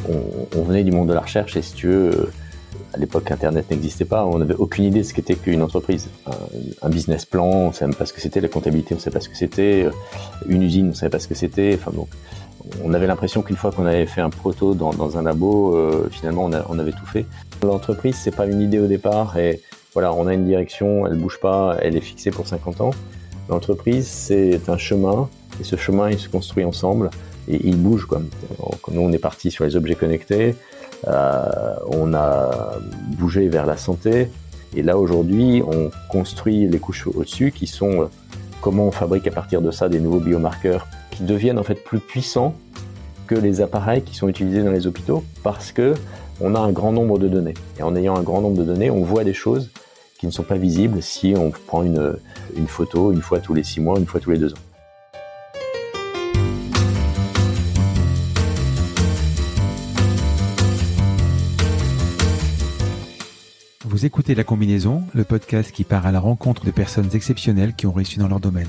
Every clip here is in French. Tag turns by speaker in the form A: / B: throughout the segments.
A: on venait du monde de la recherche et si tu veux, à l'époque Internet n'existait pas, on n'avait aucune idée de ce qu'était qu'une entreprise. Un business plan, on ne savait même pas ce que c'était, la comptabilité on ne savait pas ce que c'était, une usine on ne savait pas ce que c'était, enfin donc on avait l'impression qu'une fois qu'on avait fait un proto dans un labo, finalement on avait tout fait. L'entreprise c'est pas une idée au départ et voilà, on a une direction, elle bouge pas, elle est fixée pour 50 ans. L'entreprise c'est un chemin et ce chemin il se construit ensemble et il bouge quoi. Nous on est parti sur les objets connectés. On a bougé vers la santé et là aujourd'hui on construit les couches au-dessus qui sont comment on fabrique à partir de ça des nouveaux biomarqueurs qui deviennent en fait plus puissants que les appareils qui sont utilisés dans les hôpitaux parce que on a un grand nombre de données et en ayant un grand nombre de données on voit des choses qui ne sont pas visibles si on prend une photo une fois tous les 6 mois, une fois tous les 2 ans.
B: Vous écoutez La Combinaison, le podcast qui part à la rencontre de personnes exceptionnelles qui ont réussi dans leur domaine.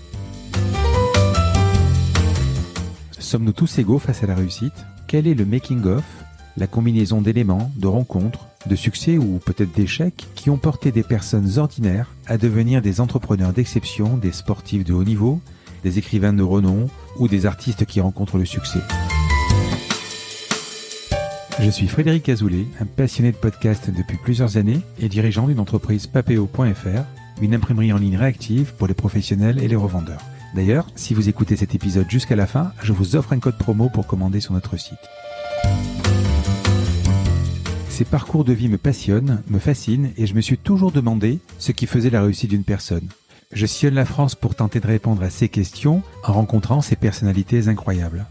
B: Sommes-nous tous égaux face à la réussite ? Quel est le making-of, la combinaison d'éléments, de rencontres, de succès ou peut-être d'échecs qui ont porté des personnes ordinaires à devenir des entrepreneurs d'exception, des sportifs de haut niveau, des écrivains de renom ou des artistes qui rencontrent le succès ? Je suis Frédéric Azoulay, un passionné de podcast depuis plusieurs années et dirigeant d'une entreprise Papéo.fr, une imprimerie en ligne réactive pour les professionnels et les revendeurs. D'ailleurs, si vous écoutez cet épisode jusqu'à la fin, je vous offre un code promo pour commander sur notre site. Ces parcours de vie me passionnent, me fascinent et je me suis toujours demandé ce qui faisait la réussite d'une personne. Je sillonne la France pour tenter de répondre à ces questions en rencontrant ces personnalités incroyables.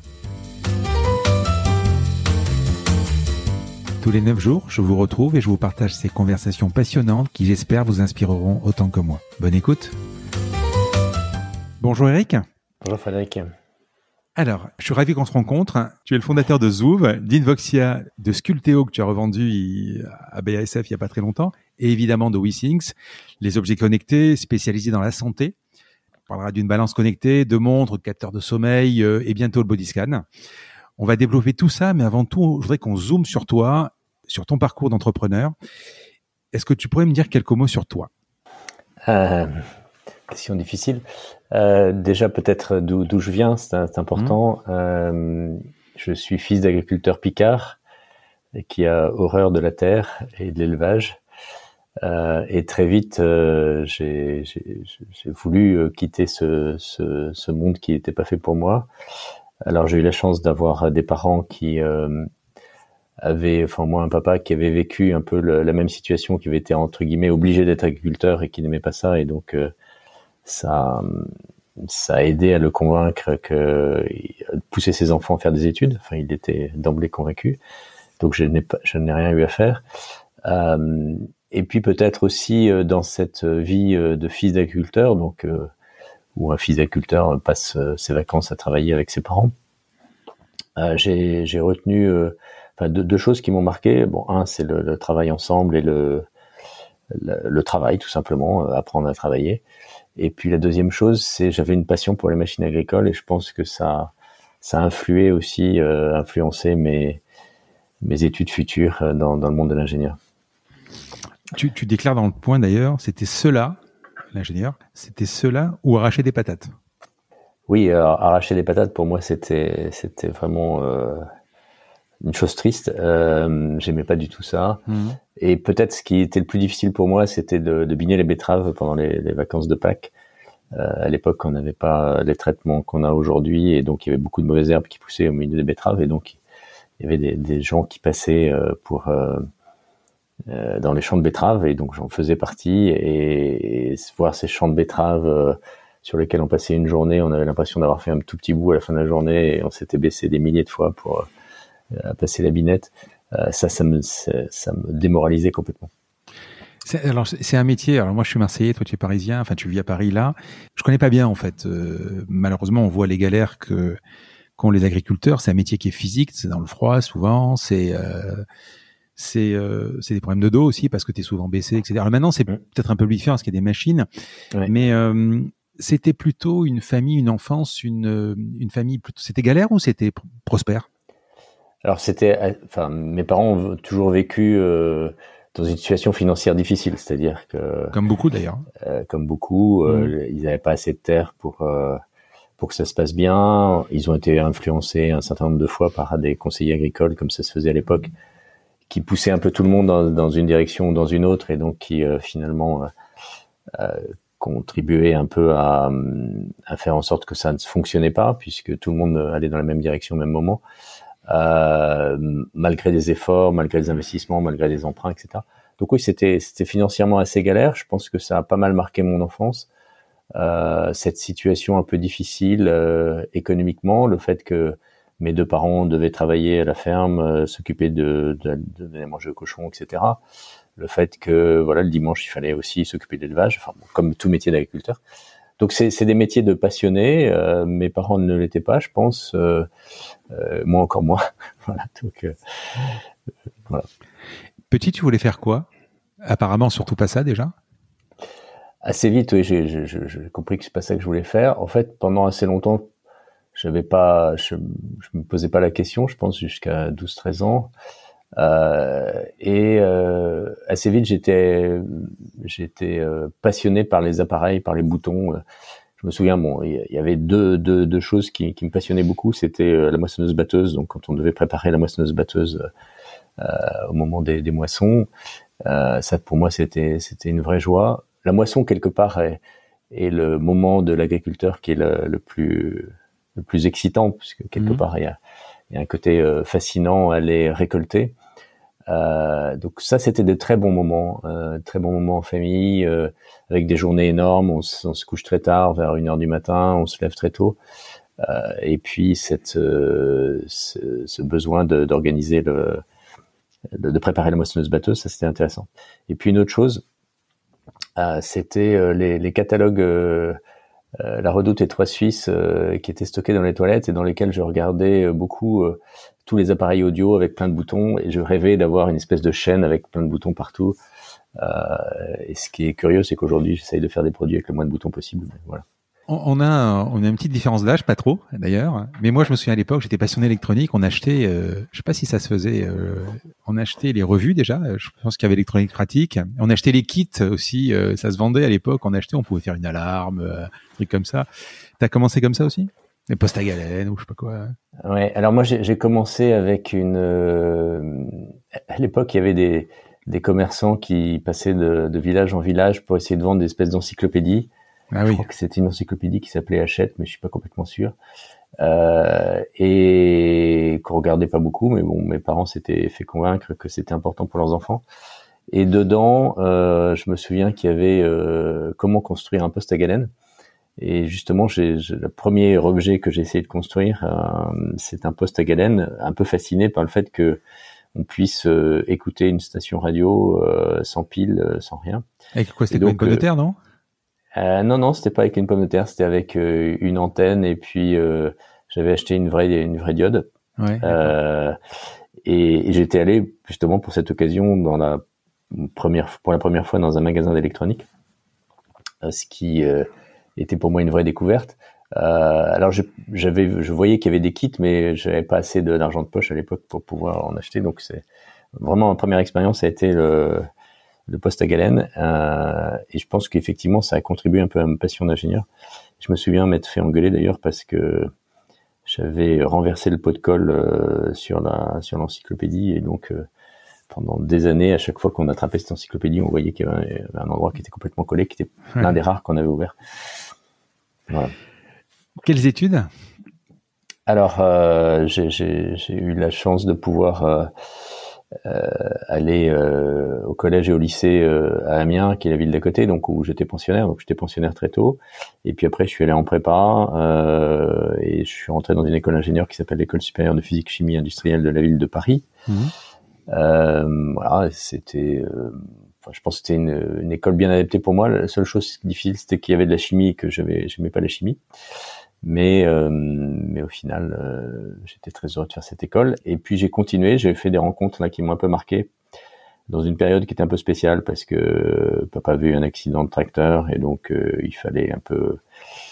B: Tous les 9 jours, je vous retrouve et je vous partage ces conversations passionnantes qui, j'espère, vous inspireront autant que moi. Bonne écoute. Bonjour Eric.
A: Bonjour Frédéric.
B: Alors, je suis ravi qu'on se rencontre. Tu es le fondateur de Zoov, d'Invoxia, de Sculteo que tu as revendu à BASF il n'y a pas très longtemps, et évidemment de WeThings, les objets connectés spécialisés dans la santé. On parlera d'une balance connectée, de montres, capteurs de sommeil et bientôt le body scan. On va développer tout ça, mais avant tout, je voudrais qu'on zoome sur toi, sur ton parcours d'entrepreneur. Est-ce que tu pourrais me dire quelques mots sur toi ?
A: Question difficile. Déjà, peut-être d'où je viens, c'est important. Je suis fils d'agriculteur picard qui a horreur de la terre et de l'élevage. Et très vite, j'ai voulu quitter ce monde qui n'était pas fait pour moi. Alors j'ai eu la chance d'avoir des parents qui moi un papa qui avait vécu un peu la même situation, qui avait été entre guillemets obligé d'être agriculteur et qui n'aimait pas ça, et donc ça a aidé à le convaincre de pousser ses enfants à faire des études. Enfin, il était d'emblée convaincu. Donc je n'ai rien eu à faire. Et puis peut-être aussi dans cette vie de fils d'agriculteur, donc où un fils d'agriculteur passe ses vacances à travailler avec ses parents. J'ai retenu deux choses qui m'ont marqué. Bon, un, c'est le travail ensemble et le travail, tout simplement, apprendre à travailler. Et puis la deuxième chose, c'est j'avais une passion pour les machines agricoles et je pense que ça a influé aussi, influencé mes études futures dans le monde de l'ingénieur.
B: Tu déclares dans le point d'ailleurs, c'était cela, l'ingénieur, c'était cela ou arracher des patates.
A: Oui, arracher des patates pour moi c'était vraiment une chose triste. J'aimais pas du tout ça. Et peut-être ce qui était le plus difficile pour moi, c'était de biner les betteraves pendant les vacances de Pâques. À l'époque, on n'avait pas les traitements qu'on a aujourd'hui, et donc il y avait beaucoup de mauvaises herbes qui poussaient au milieu des betteraves, et donc il y avait des gens qui passaient dans les champs de betteraves, et donc j'en faisais partie, et voir ces champs de betteraves sur lesquels on passait une journée, on avait l'impression d'avoir fait un tout petit bout à la fin de la journée, et on s'était baissé des milliers de fois pour passer la binette. Ça me démoralisait complètement.
B: C'est un métier. Alors moi, je suis Marseillais, toi tu es Parisien. Enfin, tu vis à Paris là. Je connais pas bien en fait. Malheureusement, on voit les galères qu'ont les agriculteurs. C'est un métier qui est physique. C'est dans le froid souvent. C'est des problèmes de dos aussi parce que tu es souvent baissé, etc. Alors maintenant, c'est peut-être un peu plus différent parce qu'il y a des machines. Ouais. Mais c'était plutôt une famille, une enfance, une famille. C'était galère ou c'était prospère?
A: Alors mes parents ont toujours vécu dans une situation financière difficile, c'est-à-dire que
B: Comme beaucoup d'ailleurs.
A: comme beaucoup, ils n'avaient pas assez de terres pour que ça se passe bien. Ils ont été influencés un certain nombre de fois par des conseillers agricoles, comme ça se faisait à l'époque, qui poussaient un peu tout le monde dans une direction ou dans une autre, et donc qui finalement contribuaient un peu à faire en sorte que ça ne fonctionnait pas, puisque tout le monde allait dans la même direction au même moment. Malgré des efforts, malgré des investissements, malgré des emprunts, etc. Donc oui, c'était financièrement assez galère. Je pense que ça a pas mal marqué mon enfance. Cette situation un peu difficile économiquement, le fait que mes deux parents devaient travailler à la ferme, s'occuper de donner à manger aux cochons, etc. Le fait que voilà, le dimanche il fallait aussi s'occuper d'élevage, enfin bon, comme tout métier d'agriculteur. Donc c'est des métiers de passionnés. Mes parents ne l'étaient pas, je pense. Moi encore moins. Voilà. Donc voilà.
B: Petit, tu voulais faire quoi? Apparemment, surtout pas ça déjà.
A: Assez vite, oui, j'ai compris que c'est pas ça que je voulais faire. En fait, pendant assez longtemps, je me posais pas la question, je pense, jusqu'à 12-13 ans. Assez vite, j'étais passionné par les appareils, par les boutons. Je me souviens, bon, il y avait deux choses qui me passionnaient beaucoup. C'était la moissonneuse-batteuse. Donc, quand on devait préparer la moissonneuse-batteuse au moment des moissons, ça pour moi c'était une vraie joie. La moisson quelque part est le moment de l'agriculteur qui est le plus excitant, puisque quelque part il y a un côté fascinant à les récolter. Donc ça c'était de très bons moments en famille, avec des journées énormes. On se couche très tard, vers 1h du matin, on se lève très tôt. Et puis ce besoin d'organiser de préparer la moissonneuse-batteuse, ça c'était intéressant. Et puis une autre chose, c'était les catalogues La Redoute et Trois Suisses qui étaient stockés dans les toilettes et dans lesquels je regardais beaucoup tous les appareils audio avec plein de boutons, et je rêvais d'avoir une espèce de chaîne avec plein de boutons partout. Et ce qui est curieux, c'est qu'aujourd'hui j'essaye de faire des produits avec le moins de boutons possible. Mais voilà.
B: On a une petite différence d'âge, pas trop d'ailleurs. Mais moi, je me souviens à l'époque, j'étais passionné électronique. On achetait, je sais pas si ça se faisait, on achetait les revues déjà. Je pense qu'il y avait Électronique Pratique. On achetait les kits aussi. Ça se vendait à l'époque. On achetait, on pouvait faire une alarme, un truc comme ça. T'as commencé comme ça aussi? Les postes à galène ou je sais pas quoi.
A: Ouais. Alors moi, j'ai commencé avec à l'époque, il y avait des commerçants qui passaient de village en village pour essayer de vendre des espèces d'encyclopédies.
B: Ah
A: je
B: oui.
A: crois que c'était une encyclopédie qui s'appelait Hachette, mais je suis pas complètement sûr. Et qu'on regardait pas beaucoup, mais bon, mes parents s'étaient fait convaincre que c'était important pour leurs enfants. Et dedans, je me souviens qu'il y avait comment construire un poste à galène. Et justement, le premier objet que j'ai essayé de construire, c'est un poste à galène, un peu fasciné par le fait que on puisse écouter une station radio sans pile, sans rien.
B: Avec quoi, c'était quoi, une pomme de terre, non?
A: Non, c'était pas avec une pomme de terre, c'était avec une antenne, et puis j'avais acheté une vraie diode.
B: Ouais.
A: Et j'étais allé justement pour cette occasion pour la première fois dans un magasin d'électronique, ce qui était pour moi une vraie découverte. Alors je voyais qu'il y avait des kits, mais j'avais pas assez d'argent de poche à l'époque pour pouvoir en acheter. Donc c'est vraiment ma première expérience, ça a été le poste à galène, et je pense qu'effectivement ça a contribué un peu à ma passion d'ingénieur. Je me souviens m'être fait engueuler d'ailleurs parce que j'avais renversé le pot de colle sur l'encyclopédie, et donc pendant des années, à chaque fois qu'on attrapait cette encyclopédie, on voyait qu'il y avait un endroit qui était complètement collé, qui était l'un des rares qu'on avait ouvert. Voilà.
B: Quelles études?
A: Alors j'ai eu la chance de pouvoir aller au collège et au lycée à Amiens, qui est la ville d'à côté, donc où j'étais pensionnaire. Donc j'étais pensionnaire très tôt. Et puis après, je suis allé en prépa et je suis rentré dans une école d'ingénieur qui s'appelle l'École supérieure de physique chimie industrielle de la ville de Paris. Voilà, c'était, je pense que c'était une école bien adaptée pour moi. La seule chose difficile, c'était qu'il y avait de la chimie et que j'aimais pas la chimie. Mais au final, j'étais très heureux de faire cette école. Et puis j'ai continué, j'ai fait des rencontres là qui m'ont un peu marqué dans une période qui était un peu spéciale parce que papa avait eu un accident de tracteur, et donc il fallait un peu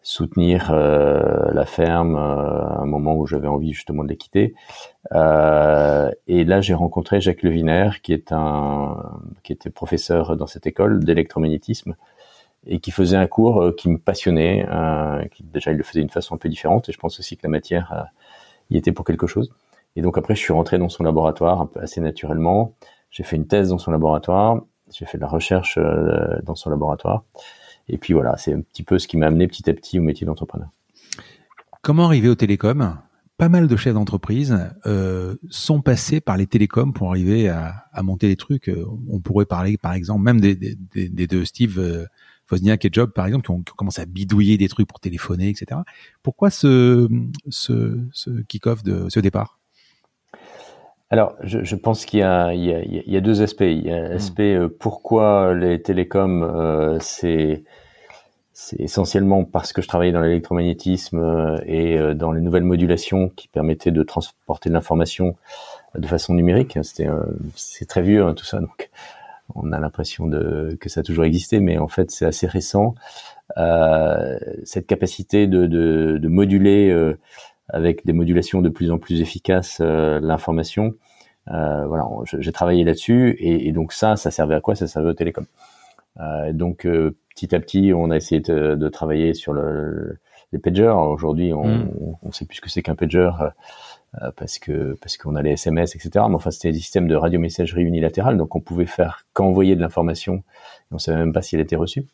A: soutenir la ferme à un moment où j'avais envie justement de les quitter. Et là, j'ai rencontré Jacques Leviner, qui était professeur dans cette école d'électromagnétisme et qui faisait un cours qui me passionnait. Déjà, il le faisait d'une façon un peu différente et je pense aussi que la matière y était pour quelque chose. Et donc après, je suis rentré dans son laboratoire un peu assez naturellement. J'ai fait une thèse dans son laboratoire. J'ai fait de la recherche dans son laboratoire. Et puis voilà, c'est un petit peu ce qui m'a amené petit à petit au métier d'entrepreneur.
B: Comment arriver aux télécoms ? Pas mal de chefs d'entreprise sont passés par les télécoms pour arriver à monter des trucs. On pourrait parler, par exemple, même des deux Steve Wozniak et Jobs, par exemple, qui ont commencé à bidouiller des trucs pour téléphoner, etc. Pourquoi ce kick-off de ce départ ?
A: Alors, je pense qu'il y a deux aspects. Il y a l'aspect pourquoi les télécoms, c'est essentiellement parce que je travaillais dans l'électromagnétisme et dans les nouvelles modulations qui permettaient de transporter de l'information de façon numérique. C'est très vieux tout ça, donc on a l'impression que ça a toujours existé, mais en fait c'est assez récent. Cette capacité de moduler avec des modulations de plus en plus efficaces l'information. Voilà, j'ai travaillé là-dessus et donc ça servait à quoi ? Ça servait aux télécoms. Donc petit à petit, on a essayé de travailler sur les pagers. Aujourd'hui, on sait plus ce que c'est qu'un pager parce qu'on a les SMS, etc. Mais enfin, c'était des systèmes de radiomessagerie unilatérale, donc on pouvait faire qu'envoyer de l'information et on savait même pas si elle était reçue.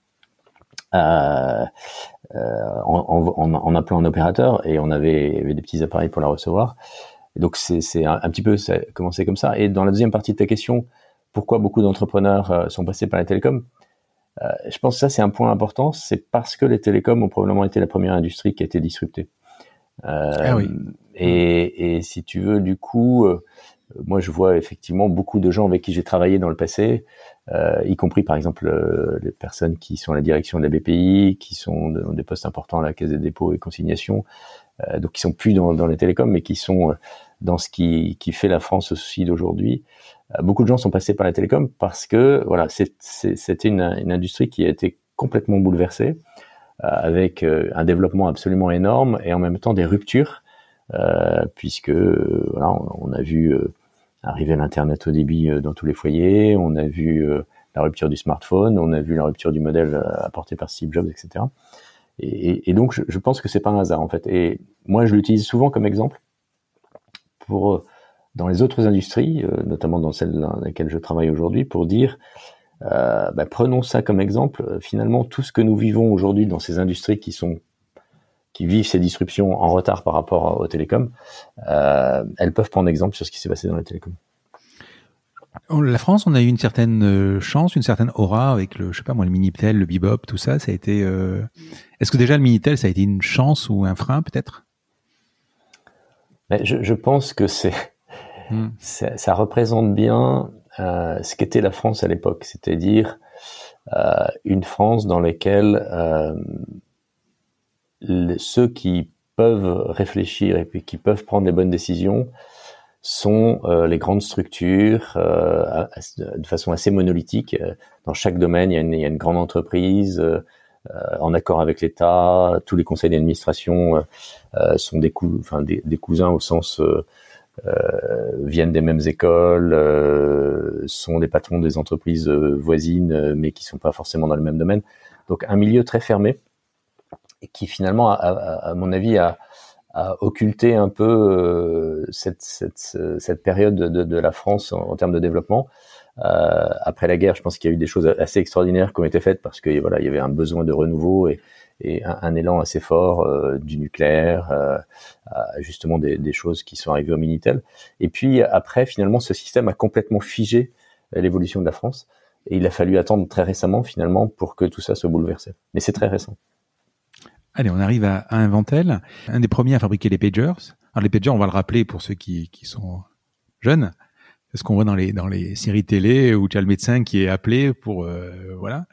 A: En appelant un opérateur et on avait des petits appareils pour la recevoir. Et donc c'est un petit peu ça a commencé comme ça. Et dans la deuxième partie de ta question, pourquoi beaucoup d'entrepreneurs sont passés par les télécoms ? Je pense que ça c'est un point important. C'est parce que les télécoms ont probablement été la première industrie qui a été disruptée.
B: Oui.
A: Et si tu veux, du coup, moi je vois effectivement beaucoup de gens avec qui j'ai travaillé dans le passé, y compris par exemple les personnes qui sont à la direction de la BPI, qui sont dans des postes importants à la Caisse des dépôts et consignations, donc qui sont plus dans les télécoms, mais qui sont dans ce qui fait la France aussi d'aujourd'hui. Beaucoup de gens sont passés par les télécoms parce que voilà, c'était une industrie qui a été complètement bouleversée, avec un développement absolument énorme et en même temps des ruptures, puisque voilà, on a vu arriver l'Internet haut débit dans tous les foyers, on a vu la rupture du smartphone, on a vu la rupture du modèle apporté par Steve Jobs, etc. Et donc je pense que c'est pas un hasard en fait. Et moi je l'utilise souvent comme exemple pour dans les autres industries, notamment dans celle dans laquelle je travaille aujourd'hui, pour dire prenons ça comme exemple. Finalement, tout ce que nous vivons aujourd'hui dans ces industries qui vivent ces disruptions en retard par rapport aux télécoms, elles peuvent prendre exemple sur ce qui s'est passé dans les télécoms.
B: La France, on a eu une certaine chance, une certaine aura avec le Minitel, le Bebop, tout ça. Ça a été. Est-ce que déjà le Minitel, ça a été une chance ou un frein peut-être ?
A: Mais je pense que ça représente bien ce qu'était la France à l'époque, c'est-à-dire une France dans laquelle ceux qui peuvent réfléchir et puis qui peuvent prendre les bonnes décisions sont les grandes structures de façon assez monolithique. Dans chaque domaine, il y a une grande entreprise en accord avec l'État. Tous les conseils d'administration sont des cousins au sens viennent des mêmes écoles, sont les patrons des entreprises voisines, mais qui sont pas forcément dans le même domaine. Donc un milieu très fermé et qui finalement, à mon avis, a occulté un peu cette période de la France en termes de développement. Après la guerre, je pense qu'il y a eu des choses assez extraordinaires qui ont été faites parce que voilà, il y avait un besoin de renouveau et un élan assez fort du nucléaire, justement des choses qui sont arrivées au Minitel. Et puis après, finalement, ce système a complètement figé l'évolution de la France. Et il a fallu attendre très récemment, finalement, pour que tout ça soit bouleversé. Mais c'est très récent.
B: Allez, on arrive à Inventel, un des premiers à fabriquer les pagers. Alors les pagers, on va le rappeler pour ceux qui sont jeunes. C'est ce qu'on voit dans les séries télé où tu as le médecin qui est appelé pour voilà.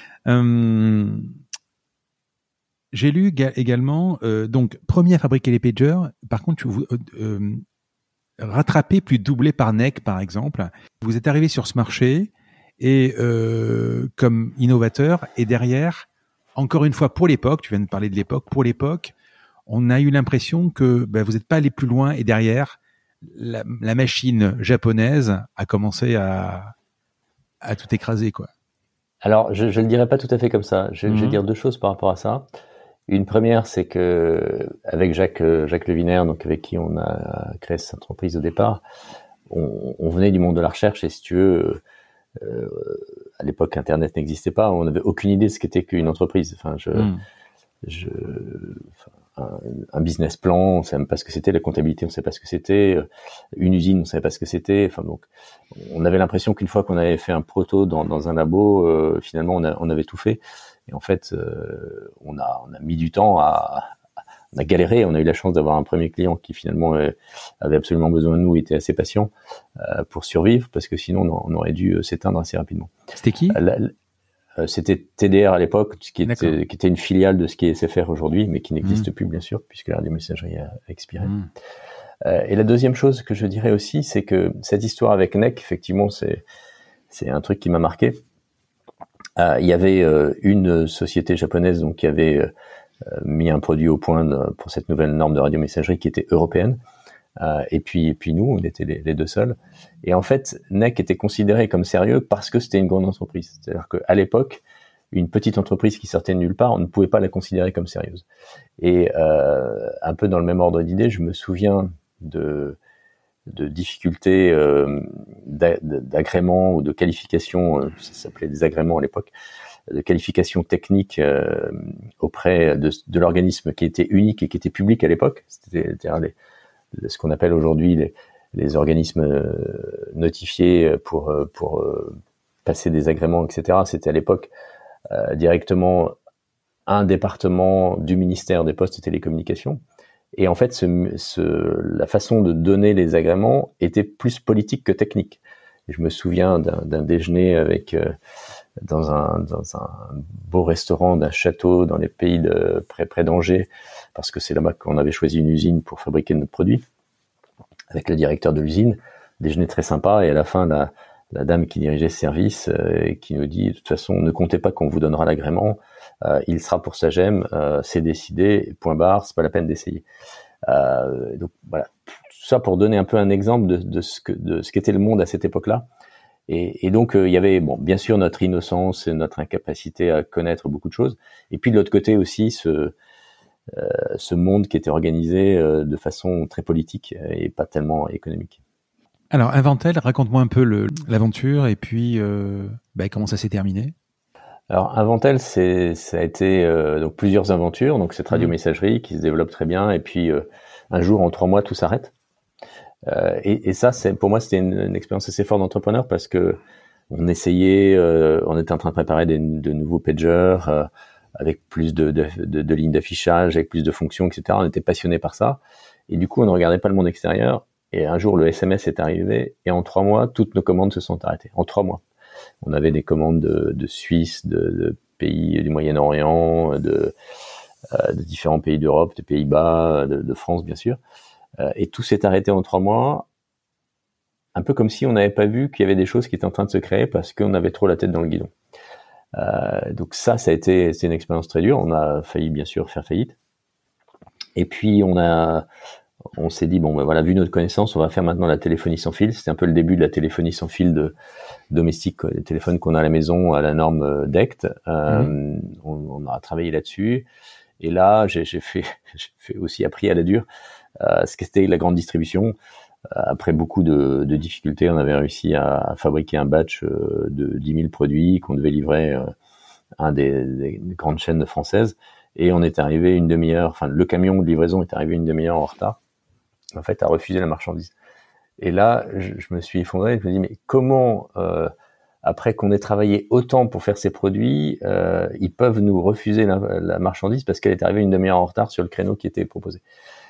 B: J'ai lu également donc premier à fabriquer les pagers. Par contre, rattrapé plus doublé par NEC par exemple. Vous êtes arrivé sur ce marché et comme innovateur et derrière encore une fois, pour l'époque, tu viens de parler de l'époque, pour l'époque, on a eu l'impression que vous n'êtes pas allé plus loin et derrière, la machine japonaise a commencé à tout écraser, quoi.
A: Alors, je le dirais pas tout à fait comme ça. Je vais dire deux choses par rapport à ça. Une première, c'est que avec Jacques Levinaire, donc avec qui on a créé cette entreprise au départ, on venait du monde de la recherche et si tu veux, à l'époque, Internet n'existait pas. On n'avait aucune idée de ce qu'était qu'une entreprise. Enfin, un business plan, on savait même pas ce que c'était. La comptabilité, on savait pas ce que c'était. Une usine, on savait pas ce que c'était. Enfin, donc, on avait l'impression qu'une fois qu'on avait fait un proto dans un labo, finalement, on avait tout fait. Et en fait, on a mis du temps on a galéré. On a eu la chance d'avoir un premier client qui finalement avait absolument besoin de nous, était assez patient pour survivre, parce que sinon on aurait dû s'éteindre assez rapidement.
B: C'était qui ?
A: C'était TDR à l'époque, qui était une filiale de ce qui est SFR aujourd'hui, mais qui n'existe plus bien sûr, puisque la radiomessagerie a expiré. Et la deuxième chose que je dirais aussi, c'est que cette histoire avec NEC, effectivement, c'est un truc qui m'a marqué. Il y avait une société japonaise donc qui avait mis un produit au point pour cette nouvelle norme de radiomessagerie qui était européenne. Et puis nous, on était les deux seuls. Et en fait, NEC était considéré comme sérieux parce que c'était une grande entreprise. C'est-à-dire qu'à l'époque, une petite entreprise qui sortait de nulle part, on ne pouvait pas la considérer comme sérieuse. Et un peu dans le même ordre d'idée, je me souviens de difficultés d'agrément ou de qualification, ça s'appelait des agréments à l'époque, de qualification technique auprès de l'organisme qui était unique et qui était public à l'époque. C'est-à-dire ce qu'on appelle aujourd'hui les organismes notifiés pour passer des agréments, etc. C'était à l'époque directement un département du ministère des Postes et Télécommunications. Et en fait, la façon de donner les agréments était plus politique que technique. Et je me souviens d'un déjeuner avec dans un beau restaurant d'un château dans les pays près d'Angers, parce que c'est là-bas qu'on avait choisi une usine pour fabriquer notre produit, avec le directeur de l'usine. Déjeuner très sympa, et à la fin, la dame qui dirigeait ce service qui nous dit, de toute façon, ne comptez pas qu'on vous donnera l'agrément, il sera pour Sagem, c'est décidé, point barre, c'est pas la peine d'essayer. Donc voilà, tout ça pour donner un peu un exemple de ce qu'était le monde à cette époque-là. Et donc il y avait bien sûr notre innocence et notre incapacité à connaître beaucoup de choses, et puis de l'autre côté aussi ce monde qui était organisé de façon très politique et pas tellement économique.
B: Alors Inventel, raconte-moi un peu l'aventure et puis comment ça s'est terminé.
A: Alors Inventel, ça a été donc plusieurs aventures, donc cette radiomessagerie qui se développe très bien, et puis un jour en 3 mois tout s'arrête. Et ça, pour moi, c'était une expérience assez forte d'entrepreneur, parce que on essayait, on était en train de préparer de nouveaux pagers avec plus de lignes d'affichage, avec plus de fonctions, etc. On était passionné par ça, et du coup, on ne regardait pas le monde extérieur. Et un jour, le SMS est arrivé, et en 3 mois, toutes nos commandes se sont arrêtées. En 3 mois. On avait des commandes de Suisse, de pays du Moyen-Orient, de différents pays d'Europe, des Pays-Bas, de France, bien sûr. Et tout s'est arrêté en 3 mois, un peu comme si on n'avait pas vu qu'il y avait des choses qui étaient en train de se créer parce qu'on avait trop la tête dans le guidon. Donc c'est une expérience très dure. On a failli, bien sûr, faire faillite. Et puis on s'est dit, vu notre connaissance, on va faire maintenant la téléphonie sans fil. C'était un peu le début de la téléphonie sans fil domestique, les téléphones qu'on a à la maison à la norme DECT. On a travaillé là-dessus. Et là, j'ai aussi appris à la dure ce qu'était la grande distribution. Après beaucoup de difficultés, on avait réussi à fabriquer un batch de 10 000 produits qu'on devait livrer à un des grandes chaînes françaises. Et on est arrivé une demi-heure, le camion de livraison est arrivé une demi-heure en retard, en fait, à refuser la marchandise. Et là, je me suis effondré, je me dis, mais comment, après qu'on ait travaillé autant pour faire ces produits, ils peuvent nous refuser la marchandise parce qu'elle est arrivée une demi-heure en retard sur le créneau qui était proposé.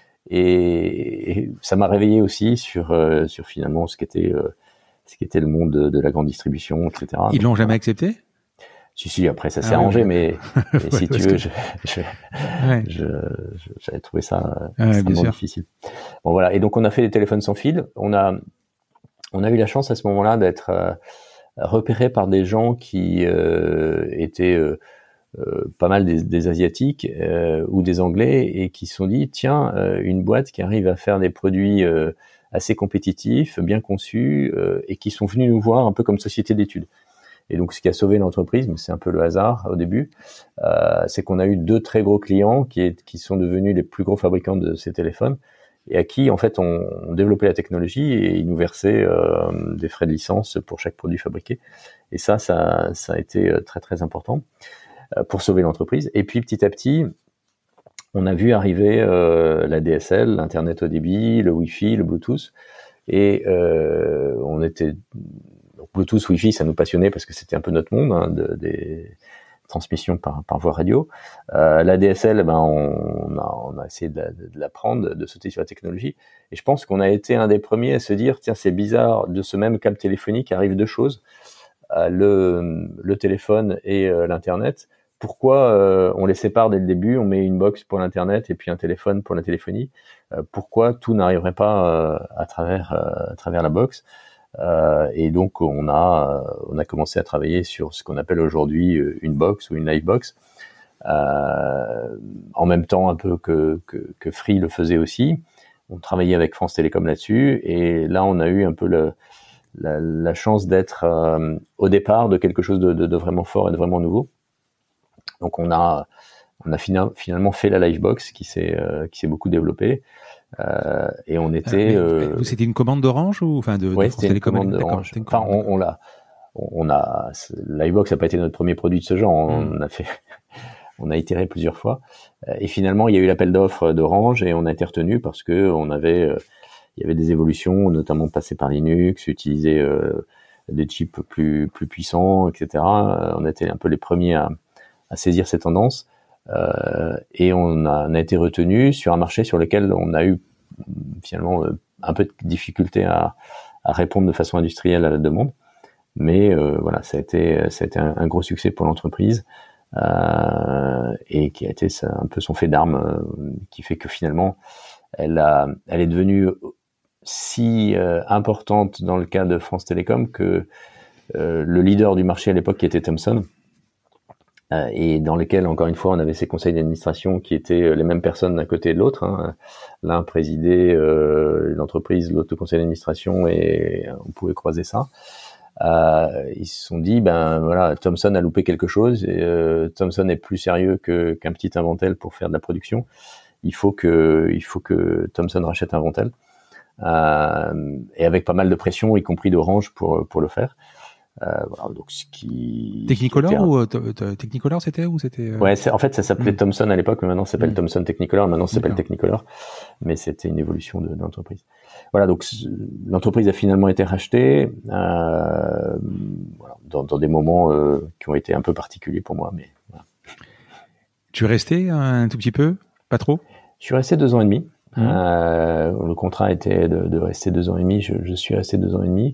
A: Et ça m'a réveillé aussi sur finalement ce qu'était le monde de la grande distribution, etc.
B: Ils l'ont jamais accepté ?
A: Si, après ça s'est arrangé, mais si tu veux, j'avais trouvé ça extrêmement difficile. Bon voilà, et donc on a fait des téléphones sans fil. On a eu la chance à ce moment-là d'être repéré par des gens qui étaient pas mal des Asiatiques ou des Anglais et qui se sont dit tiens, une boîte qui arrive à faire des produits assez compétitifs, bien conçus et qui sont venus nous voir un peu comme société d'études. Et donc ce qui a sauvé l'entreprise, mais c'est un peu le hasard au début, c'est qu'on a eu 2 très gros clients qui sont devenus les plus gros fabricants de ces téléphones et à qui en fait on développait la technologie et ils nous versaient des frais de licence pour chaque produit fabriqué. Et ça a été très très important pour sauver l'entreprise. Et puis petit à petit, on a vu arriver la DSL, l'Internet haut débit, le Wi-Fi, le Bluetooth. Et on était... Donc, Bluetooth, Wi-Fi, ça nous passionnait parce que c'était un peu notre monde, hein, des transmissions par voie radio. La DSL, on a essayé de l'apprendre, de sauter sur la technologie. Et je pense qu'on a été un des premiers à se dire, tiens, c'est bizarre, de ce même câble téléphonique arrivent 2 choses, le téléphone et l'Internet. Pourquoi on les sépare dès le début, on met une box pour l'Internet et puis un téléphone pour la téléphonie? Pourquoi tout n'arriverait pas à travers la box? Et donc on a commencé à travailler sur ce qu'on appelle aujourd'hui une box ou une Livebox, en même temps un peu que Free le faisait aussi. On travaillait avec France Télécom là-dessus, et là on a eu un peu la chance d'être au départ de quelque chose de vraiment fort et de vraiment nouveau. Donc on a finalement fait la Livebox qui s'est beaucoup développée. Et on était.
B: C'était une commande d'Orange ou enfin de
A: France Télécom? Une commande d'Orange. Enfin, on a. Livebox n'a pas été notre premier produit de ce genre. On a itéré plusieurs fois. Et finalement, il y a eu l'appel d'offres d'Orange et on a été retenu parce que il y avait des évolutions, notamment passer par Linux, utiliser des chips plus puissants, etc. On était un peu les premiers à saisir ces tendances. Et on a été retenu sur un marché sur lequel on a eu finalement un peu de difficulté à répondre de façon industrielle à la demande. Mais voilà, ça a été un gros succès pour l'entreprise et qui a été un peu son fait d'armes, qui fait que finalement elle est devenue si importante dans le cas de France Télécom que le leader du marché à l'époque, qui était Thomson, et dans lesquels, encore une fois, on avait ces conseils d'administration qui étaient les mêmes personnes d'un côté et de l'autre, hein. L'un présidait l'entreprise, l'autre le conseil d'administration, et on pouvait croiser ça. Ils se sont dit, voilà, Thomson a loupé quelque chose, et Thomson est plus sérieux qu'un petit Inventel pour faire de la production. Il faut que Thomson rachète Inventel, et avec pas mal de pression, y compris d'Orange pour le faire. Voilà, donc
B: Technicolor ou Technicolor c'était
A: Ouais, en fait ça s'appelait Thomson à l'époque, mais maintenant ça s'appelle Thomson Technicolor. Maintenant ça s'appelle Technicolor, mais c'était une évolution de l'entreprise. Voilà, donc l'entreprise a finalement été rachetée voilà, dans des moments qui ont été un peu particuliers pour moi, mais voilà.
B: Tu es resté un tout petit peu, pas trop?
A: Je suis resté 2 ans et demi. Le contrat était de rester 2 ans et demi. Je suis resté 2 ans et demi.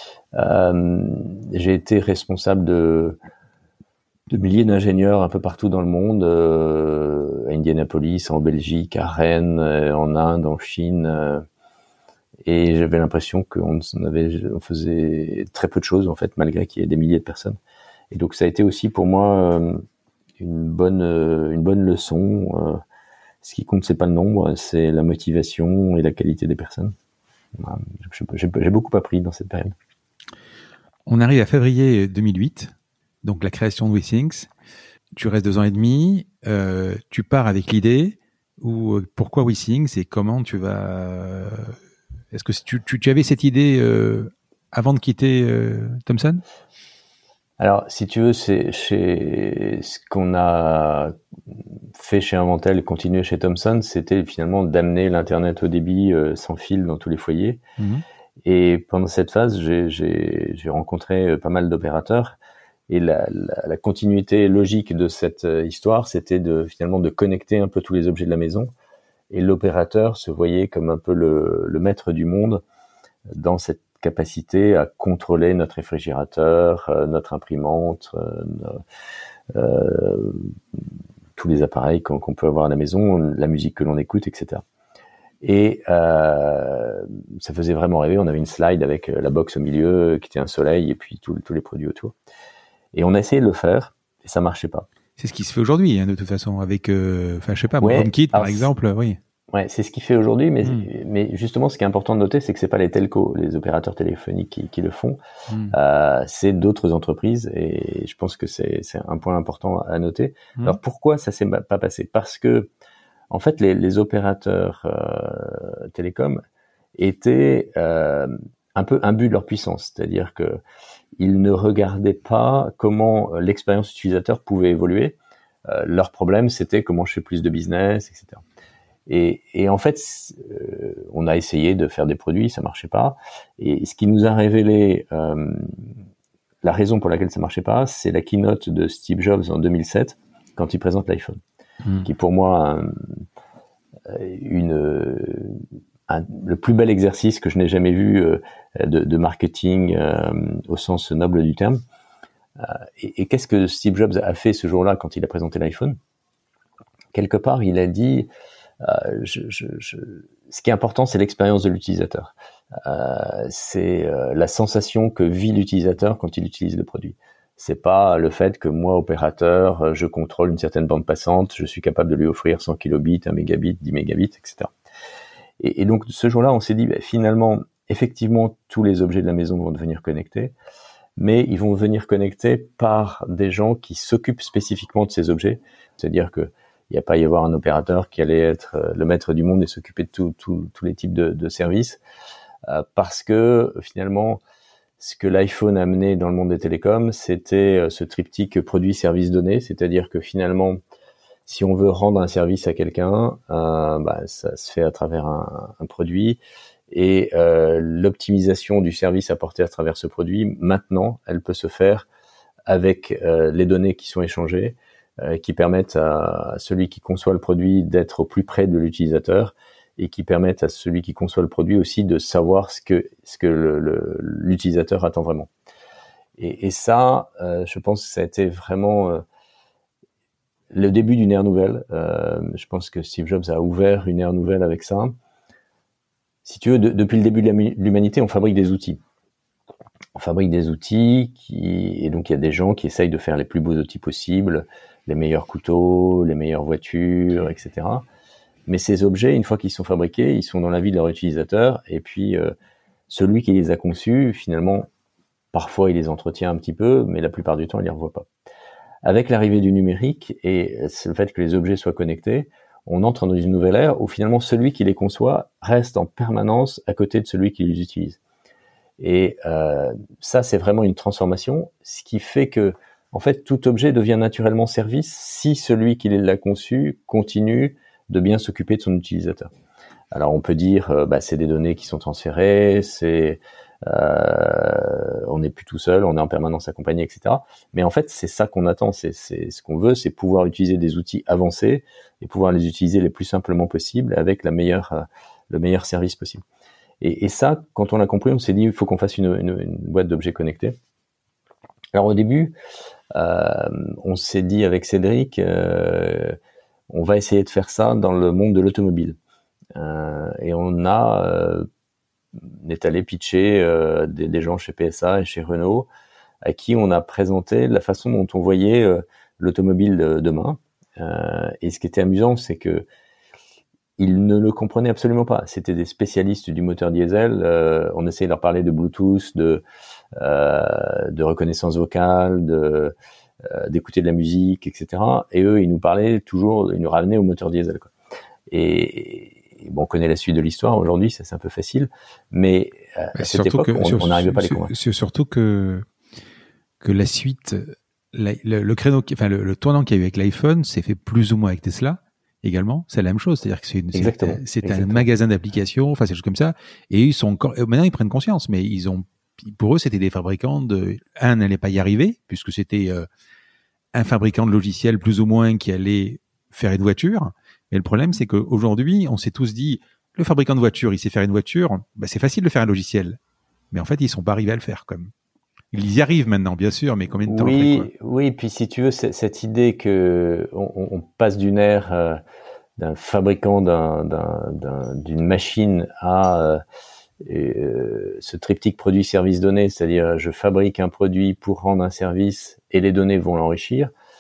A: J'ai été responsable de milliers d'ingénieurs un peu partout dans le monde, à Indianapolis, en Belgique, à Rennes, en Inde, en Chine, et j'avais l'impression qu'on faisait très peu de choses en fait, malgré qu'il y ait des milliers de personnes. Et donc ça a été aussi pour moi une bonne leçon. Ce qui compte, c'est pas le nombre, c'est la motivation et la qualité des personnes. Voilà. J'ai beaucoup appris dans cette période.
B: On arrive à février 2008, donc la création de WeThings. Tu restes 2 ans et demi. Tu pars avec l'idée, ou pourquoi WeThings et comment tu vas... Est-ce que tu avais cette idée avant de quitter Thomson?
A: Alors, si tu veux, c'est ce qu'on a fait chez Inventel et continué chez Thomson, c'était finalement d'amener l'Internet haut débit sans fil dans tous les foyers. Et pendant cette phase, j'ai rencontré pas mal d'opérateurs, et la continuité logique de cette histoire, c'était finalement de connecter un peu tous les objets de la maison, et l'opérateur se voyait comme un peu le maître du monde dans cette capacité à contrôler notre réfrigérateur, notre imprimante, tous les appareils qu'on peut avoir à la maison, la musique que l'on écoute, etc. Et ça faisait vraiment rêver. On avait une slide avec la box au milieu qui était un soleil et puis tous les produits autour. Et on a essayé de le faire et ça marchait pas.
B: C'est ce qui se fait aujourd'hui, de toute façon, avec, je sais pas,
A: Ouais,
B: HomeKit, par
A: alors,
B: exemple, oui.
A: ouais, c'est ce qui fait aujourd'hui, mais justement, ce qui est important de noter, c'est que c'est pas les telcos, les opérateurs téléphoniques qui le font. C'est d'autres entreprises, et je pense que c'est un point important à noter. Alors pourquoi ça s'est pas passé? Parce que en fait, les opérateurs télécoms étaient un peu imbus de leur puissance, c'est-à-dire que ils ne regardaient pas comment l'expérience utilisateur pouvait évoluer. Leur problème, c'était comment je fais plus de business, etc. Et en fait, on a essayé de faire des produits, ça marchait pas. Et ce qui nous a révélé la raison pour laquelle ça marchait pas, c'est la keynote de Steve Jobs en 2007, quand il présente l'iPhone, qui pour moi le plus bel exercice que je n'ai jamais vu de marketing au sens noble du terme. Et qu'est-ce que Steve Jobs a fait ce jour-là quand il a présenté l'iPhone? Quelque part, il a dit ce qui est important, c'est l'expérience de l'utilisateur. C'est la sensation que vit l'utilisateur quand il utilise le produit. C'est pas le fait que moi, opérateur, je contrôle une certaine bande passante, je suis capable de lui offrir 100 kilobits, 1 mégabit, 10 mégabits, etc. Et donc, ce jour-là, on s'est dit, finalement, effectivement, tous les objets de la maison vont devenir connectés, mais ils vont devenir connectés par des gens qui s'occupent spécifiquement de ces objets. C'est-à-dire que il n'y a pas y avoir un opérateur qui allait être le maître du monde et s'occuper de tous les types de services, parce que finalement, ce que l'iPhone a amené dans le monde des télécoms, c'était ce triptyque produit, service, données, c'est-à-dire que finalement, si on veut rendre un service à quelqu'un, ça se fait à travers un produit, et l'optimisation du service apporté à travers ce produit, maintenant, elle peut se faire avec les données qui sont échangées, qui permettent à celui qui conçoit le produit d'être au plus près de l'utilisateur, et qui permettent à celui qui conçoit le produit aussi de savoir ce que l'utilisateur attend vraiment. Et ça, je pense que ça a été vraiment le début d'une ère nouvelle. Je pense que Steve Jobs a ouvert une ère nouvelle avec ça. Si tu veux, depuis le début de l'humanité, on fabrique des outils. On fabrique des outils et donc il y a des gens qui essayent de faire les plus beaux outils possibles, les meilleurs couteaux, les meilleures voitures, etc. Mais ces objets, une fois qu'ils sont fabriqués, ils sont dans la vie de leur utilisateur, et puis celui qui les a conçus, finalement, parfois il les entretient un petit peu, mais la plupart du temps il les revoit pas. Avec l'arrivée du numérique et le fait que les objets soient connectés, on entre dans une nouvelle ère où finalement celui qui les conçoit reste en permanence à côté de celui qui les utilise. Et ça, c'est vraiment une transformation, ce qui fait que, en fait, tout objet devient naturellement service si celui qui l'a conçu continue de bien s'occuper de son utilisateur. Alors, on peut dire, c'est des données qui sont transférées, on n'est plus tout seul, on est en permanence accompagné, etc. Mais en fait, c'est ça qu'on attend, c'est ce qu'on veut, c'est pouvoir utiliser des outils avancés et pouvoir les utiliser les plus simplement possible avec le meilleur service possible. Et ça, quand on l'a compris, on s'est dit, il faut qu'on fasse une boîte d'objets connectés. Alors au début, on s'est dit avec Cédric, on va essayer de faire ça dans le monde de l'automobile. Et on est allé pitcher des gens chez PSA et chez Renault, à qui on a présenté la façon dont on voyait l'automobile de demain. Et ce qui était amusant, c'est que ils ne le comprenaient absolument pas. C'était des spécialistes du moteur diesel. On essayait de leur parler de Bluetooth, de reconnaissance vocale, d'écouter de la musique, etc. Et eux, ils nous parlaient toujours, ils nous ramenaient au moteur diesel, quoi. Et bon, on connaît la suite de l'histoire. Aujourd'hui, ça c'est un peu facile, mais à cette époque, on n'arrivait pas à les convaincre.
B: C'est surtout que la suite, le créneau, enfin le tournant qu'il y a eu avec l'iPhone, s'est fait plus ou moins avec Tesla. Également, c'est la même chose, c'est-à-dire que c'est un magasin d'applications, enfin c'est des choses comme ça, et ils sont encore, maintenant ils prennent conscience, mais pour eux c'était des fabricants n'allait pas y arriver, puisque c'était un fabricant de logiciels plus ou moins qui allait faire une voiture, mais le problème c'est qu'aujourd'hui on s'est tous dit, le fabricant de voiture, il sait faire une voiture, c'est facile de faire un logiciel, mais en fait ils sont pas arrivés à le faire quand même. Ils y arrivent maintenant, bien sûr, mais combien de temps après, quoi ?
A: Oui, puis si tu veux, cette idée que on passe d'une ère d'un fabricant d'une machine à ce triptyque produit, service, données, c'est-à-dire je fabrique un produit pour rendre un service et les données vont l'enrichir.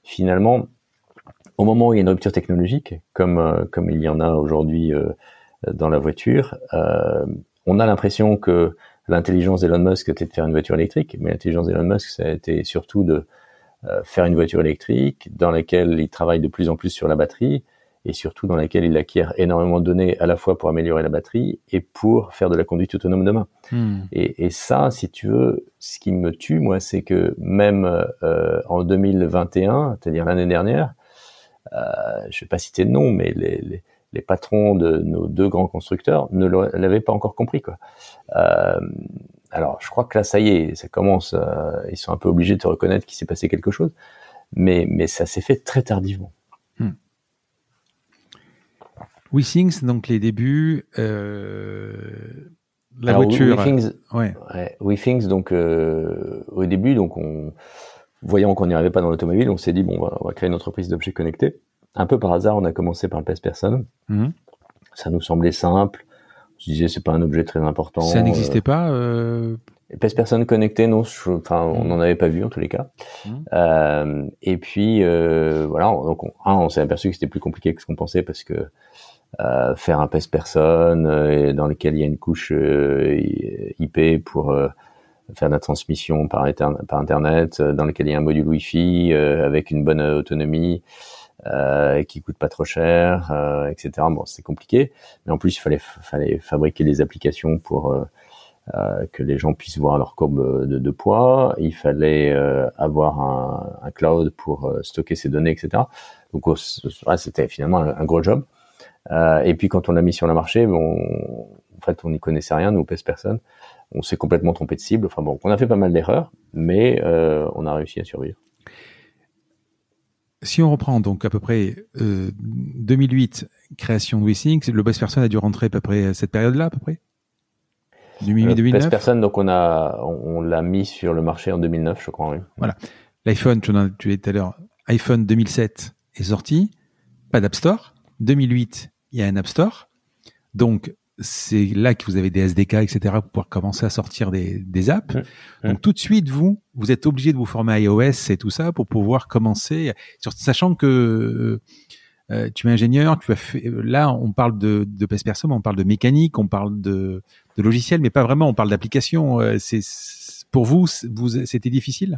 A: finalement, au moment où il y a une rupture technologique, comme il y en a aujourd'hui dans la voiture, on a l'impression que l'intelligence d'Elon Musk était de faire une voiture électrique, mais l'intelligence d'Elon Musk, ça a été surtout de faire une voiture électrique dans laquelle il travaille de plus en plus sur la batterie et surtout dans laquelle il acquiert énormément de données à la fois pour améliorer la batterie et pour faire de la conduite autonome demain. Et ça, si tu veux, ce qui me tue, moi, c'est que même en 2021, c'est-à-dire l'année dernière, je vais pas citer de nom, mais les patrons de nos deux grands constructeurs ne l'avaient pas encore compris, quoi. Alors, je crois que là, ça y est, ça commence. Ils sont un peu obligés de te reconnaître qu'il s'est passé quelque chose, mais ça s'est fait très tardivement.
B: WeThings, donc les débuts, la
A: Alors,
B: voiture.
A: WeThings, donc au début, donc voyant qu'on n'y arrivait pas dans l'automobile, on s'est dit bon, on va créer une entreprise d'objets connectés. Un peu par hasard, on a commencé par le pèse-personne. Ça nous semblait simple. On se disait c'est pas un objet très important.
B: Ça n'existait pas.
A: Pèse-personne connecté, non. On n'en avait pas vu en tous les cas. Et puis voilà. Donc on s'est aperçu que c'était plus compliqué que ce qu'on pensait parce que faire un pèse-personne dans lequel il y a une couche IP pour faire de la transmission par internet, dans lequel il y a un module Wi-Fi avec une bonne autonomie. Qui coûte pas trop cher, etc. Bon, c'est compliqué, mais en plus il fallait fabriquer des applications pour que les gens puissent voir leur courbe de poids. Il fallait avoir un cloud pour stocker ces données, etc. Donc c'était finalement un gros job. Et puis quand on l'a mis sur le marché, en fait on n'y connaissait rien, nous pèse-personne. On s'est complètement trompé de cible. Enfin bon, on a fait pas mal d'erreurs, mais on a réussi à survivre.
B: Si on reprend donc à peu près 2008, création de WeThings, le pèse-personne a dû rentrer à peu près à cette période-là, à peu près 2008-2009.
A: Pèse-personne, donc on l'a mis sur le marché en 2009, je crois. Oui.
B: Voilà. L'iPhone, tu l'as dit tout à l'heure, iPhone 2007 est sorti, pas d'App Store. 2008, il y a un App Store. Donc, c'est là que vous avez des SDK, etc., pour pouvoir commencer à sortir des apps. Donc, tout de suite, vous êtes obligé de vous former à iOS et tout ça pour pouvoir commencer, sachant que tu es ingénieur, tu as fait, là, on parle de pèse-personne, on parle de mécanique, on parle de logiciel, mais pas vraiment, on parle d'application. Pour vous, c'était difficile?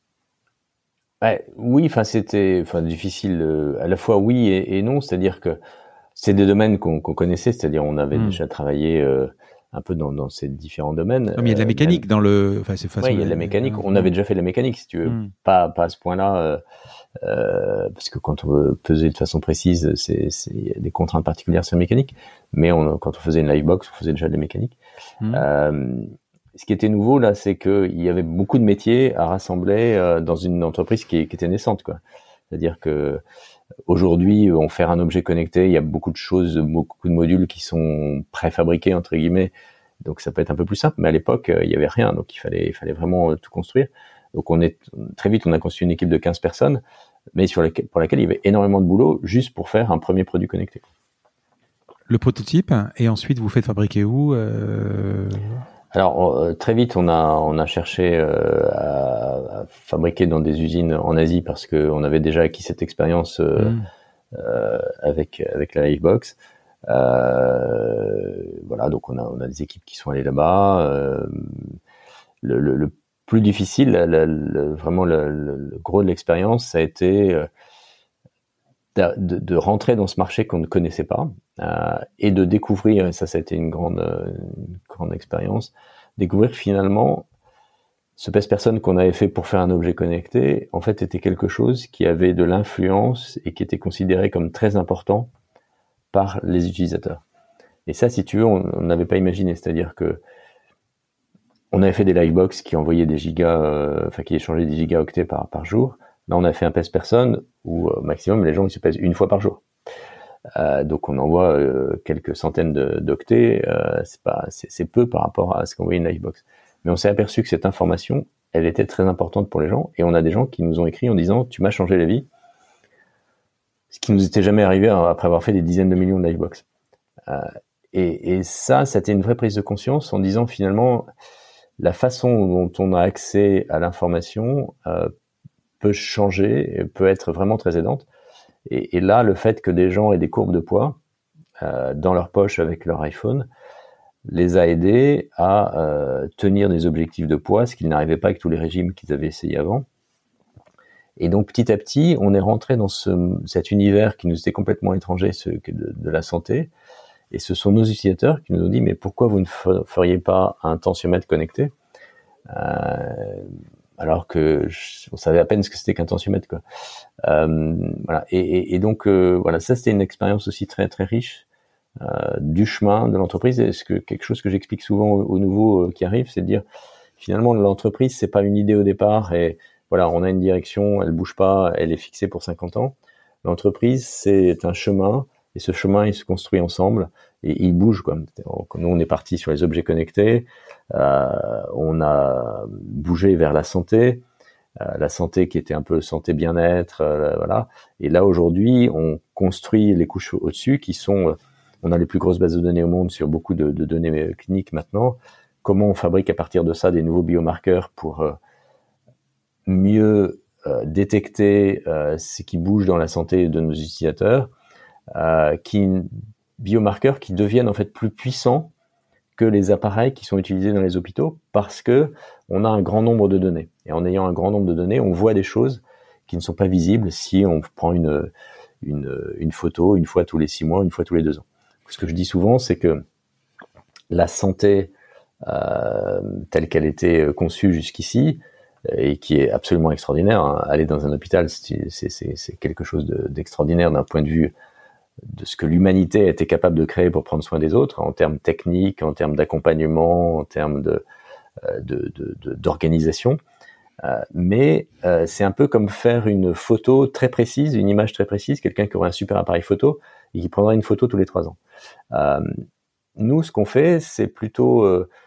A: Oui, c'était difficile à la fois oui et non, c'est-à-dire que c'est des domaines qu'on connaissait, c'est-à-dire on avait déjà travaillé un peu dans ces différents domaines.
B: Non, mais il y a de la mécanique dans le.
A: Oui, il y a de la mécanique. On avait déjà fait de la mécanique, si tu veux, pas à ce point-là, parce que quand on veut peser de façon précise, il y a des contraintes particulières sur la mécanique. Mais quand on faisait une livebox, on faisait déjà de la mécanique. Ce qui était nouveau là, c'est qu'il y avait beaucoup de métiers à rassembler dans une entreprise qui était naissante, quoi. C'est-à-dire que aujourd'hui, faire un objet connecté, il y a beaucoup de choses, beaucoup de modules qui sont préfabriqués entre guillemets, donc ça peut être un peu plus simple. Mais à l'époque, il y avait rien, donc il fallait vraiment tout construire. Donc très vite, on a construit une équipe de 15 personnes, mais pour laquelle il y avait énormément de boulot juste pour faire un premier produit connecté.
B: Le prototype, et ensuite vous faites fabriquer où
A: Alors très vite, on a cherché à fabriquer dans des usines en Asie parce que on avait déjà acquis cette expérience avec la Livebox. Voilà, donc on a des équipes qui sont allées là-bas. Le plus difficile, vraiment le gros de l'expérience, ça a été de rentrer dans ce marché qu'on ne connaissait pas et de découvrir, et ça a été une grande expérience, découvrir que finalement ce pèse-personne qu'on avait fait pour faire un objet connecté, en fait, était quelque chose qui avait de l'influence et qui était considéré comme très important par les utilisateurs. Et ça, si tu veux, on n'avait pas imaginé, c'est-à-dire que on avait fait des livebox qui envoyaient des gigas, qui échangeaient des gigaoctets par jour. Là, on a fait un pèse-personne où au maximum les gens ils se pèsent une fois par jour. Donc on envoie quelques centaines d'octets, c'est peu par rapport à ce qu'envoyait une livebox. Mais on s'est aperçu que cette information, elle était très importante pour les gens, et on a des gens qui nous ont écrit en disant tu m'as changé la vie, ce qui nous était jamais arrivé après avoir fait des dizaines de millions de livebox. Et ça, c'était une vraie prise de conscience en disant finalement la façon dont on a accès à l'information peut changer, et peut être vraiment très aidante. Et là, le fait que des gens aient des courbes de poids dans leur poche avec leur iPhone les a aidés à tenir des objectifs de poids, ce qu'ils n'arrivaient pas avec tous les régimes qu'ils avaient essayés avant. Et donc petit à petit, on est rentré dans cet univers qui nous était complètement étranger, de la santé. Et ce sont nos utilisateurs qui nous ont dit, mais pourquoi vous ne feriez pas un tensiomètre connecté alors que on savait à peine ce que c'était qu'un tensiomètre, quoi. Voilà. Et donc voilà, ça c'était une expérience aussi très très riche du chemin de l'entreprise. Et quelque chose que j'explique souvent aux nouveaux qui arrivent, c'est de dire finalement l'entreprise c'est pas une idée au départ et voilà, on a une direction, elle bouge pas, elle est fixée pour 50 ans. L'entreprise c'est un chemin et ce chemin il se construit ensemble et il bouge, quoi. Nous on est parti sur les objets connectés, on a bougé vers la santé qui était un peu santé bien-être, voilà. Et là aujourd'hui on construit les couches au-dessus qui sont on a les plus grosses bases de données au monde sur beaucoup de données cliniques maintenant. Comment on fabrique à partir de ça des nouveaux biomarqueurs pour mieux détecter ce qui bouge dans la santé de nos utilisateurs, biomarqueurs qui deviennent en fait plus puissants que les appareils qui sont utilisés dans les hôpitaux parce que on a un grand nombre de données. Et en ayant un grand nombre de données, on voit des choses qui ne sont pas visibles si on prend une photo une fois tous les 6 mois, une fois tous les 2 ans. Ce que je dis souvent, c'est que la santé telle qu'elle était conçue jusqu'ici, et qui est absolument extraordinaire, hein. Aller dans un hôpital, c'est quelque chose d'extraordinaire d'un point de vue de ce que l'humanité a été capable de créer pour prendre soin des autres, en termes techniques, en termes d'accompagnement, en termes d'organisation. Mais c'est un peu comme faire une photo très précise, une image très précise, quelqu'un qui aurait un super appareil photo et qui prendra une photo tous les 3 ans. Nous, ce qu'on fait, c'est plutôt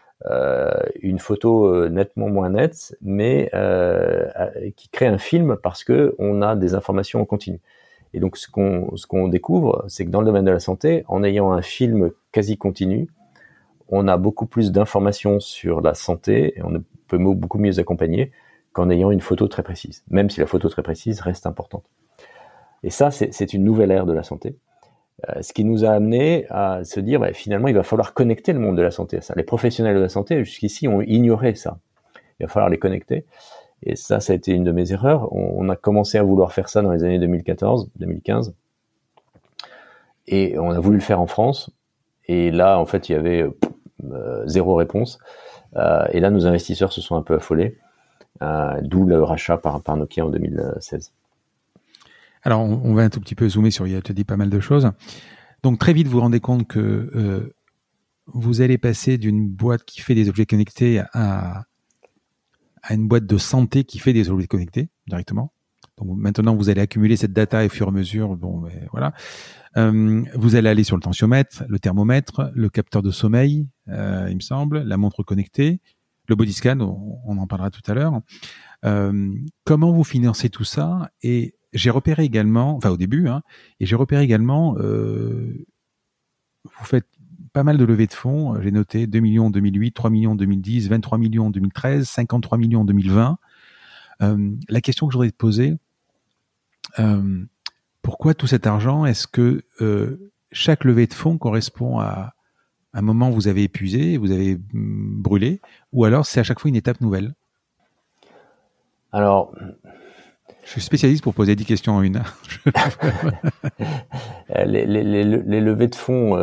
A: une photo nettement moins nette, mais qui crée un film parce que on a des informations en continu. Et donc, ce qu'on découvre, c'est que dans le domaine de la santé, en ayant un film quasi continu, on a beaucoup plus d'informations sur la santé et on peut beaucoup mieux accompagner qu'en ayant une photo très précise, même si la photo très précise reste importante. Et ça, c'est une nouvelle ère de la santé. Ce qui nous a amené à se dire, finalement, il va falloir connecter le monde de la santé à ça. Les professionnels de la santé, jusqu'ici, ont ignoré ça. Il va falloir les connecter. Et ça a été une de mes erreurs. On a commencé à vouloir faire ça dans les années 2014, 2015. Et on a voulu le faire en France. Et là, en fait, il y avait zéro réponse. Et là, nos investisseurs se sont un peu affolés. D'où le rachat par Nokia en 2016.
B: Alors, on va un tout petit peu zoomer sur, tu as dit pas mal de choses. Donc, très vite, vous vous rendez compte que vous allez passer d'une boîte qui fait des objets connectés à une boîte de santé qui fait des objets connectés directement. Donc, maintenant, vous allez accumuler cette data et au fur et à mesure, voilà. Vous allez aller sur le tensiomètre, le thermomètre, le capteur de sommeil, il me semble, la montre connectée, le body scan, on en parlera tout à l'heure. Comment vous financez tout ça? Et j'ai repéré également, enfin au début, et j'ai repéré également, vous faites pas mal de levées de fonds. J'ai noté 2 millions en 2008, 3 millions en 2010, 23 millions en 2013, 53 millions en 2020. La question que je voudrais te poser, pourquoi tout cet argent? Est-ce que chaque levée de fonds correspond à un moment où vous avez épuisé, vous avez brûlé, ou alors c'est à chaque fois une étape nouvelle?
A: Alors,
B: je suis spécialiste pour poser 10 questions en une.
A: les levées de fonds,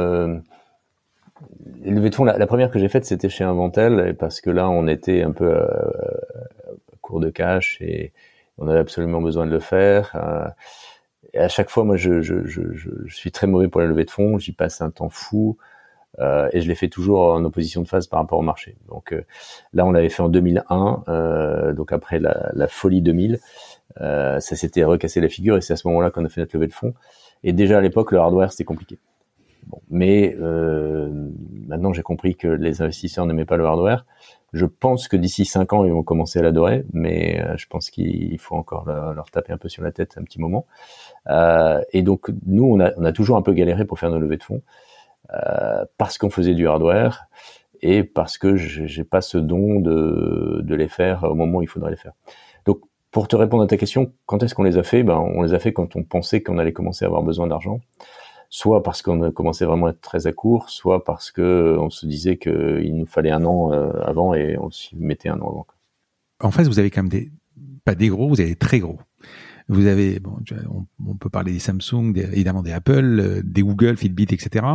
A: la première que j'ai faite, c'était chez Inventel, parce que là, on était un peu à court de cash et on avait absolument besoin de le faire. Et à chaque fois, moi, je suis très mauvais pour les levées de fonds. J'y passe un temps fou. Et je l'ai fait toujours en opposition de phase par rapport au marché. Donc là, on l'avait fait en 2001, donc après la folie 2000. Ça s'était recassé la figure et c'est à ce moment-là qu'on a fait notre levée de fonds. Et déjà à l'époque, le hardware, c'était compliqué. Bon, mais maintenant, j'ai compris que les investisseurs n'aimaient pas le hardware. Je pense que d'ici 5 ans, ils vont commencer à l'adorer, mais je pense qu'il faut encore leur taper un peu sur la tête un petit moment. Et donc, nous, on a toujours un peu galéré pour faire nos levées de fonds. Parce qu'on faisait du hardware et parce que j'ai pas ce don de les faire au moment où il faudrait les faire. Donc pour te répondre à ta question, quand est-ce qu'on les a fait? On les a fait quand on pensait qu'on allait commencer à avoir besoin d'argent. Soit parce qu'on a commencé vraiment à être très à court, soit parce que on se disait qu'il nous fallait un an avant et on s'y mettait un an avant.
B: En fait, vous avez quand même pas des gros, vous avez des très gros. Vous avez, on peut parler des Samsung, évidemment des Apple, des Google, Fitbit, etc.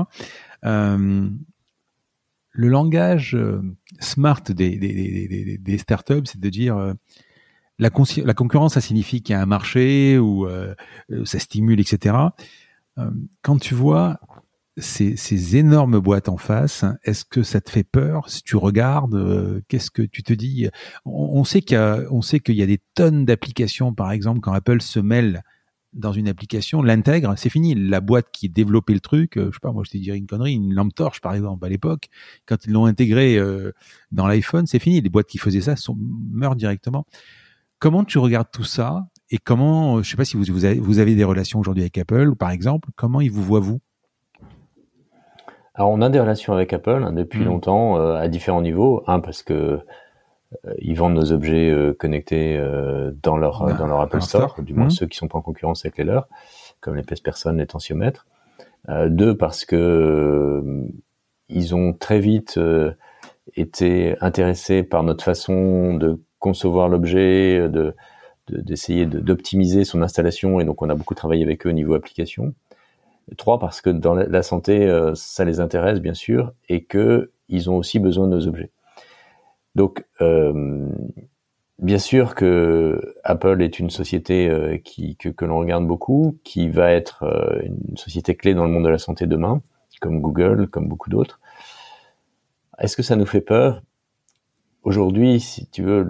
B: Le langage smart des startups, c'est de dire la concurrence, ça signifie qu'il y a un marché où ça stimule, etc. Quand tu vois ces énormes boîtes en face, est-ce que ça te fait peur? Si tu regardes, qu'est-ce que tu te dis? On sait qu'il y a des tonnes d'applications, par exemple, quand Apple se mêle dans une application, l'intègre, c'est fini. La boîte qui développait le truc, je sais pas, moi je te dirais une connerie, une lampe torche par exemple à l'époque, quand ils l'ont intégré dans l'iPhone, c'est fini. Les boîtes qui faisaient ça meurent directement. Comment tu regardes tout ça et comment, je sais pas si vous avez des relations aujourd'hui avec Apple, par exemple, comment ils vous voient vous?
A: Alors on a des relations avec Apple depuis longtemps à différents niveaux. Parce que ils vendent nos objets connectés dans leur Apple Store, du moins ceux qui sont pas en concurrence avec les leurs, comme les pèse-personnes, les tensiomètres. 2, parce que ils ont très vite été intéressés par notre façon de concevoir l'objet, d'essayer d'optimiser son installation, et donc on a beaucoup travaillé avec eux au niveau application. 3, parce que dans la santé, ça les intéresse bien sûr, et que ils ont aussi besoin de nos objets. Donc, bien sûr que Apple est une société que l'on regarde beaucoup, qui va être une société clé dans le monde de la santé demain, comme Google, comme beaucoup d'autres. Est-ce que ça nous fait peur? Aujourd'hui, si tu veux,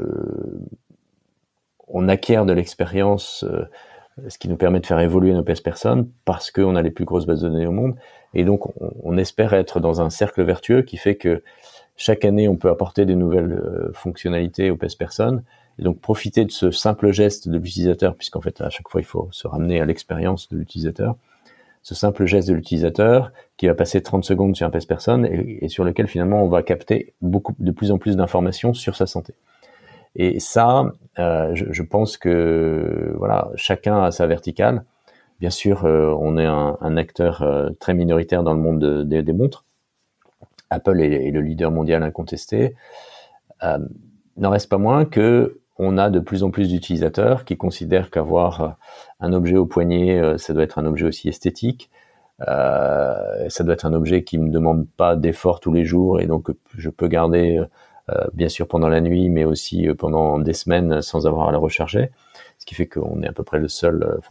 A: on acquiert de l'expérience, ce qui nous permet de faire évoluer nos pèse-personnes, parce qu'on a les plus grosses bases de données au monde, et donc on espère être dans un cercle vertueux qui fait que chaque année, on peut apporter des nouvelles fonctionnalités aux pèse-personnes, et donc profiter de ce simple geste de l'utilisateur, puisqu'en fait, à chaque fois, il faut se ramener à l'expérience de l'utilisateur. Ce simple geste de l'utilisateur qui va passer 30 secondes sur un pèse-personne et sur lequel, finalement, on va capter de plus en plus d'informations sur sa santé. Et ça, je pense que voilà, chacun a sa verticale. Bien sûr, on est un acteur très minoritaire dans le monde des montres. Apple est le leader mondial incontesté. N'en reste pas moins que on a de plus en plus d'utilisateurs qui considèrent qu'avoir un objet au poignet, ça doit être un objet aussi esthétique. Ça doit être un objet qui me demande pas d'effort tous les jours, et donc je peux garder bien sûr pendant la nuit, mais aussi pendant des semaines sans avoir à la recharger. Ce qui fait qu'on est à peu près le seul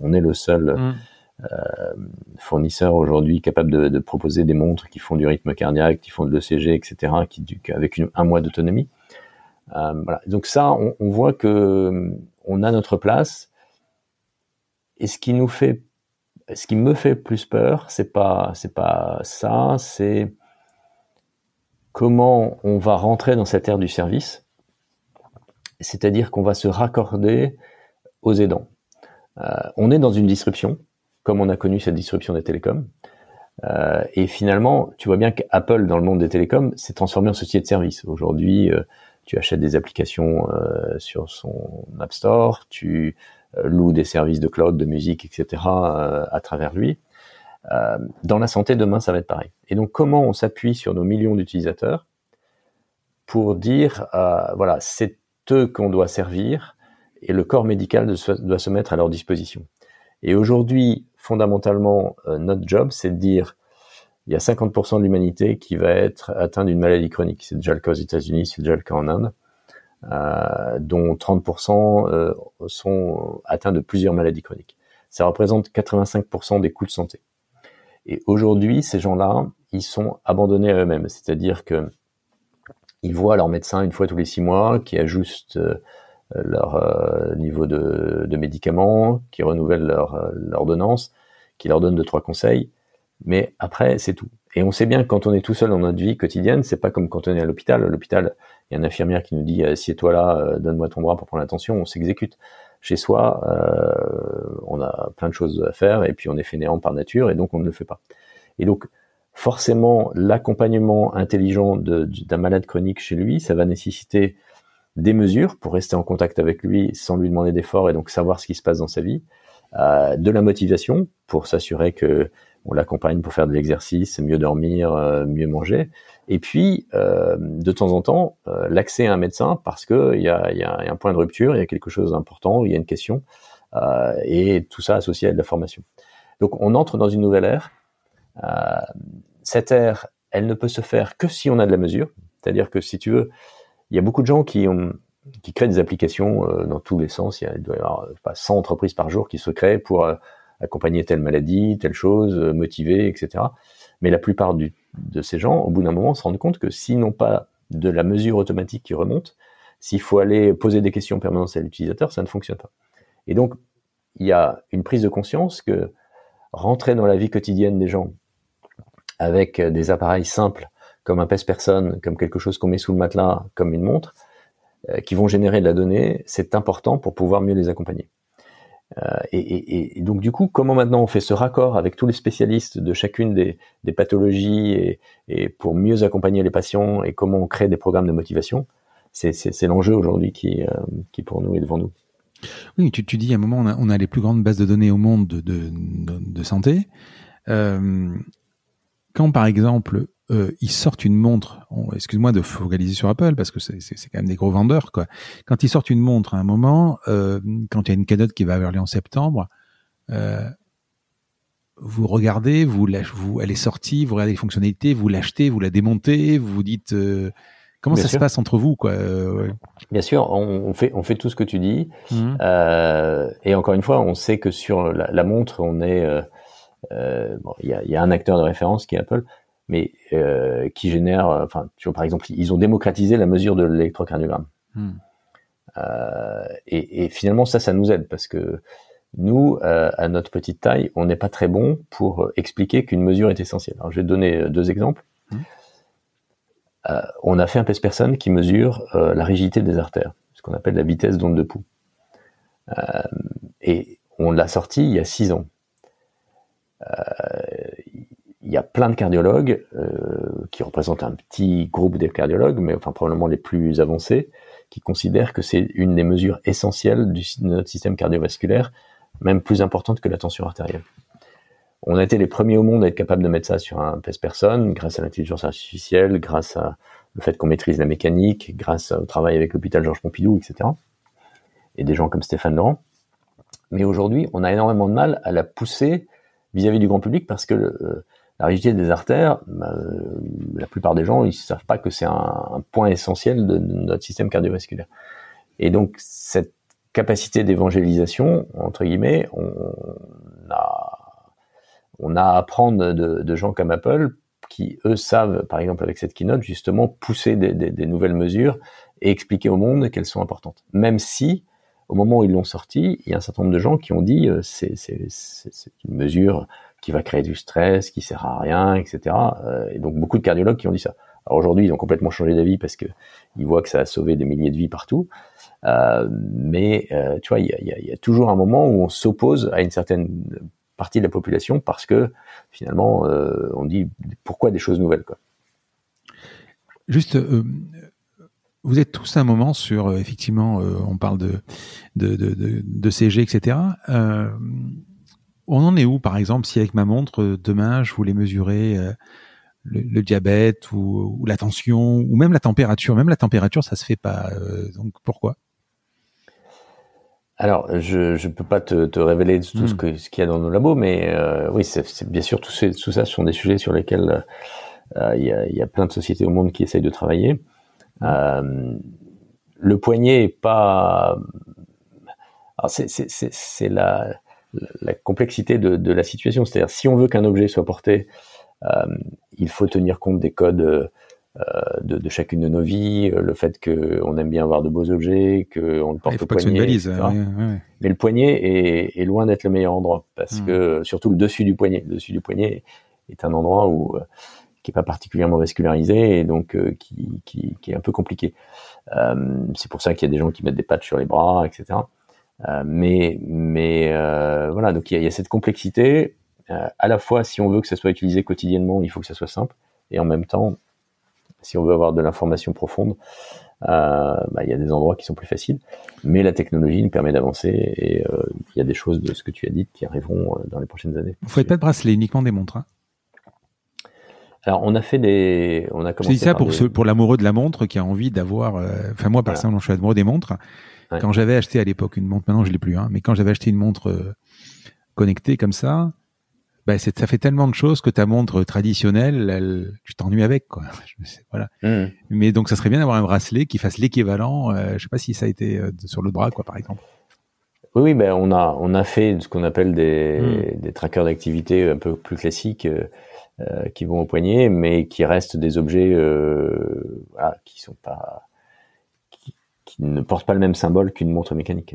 A: fournisseur aujourd'hui capable de proposer des montres qui font du rythme cardiaque, qui font de l'ECG, etc., avec un mois d'autonomie. Voilà. Donc ça, on voit que on a notre place. Et ce qui me fait plus peur, c'est pas ça, c'est comment on va rentrer dans cette ère du service. C'est-à-dire qu'on va se raccorder aux aidants. On est dans une disruption, comme on a connu cette disruption des télécoms. Et finalement, tu vois bien qu'Apple, dans le monde des télécoms, s'est transformé en société de service. Aujourd'hui, tu achètes des applications sur son App Store, tu loues des services de cloud, de musique, etc. À travers lui. Dans la santé, demain, ça va être pareil. Et donc, comment on s'appuie sur nos millions d'utilisateurs pour dire, voilà, c'est eux qu'on doit servir, et le corps médical doit se mettre à leur disposition. Et aujourd'hui, fondamentalement, notre job, c'est de dire, il y a 50% de l'humanité qui va être atteint d'une maladie chronique. C'est déjà le cas aux États-Unis, c'est déjà le cas en Inde, dont 30% sont atteints de plusieurs maladies chroniques. Ça représente 85% des coûts de santé. Et aujourd'hui, ces gens-là, ils sont abandonnés à eux-mêmes. C'est-à-dire que ils voient leur médecin une fois tous les 6 mois, qui ajuste leur niveau de médicaments, qui renouvelle leur ordonnance, qui leur donne 2-3 conseils, mais après c'est tout. Et on sait bien que quand on est tout seul dans notre vie quotidienne, c'est pas comme quand on est à l'hôpital. À l'hôpital, il y a une infirmière qui nous dit assieds-toi là, donne-moi ton bras pour prendre l'attention, on s'exécute. Chez soi, on a plein de choses à faire, et puis on est fainéant par nature, et donc on ne le fait pas. Et donc forcément, l'accompagnement intelligent d'un malade chronique chez lui, ça va nécessiter des mesures pour rester en contact avec lui sans lui demander d'efforts et donc savoir ce qui se passe dans sa vie, de la motivation pour s'assurer que on l'accompagne pour faire de l'exercice, mieux dormir, mieux manger, et puis de temps en temps l'accès à un médecin parce que il y a un point de rupture, il y a quelque chose d'important, il y a une question, et tout ça associé à de la formation. Donc on entre dans une nouvelle ère. Cette ère, elle ne peut se faire que si on a de la mesure, c'est-à-dire que si tu veux, il y a beaucoup de gens qui créent des applications dans tous les sens. Il doit y avoir 100 entreprises par jour qui se créent pour accompagner telle maladie, telle chose, motiver, etc. Mais la plupart de ces gens, au bout d'un moment, se rendent compte que s'ils n'ont pas de la mesure automatique qui remonte, s'il faut aller poser des questions permanentes à l'utilisateur, ça ne fonctionne pas. Et donc, il y a une prise de conscience que rentrer dans la vie quotidienne des gens avec des appareils simples, comme un pèse-personne, comme quelque chose qu'on met sous le matelas, comme une montre, qui vont générer de la donnée, c'est important pour pouvoir mieux les accompagner. Et donc du coup, comment maintenant on fait ce raccord avec tous les spécialistes de chacune des pathologies et pour mieux accompagner les patients et comment on crée des programmes de motivation, c'est l'enjeu aujourd'hui qui pour nous est devant nous.
B: Oui, tu dis à un moment on a les plus grandes bases de données au monde de santé. Quand par exemple ils sortent une montre, excuse-moi de focaliser sur Apple parce que c'est quand même des gros vendeurs quoi. Quand ils sortent une montre à un moment, quand il y a une keynote qui va avoir lieu en septembre, vous regardez, elle est sortie, vous regardez les fonctionnalités, vous l'achetez, vous la démontez, vous vous dites comment
A: Bien
B: ça
A: sûr.
B: se passe entre vous quoi. Ouais.
A: Bien sûr, on fait tout ce que tu dis. Et encore une fois, on sait que sur la montre, on est bon, il y a un acteur de référence qui est Apple, mais qui génère, enfin, tu vois, par exemple, ils ont démocratisé la mesure de l'électrocardiogramme. Et finalement, ça nous aide parce que nous, à notre petite taille, on n'est pas très bon pour expliquer qu'une mesure est essentielle. Alors, je vais te donner 2 exemples. On a fait un pèse-personne qui mesure la rigidité des artères, ce qu'on appelle la vitesse d'onde de pouls. Et on l'a sorti il y a 6 ans. Il y a plein de cardiologues qui représentent un petit groupe de cardiologues, mais enfin probablement les plus avancés, qui considèrent que c'est une des mesures essentielles de notre système cardiovasculaire, même plus importante que la tension artérielle. On a été les premiers au monde à être capables de mettre ça sur un pèse-personne, grâce à l'intelligence artificielle, grâce à le fait qu'on maîtrise la mécanique, grâce au travail avec l'hôpital Georges Pompidou, etc. Et des gens comme Stéphane Laurent. Mais aujourd'hui, on a énormément de mal à la pousser vis-à-vis du grand public parce que la rigidité des artères, la plupart des gens, ils savent pas que c'est un point essentiel de notre système cardiovasculaire. Et donc, cette capacité d'évangélisation, entre guillemets, on a à apprendre de gens comme Apple qui, eux, savent, par exemple avec cette keynote, justement, pousser des nouvelles mesures et expliquer au monde qu'elles sont importantes. Même si, au moment où ils l'ont sorti, il y a un certain nombre de gens qui ont dit c'est une mesure qui va créer du stress, qui sert à rien, etc. Et donc beaucoup de cardiologues qui ont dit ça. Alors aujourd'hui, ils ont complètement changé d'avis parce que ils voient que ça a sauvé des milliers de vies partout. Mais tu vois, il y a toujours un moment où on s'oppose à une certaine partie de la population parce que finalement, on dit pourquoi des choses nouvelles, quoi.
B: Juste, vous êtes tous à un moment sur effectivement, on parle de CG, etc. On en est où, par exemple, si avec ma montre demain je voulais mesurer le diabète ou la tension ou même la température. Même la température, ça se fait pas. Donc pourquoi ?
A: Alors, je peux pas te révéler tout ce qu'il y a dans nos labos, mais oui, c'est bien sûr tout ça, ce sont des sujets sur lesquels il y a plein de sociétés au monde qui essayent de travailler. Le poignet est pas. Alors c'est la complexité de la situation. C'est-à-dire, si on veut qu'un objet soit porté, il faut tenir compte des codes de chacune de nos vies, le fait qu'on aime bien avoir de beaux objets, qu'on le porte au poignet,
B: une valise,
A: etc.
B: ouais.
A: Mais le poignet est loin d'être le meilleur endroit, parce que surtout le dessus du poignet. Le dessus du poignet est un endroit qui est pas particulièrement vascularisé et donc qui est un peu compliqué. C'est pour ça qu'il y a des gens qui mettent des patchs sur les bras, etc. Mais voilà, donc il y a cette complexité. À la fois, si on veut que ça soit utilisé quotidiennement, il faut que ça soit simple, et en même temps, si on veut avoir de l'information profonde, il y a des endroits qui sont plus faciles, mais la technologie nous permet d'avancer et il y a des choses de ce que tu as dit qui arriveront dans les prochaines années.
B: Vous faites pas de bracelet, uniquement des montres, hein?
A: Alors, on a commencé.
B: Je dis ça pour l'amoureux de la montre qui a envie d'avoir. Moi, personnellement, je suis amoureux des montres. Ouais. Quand j'avais acheté à l'époque une montre, maintenant je l'ai plus, hein, mais quand j'avais acheté une montre connectée comme ça, ça fait tellement de choses que ta montre traditionnelle, tu t'ennuies avec, quoi. Voilà. Mais donc, ça serait bien d'avoir un bracelet qui fasse l'équivalent. Je sais pas si ça a été sur le bras, quoi, par exemple.
A: Oui, on a fait ce qu'on appelle des trackers d'activité un peu plus classiques. Qui vont au poignet, mais qui restent des objets qui sont pas, qui ne portent pas le même symbole qu'une montre mécanique.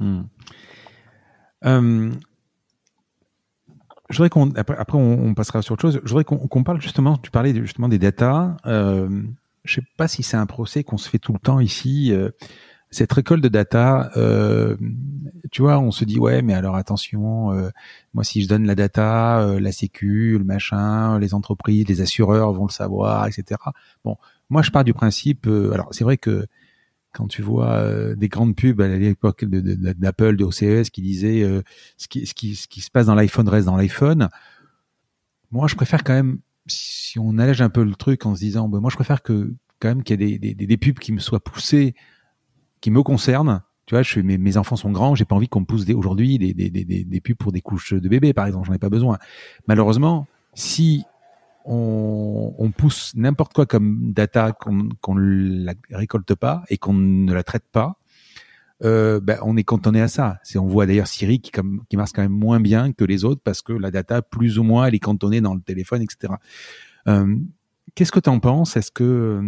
B: Je voudrais après on passera sur autre chose. Je voudrais qu'on parle justement. Tu parlais justement des data. Je sais pas si c'est un procès qu'on se fait tout le temps ici. Cette récolte de data, tu vois, on se dit ouais, mais alors attention, moi si je donne la data, la sécu, le machin, les entreprises, les assureurs vont le savoir, etc. Bon, moi je pars du principe, alors c'est vrai que quand tu vois des grandes pubs à l'époque d'Apple, de CES qui disaient ce qui se passe dans l'iPhone reste dans l'iPhone, moi je préfère quand même, si on allège un peu le truc en se disant, moi je préfère que quand même qu'il y ait des pubs qui me soient poussées, qui me concernent. Tu vois, mes enfants sont grands, j'ai pas envie qu'on me pousse aujourd'hui des pubs pour des couches de bébé, par exemple, j'en ai pas besoin. Malheureusement, si on pousse n'importe quoi comme data, qu'on la récolte pas et qu'on ne la traite pas, on est cantonné à ça. On voit d'ailleurs Siri qui marche quand même moins bien que les autres parce que la data, plus ou moins, elle est cantonnée dans le téléphone, etc. Qu'est-ce que t'en penses? Est-ce que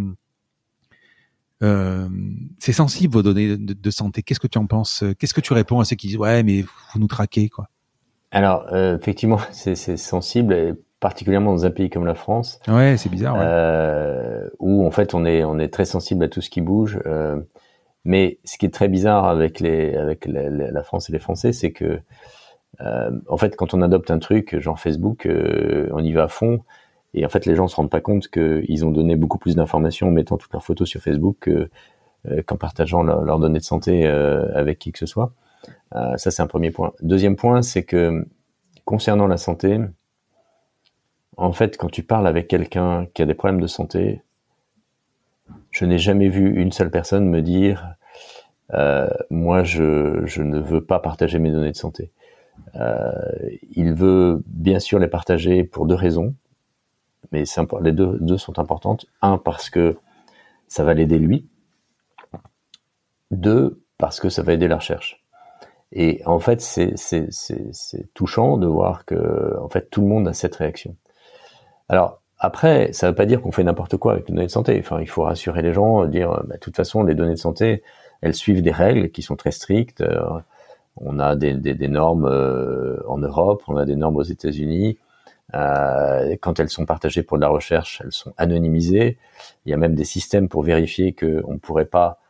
B: c'est sensible vos données de santé? Qu'est-ce que tu en penses? Qu'est-ce que tu réponds à ceux qui disent ouais mais vous nous traquez, quoi?
A: Alors effectivement c'est sensible, et particulièrement dans un pays comme la France.
B: Ouais, c'est bizarre. Ouais.
A: Où en fait on est très sensible à tout ce qui bouge. Mais ce qui est très bizarre avec la France et les Français, c'est que en fait quand on adopte un truc genre Facebook, on y va à fond. Et en fait, les gens se rendent pas compte qu'ils ont donné beaucoup plus d'informations en mettant toutes leurs photos sur Facebook qu'en partageant leurs données de santé avec qui que ce soit. Ça, c'est un premier point. Deuxième point, c'est que concernant la santé, en fait, quand tu parles avec quelqu'un qui a des problèmes de santé, je n'ai jamais vu une seule personne me dire moi, je ne veux pas partager mes données de santé. Il veut bien sûr les partager pour deux raisons. Mais les deux sont importantes. Un, parce que ça va l'aider lui. Deux, parce que ça va aider la recherche. Et en fait, c'est touchant de voir que en fait tout le monde a cette réaction. Alors après, ça veut pas dire qu'on fait n'importe quoi avec les données de santé. Enfin, il faut rassurer les gens, dire de toute façon, les données de santé, elles suivent des règles qui sont très strictes. On a des normes en Europe, on a des normes aux États-Unis. Quand elles sont partagées pour de la recherche, elles sont anonymisées. Il y a même des systèmes pour vérifier qu'on ne pourrait pas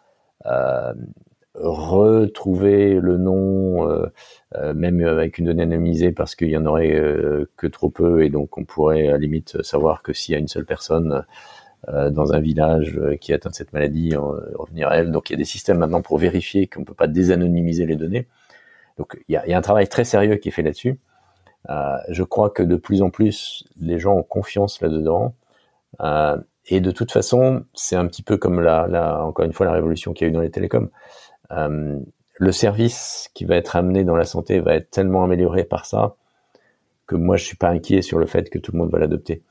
A: retrouver le nom, même avec une donnée anonymisée, parce qu'il y en aurait que trop peu, et donc on pourrait à la limite savoir que s'il y a une seule personne dans un village qui est atteinte de cette maladie, revenir à elle. Donc il y a des systèmes maintenant pour vérifier qu'on ne peut pas désanonymiser les données. Donc il y a un travail très sérieux qui est fait là-dessus. Je crois que de plus en plus les gens ont confiance là-dedans, et de toute façon c'est un petit peu comme encore une fois la révolution qu'il y a eu dans les télécoms. Le service qui va être amené dans la santé va être tellement amélioré par ça que moi je suis pas inquiet sur le fait que tout le monde va l'adopter.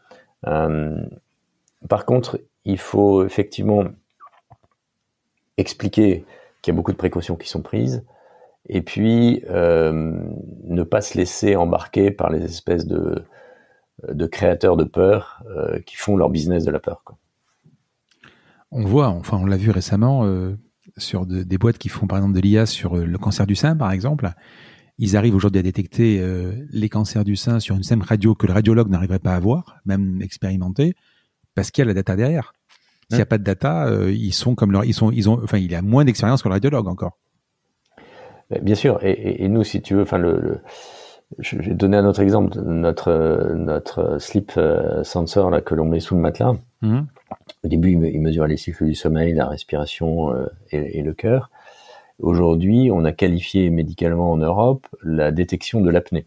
A: Par contre, il faut effectivement expliquer qu'il y a beaucoup de précautions qui sont prises. Et puis, ne pas se laisser embarquer par les espèces de créateurs de peur qui font leur business de la peur, quoi.
B: On le voit, on l'a vu récemment sur des boîtes qui font par exemple de l'IA sur le cancer du sein, par exemple. Ils arrivent aujourd'hui à détecter les cancers du sein sur une simple radio que le radiologue n'arriverait pas à voir, même expérimenté, parce qu'il y a la data derrière. S'il n'y a pas de data, il a moins d'expérience que le radiologue encore.
A: Bien sûr, et nous, si tu veux, je vais donner un autre exemple, notre sleep sensor là que l'on met sous le matelas. Au début, il mesurait les cycles du sommeil, la respiration et le cœur. Aujourd'hui, on a qualifié médicalement en Europe la détection de l'apnée.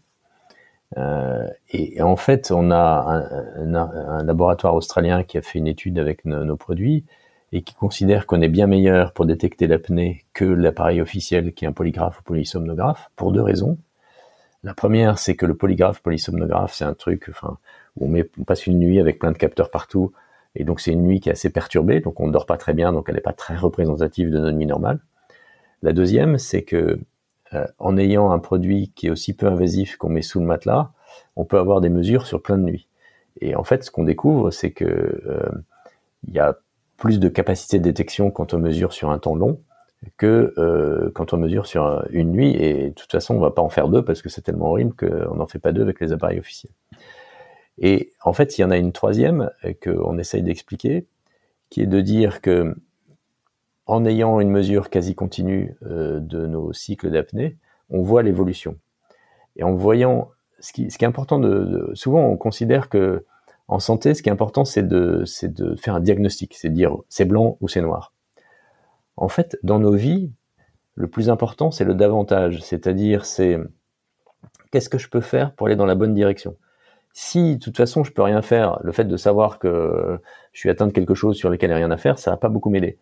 A: Et en fait, on a un laboratoire australien qui a fait une étude avec nos produits et qui considère qu'on est bien meilleur pour détecter l'apnée que l'appareil officiel qui est un polygraphe ou polysomnographe, pour 2 raisons. La première, c'est que le polygraphe, polysomnographe, c'est un truc où on passe une nuit avec plein de capteurs partout, et donc c'est une nuit qui est assez perturbée, donc on ne dort pas très bien, donc elle n'est pas très représentative de notre nuit normale. La deuxième, c'est que en ayant un produit qui est aussi peu invasif qu'on met sous le matelas, on peut avoir des mesures sur plein de nuits. Et en fait, ce qu'on découvre, c'est que il y a plus de capacité de détection quand on mesure sur un temps long que quand on mesure sur une nuit. Et de toute façon, on va pas en faire 2 parce que c'est tellement horrible qu'on n'en fait pas 2 avec les appareils officiels. Et en fait, il y en a une troisième qu'on essaye d'expliquer, qui est de dire que en ayant une mesure quasi continue de nos cycles d'apnée, on voit l'évolution. Et en voyant, ce qui est important souvent on considère que en santé, ce qui est important, c'est de faire un diagnostic, c'est de dire c'est blanc ou c'est noir. En fait, dans nos vies, le plus important, c'est le davantage, c'est-à-dire c'est qu'est-ce que je peux faire pour aller dans la bonne direction. Si, de toute façon, je peux rien faire, le fait de savoir que je suis atteint de quelque chose sur lequel il n'y a rien à faire, ça va pas beaucoup m'aider.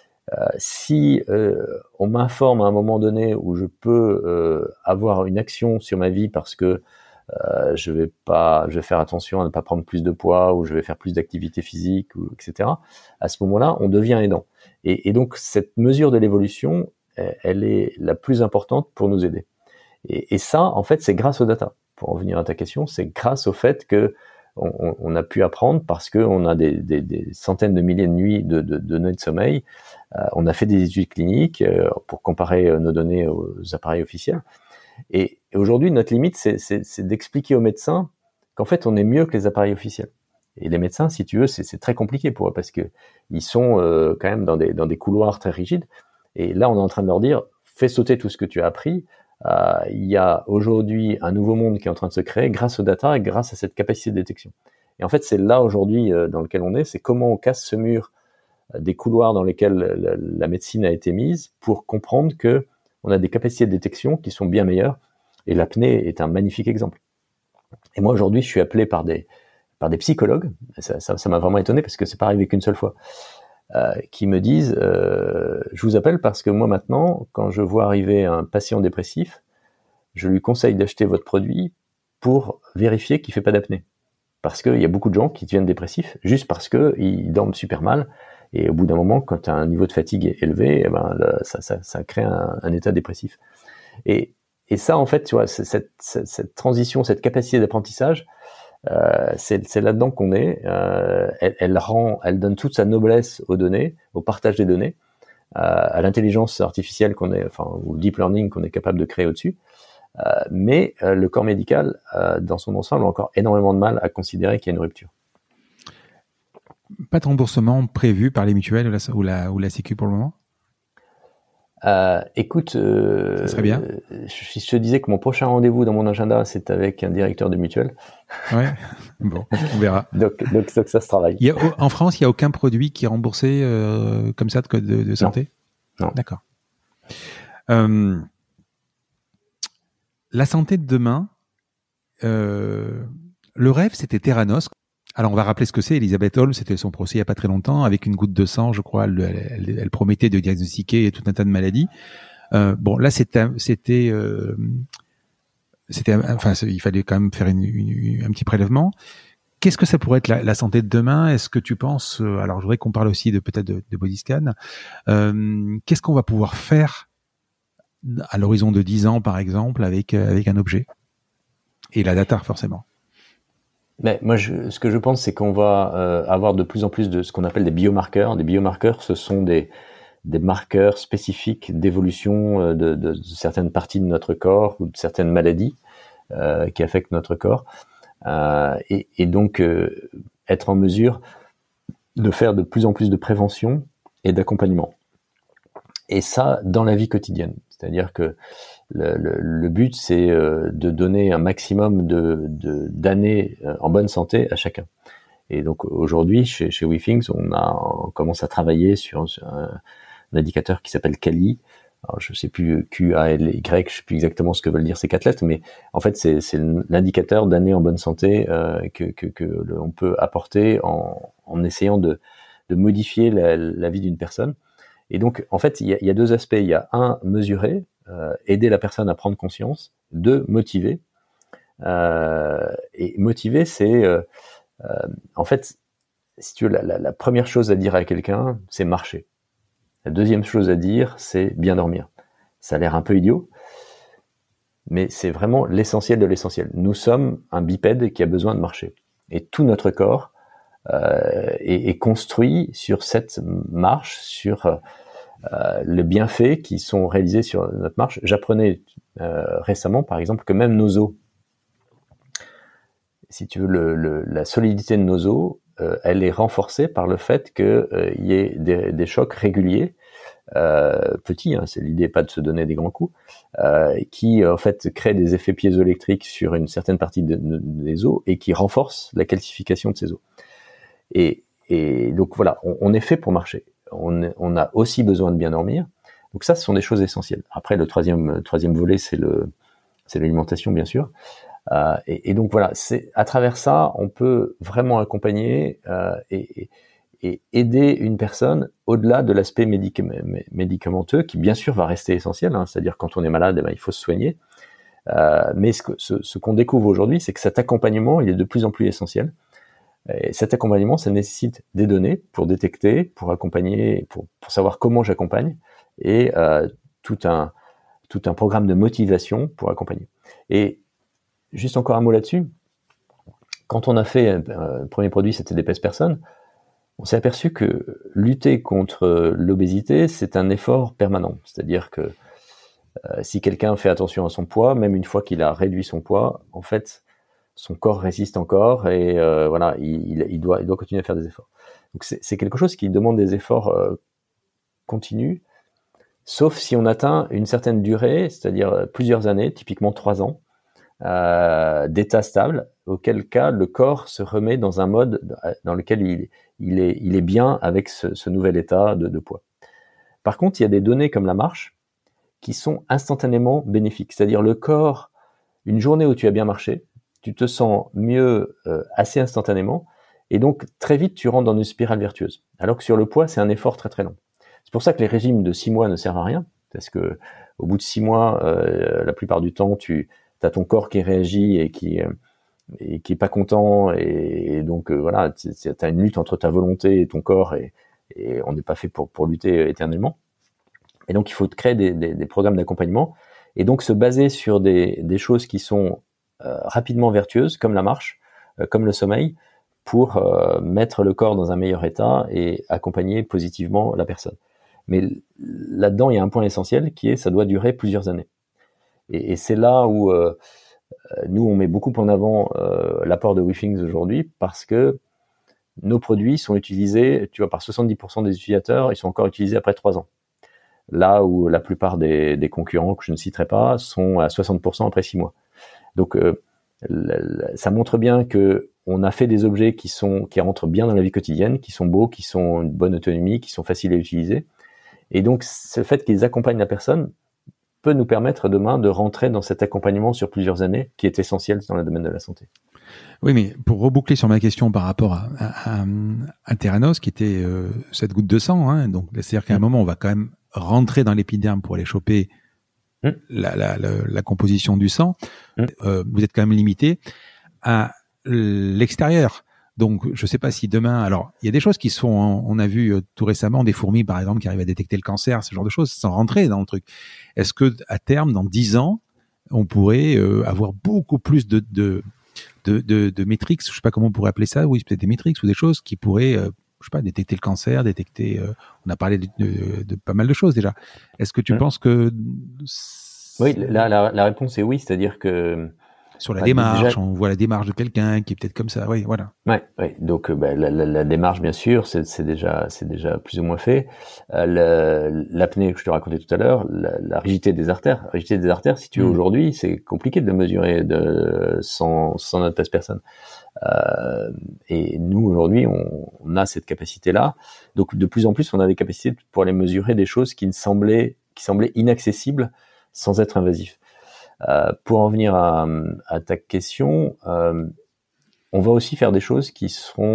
A: Si on m'informe à un moment donné où je peux avoir une action sur ma vie parce que je vais faire attention à ne pas prendre plus de poids ou je vais faire plus d'activité physique, etc. À ce moment-là, on devient aidant. Et donc cette mesure de l'évolution, elle est la plus importante pour nous aider. Et ça, en fait, c'est grâce aux data. Pour en venir à ta question, c'est grâce au fait que on a pu apprendre parce que on a des centaines de milliers de nuits de nuits de sommeil. On a fait des études cliniques pour comparer nos données aux appareils officiels. Et aujourd'hui, notre limite, c'est d'expliquer aux médecins qu'en fait, on est mieux que les appareils officiels. Et les médecins, si tu veux, c'est très compliqué pour eux parce que ils sont quand même dans des couloirs très rigides. Et là, on est en train de leur dire, fais sauter tout ce que tu as appris. Il y a aujourd'hui un nouveau monde qui est en train de se créer grâce aux data et grâce à cette capacité de détection. Et en fait, c'est là aujourd'hui dans lequel on est, c'est comment on casse ce mur des couloirs dans lesquels la médecine a été mise pour comprendre que on a des capacités de détection qui sont bien meilleures. Et l'apnée est un magnifique exemple. Et moi, aujourd'hui, je suis appelé par des psychologues. Ça m'a vraiment étonné parce que c'est pas arrivé qu'une seule fois. Qui me disent je vous appelle parce que moi maintenant, quand je vois arriver un patient dépressif, je lui conseille d'acheter votre produit pour vérifier qu'il fait pas d'apnée. Parce qu'il y a beaucoup de gens qui deviennent dépressifs juste parce qu'ils dorment super mal. Et au bout d'un moment, quand un niveau de fatigue est élevé, ça crée un état dépressif. Et ça, en fait, tu vois, cette transition, cette capacité d'apprentissage, c'est là-dedans qu'on est. Elle donne toute sa noblesse aux données, au partage des données, à l'intelligence artificielle au deep learning qu'on est capable de créer au-dessus. Mais le corps médical, dans son ensemble, a encore énormément de mal à considérer qu'il y a une rupture.
B: Pas de remboursement prévu par les mutuelles ou la Sécu pour le moment ?
A: Écoute,
B: ça serait bien.
A: Je te disais que mon prochain rendez-vous dans mon agenda, c'est avec un directeur de mutuelle.
B: Ouais. Bon, on verra.
A: donc ça se travaille.
B: En France, il n'y a aucun produit qui est remboursé comme ça de santé ?
A: Non.
B: D'accord. La santé de demain, le rêve, c'était Theranos. Alors, on va rappeler ce que c'est. Elisabeth Holmes, c'était son procès il n'y a pas très longtemps. Avec une goutte de sang, je crois, elle promettait de diagnostiquer tout un tas de maladies. Bon, là, il fallait quand même faire un petit prélèvement. Qu'est-ce que ça pourrait être la santé de demain ? Est-ce que tu penses, alors je voudrais qu'on parle aussi peut-être de body scan. Qu'est-ce qu'on va pouvoir faire à l'horizon de 10 ans, par exemple, avec un objet ? Et la data, forcément.
A: Mais moi, ce que je pense, c'est qu'on va avoir de plus en plus de ce qu'on appelle des biomarqueurs. Des biomarqueurs, ce sont des marqueurs spécifiques d'évolution de certaines parties de notre corps ou de certaines maladies qui affectent notre corps. Et donc, être en mesure de faire de plus en plus de prévention et d'accompagnement. Et ça, dans la vie quotidienne. C'est-à-dire que le but, c'est de donner un maximum d'années en bonne santé à chacun. Et donc aujourd'hui, chez WeThings, on commence à travailler sur un indicateur qui s'appelle QALY. Alors, je sais plus QALY, je sais plus exactement ce que veulent dire ces 4 lettres, mais en fait c'est l'indicateur d'année en bonne santé on peut apporter en essayant de modifier la vie d'une personne. Et donc en fait il y a 2 aspects. Il y a un, mesurer, aider la personne à prendre conscience. 2, motiver. Et motiver, c'est en fait, si tu veux, la première chose à dire à quelqu'un, c'est marcher. La deuxième chose à dire, c'est bien dormir. Ça a l'air un peu idiot, mais c'est vraiment l'essentiel de l'essentiel. Nous sommes un bipède qui a besoin de marcher. Et tout notre corps est construit sur cette marche, sur les bienfaits qui sont réalisés sur notre marche. J'apprenais récemment, par exemple, que même nos os, si tu veux, la solidité de nos os, elle est renforcée par le fait qu'il y ait des chocs réguliers, petits, c'est l'idée pas de se donner des grands coups, qui en fait créent des effets piézoélectriques sur une certaine partie des os et qui renforcent la calcification de ces os. Et donc voilà, on est fait pour marcher. On a aussi besoin de bien dormir. Donc ça, ce sont des choses essentielles. Après, le troisième volet, c'est l'alimentation, bien sûr. Et donc voilà, c'est à travers ça, on peut vraiment accompagner et aider une personne au-delà de l'aspect médicamenteux, qui bien sûr va rester essentiel. C'est-à-dire quand on est malade, il faut se soigner. Mais ce qu'on découvre aujourd'hui, c'est que cet accompagnement, il est de plus en plus essentiel. Et cet accompagnement, ça nécessite des données pour détecter, pour accompagner, pour savoir comment j'accompagne, et tout un programme de motivation pour accompagner. Et juste encore un mot là-dessus. Quand on a fait le premier produit, c'était d'épaisse personne, on s'est aperçu que lutter contre l'obésité, c'est un effort permanent. C'est-à-dire que si quelqu'un fait attention à son poids, même une fois qu'il a réduit son poids, en fait, son corps résiste encore et voilà, il doit continuer à faire des efforts. Donc c'est quelque chose qui demande des efforts continus, sauf si on atteint une certaine durée, c'est-à-dire plusieurs années, typiquement 3 ans, d'état stable, auquel cas le corps se remet dans un mode dans lequel il est bien avec ce nouvel état de poids. Par contre, il y a des données comme la marche qui sont instantanément bénéfiques. C'est-à-dire le corps, une journée où tu as bien marché, tu te sens mieux assez instantanément, et donc très vite tu rentres dans une spirale vertueuse. Alors que sur le poids, c'est un effort très très long. C'est pour ça que les régimes de 6 mois ne servent à rien, parce que au bout de 6 mois, la plupart du temps, tu as ton corps qui réagit et qui est pas content, et donc voilà, tu as une lutte entre ta volonté et ton corps, et on n'est pas fait pour lutter éternellement. Et donc il faut créer des programmes d'accompagnement, et donc se baser sur des choses qui sont rapidement vertueuses, comme la marche, comme le sommeil, pour mettre le corps dans un meilleur état et accompagner positivement la personne. Mais là-dedans, il y a un point essentiel qui est, ça doit durer plusieurs années. Et c'est là où nous, on met beaucoup en avant l'apport de WeThings aujourd'hui, parce que nos produits sont utilisés, tu vois, par 70% des utilisateurs, ils sont encore utilisés après 3 ans. Là où la plupart des concurrents, que je ne citerai pas, sont à 60% après 6 mois. Donc, ça montre bien que on a fait des objets qui rentrent bien dans la vie quotidienne, qui sont beaux, qui sont une bonne autonomie, qui sont faciles à utiliser. Et donc, ce fait qu'ils accompagnent la personne peut nous permettre demain de rentrer dans cet accompagnement sur plusieurs années, qui est essentiel dans le domaine de la santé.
B: Oui, mais pour reboucler sur ma question par rapport à Theranos, qui était cette goutte de sang, donc c'est-à-dire qu'à un moment, on va quand même rentrer dans l'épiderme pour aller choper la composition du sang. Vous êtes quand même limité à l'extérieur. Donc, je sais pas si demain, alors, il y a des choses qui sont, on a vu tout récemment des fourmis, par exemple, qui arrivent à détecter le cancer, ce genre de choses, sans rentrer dans le truc. Est-ce que, à terme, dans 10 ans, on pourrait avoir beaucoup plus de métriques, je sais pas comment on pourrait appeler ça, oui, peut-être des métriques ou des choses qui pourraient, je sais pas, détecter le cancer, on a parlé de pas mal de choses déjà. Est-ce que tu penses que...
A: Oui, là, la réponse est oui, c'est-à-dire que
B: Sur la démarche, on voit la démarche de quelqu'un qui est peut-être comme ça. Oui, voilà.
A: Ouais. Donc la démarche, bien sûr, c'est déjà plus ou moins fait. L'apnée que je te racontais tout à l'heure, la rigidité des artères. La rigidité des artères, si tu veux, aujourd'hui, c'est compliqué de le mesurer sans notre test personne. Et nous aujourd'hui, on a cette capacité-là. Donc de plus en plus, on a des capacités pour aller mesurer des choses qui semblaient inaccessibles sans être invasifs. Pour en venir à ta question, on va aussi faire des choses qui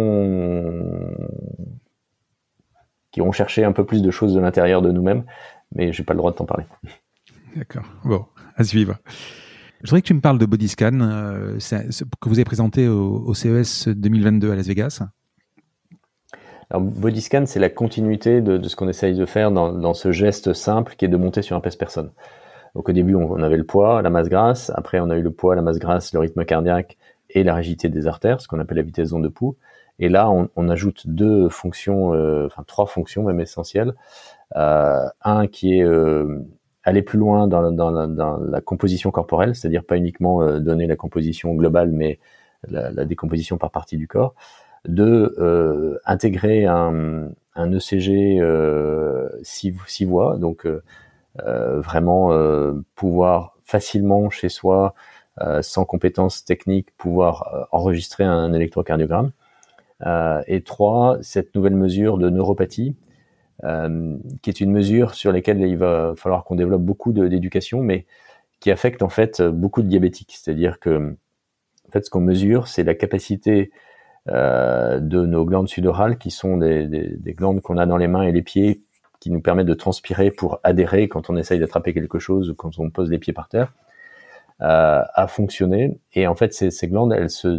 A: vont chercher un peu plus de choses de l'intérieur de nous-mêmes, mais j'ai pas le droit de t'en parler.
B: D'accord. Bon, à suivre. Je voudrais que tu me parles de Bodyscan, que vous avez présenté au CES 2022 à Las Vegas.
A: Alors, Bodyscan, c'est la continuité de ce qu'on essaye de faire dans ce geste simple qui est de monter sur un pèse-personne. Donc au début, on avait le poids, la masse grasse. Après, on a eu le poids, la masse grasse, le rythme cardiaque et la rigidité des artères, ce qu'on appelle la vitesse d'onde de pouls. Et là, on ajoute trois fonctions même essentielles. Un qui est aller plus loin dans la composition corporelle, c'est-à-dire pas uniquement donner la composition globale, mais la décomposition par partie du corps. Deux, intégrer un ECG 6 voies, donc vraiment pouvoir facilement chez soi, sans compétences techniques, pouvoir enregistrer un électrocardiogramme. Et 3, cette nouvelle mesure de neuropathie, qui est une mesure sur laquelle il va falloir qu'on développe beaucoup d'éducation, mais qui affecte en fait beaucoup de diabétiques. C'est-à-dire que en fait, ce qu'on mesure, c'est la capacité de nos glandes sudorales, qui sont des glandes qu'on a dans les mains et les pieds, qui nous permettent de transpirer pour adhérer quand on essaye d'attraper quelque chose ou quand on pose les pieds par terre, à fonctionner. Et en fait, ces glandes,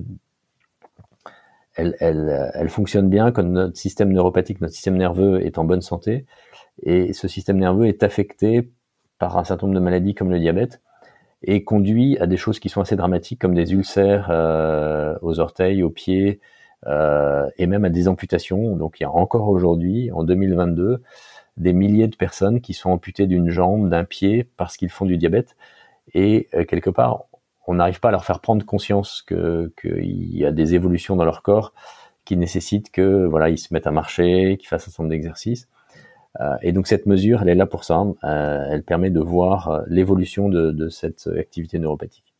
A: elles fonctionnent bien quand notre système neuropathique, notre système nerveux est en bonne santé. Et ce système nerveux est affecté par un certain nombre de maladies comme le diabète et conduit à des choses qui sont assez dramatiques comme des ulcères aux orteils, aux pieds et même à des amputations. Donc il y a encore aujourd'hui, en 2022, des milliers de personnes qui sont amputées d'une jambe, d'un pied parce qu'ils font du diabète. Et quelque part, on n'arrive pas à leur faire prendre conscience qu'il y a des évolutions dans leur corps qui nécessitent que ils se mettent à marcher, qu'ils fassent un certain nombre d'exercices. Et donc cette mesure, elle est là pour ça. Elle permet de voir l'évolution de cette activité neuropathique.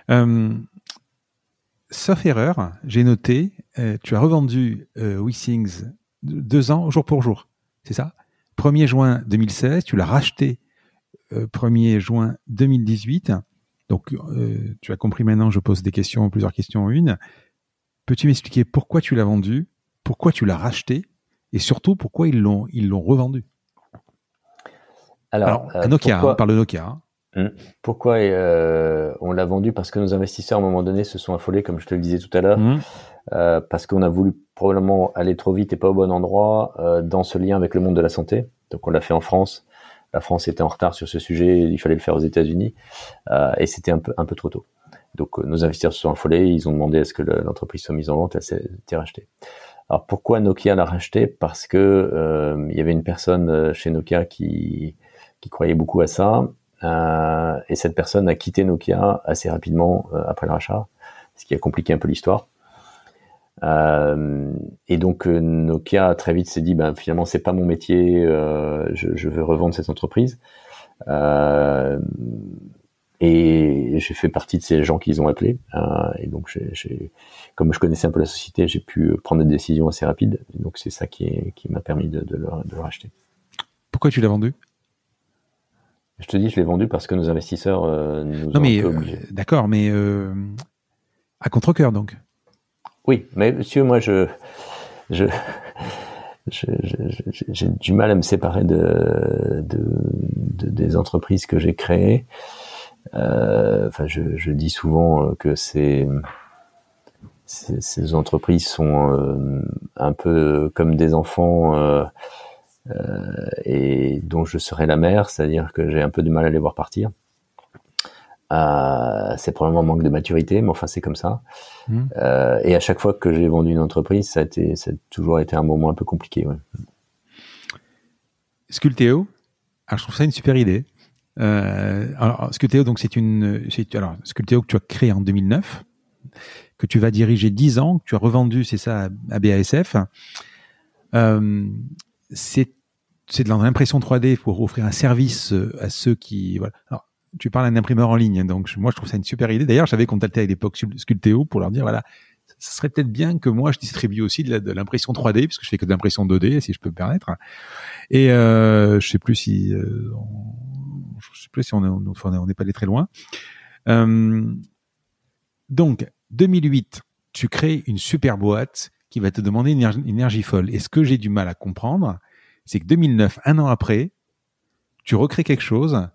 B: Sauf erreur, j'ai noté, tu as revendu WeSings 2 ans jour pour jour, c'est ça ? 1er juin 2016, tu l'as racheté 1er juin 2018. Donc, tu as compris maintenant, je pose plusieurs questions en une. Peux-tu m'expliquer pourquoi tu l'as vendu, pourquoi tu l'as racheté et surtout pourquoi ils l'ont revendu ? Alors à Nokia, on parle de Nokia.
A: Pourquoi on l'a vendu ? Parce que nos investisseurs, à un moment donné, se sont affolés, comme je te le disais tout à l'heure, parce qu'on a voulu probablement aller trop vite et pas au bon endroit dans ce lien avec le monde de la santé. Donc on l'a fait en France. La France était en retard sur ce sujet, il fallait le faire aux États-Unis, et c'était un peu trop tôt. Donc nos investisseurs se sont affolés, ils ont demandé à ce que l'entreprise soit mise en vente, elle s'est été rachetée. Alors pourquoi Nokia l'a racheté ? Parce que il y avait une personne chez Nokia qui croyait beaucoup à ça, et cette personne a quitté Nokia assez rapidement après le rachat, ce qui a compliqué un peu l'histoire. Et donc Nokia très vite s'est dit finalement c'est pas mon métier, je veux revendre cette entreprise, et j'ai fait partie de ces gens qu'ils ont appelés, et donc comme je connaissais un peu la société, j'ai pu prendre des décisions assez rapides, et donc c'est ça qui m'a permis de le racheter.
B: Pourquoi tu l'as vendu ?
A: Je te dis, je l'ai vendu parce que nos investisseurs nous ont un peu obligés.
B: D'accord, mais à contre-cœur donc.
A: Oui, mais monsieur, moi, j'ai du mal à me séparer des entreprises que j'ai créées. Je dis souvent que ces entreprises sont un peu comme des enfants et dont je serai la mère, c'est-à-dire que j'ai un peu du mal à les voir partir. C'est probablement un manque de maturité, mais enfin c'est comme ça. Et à chaque fois que j'ai vendu une entreprise, ça a toujours été un moment un peu compliqué. Ouais.
B: Sculteo, alors je trouve ça une super idée. Alors, Sculteo, donc alors Sculteo que tu as créé en 2009, que tu vas diriger 10 ans, que tu as revendu, c'est ça, à BASF. C'est de l'impression 3D pour offrir un service à ceux qui, voilà. Alors, tu parles d'un imprimeur en ligne, donc moi je trouve ça une super idée. D'ailleurs, j'avais contacté à l'époque Sculteo pour leur dire, voilà, ça serait peut-être bien que moi je distribue aussi de l'impression 3D, puisque je fais que de l'impression 2D, si je peux me permettre. Et je sais plus si on n'est pas allé très loin. Donc 2008, tu crées une super boîte qui va te demander une énergie folle. Et ce que j'ai du mal à comprendre, c'est que 2009, un an après, tu recrées quelque chose.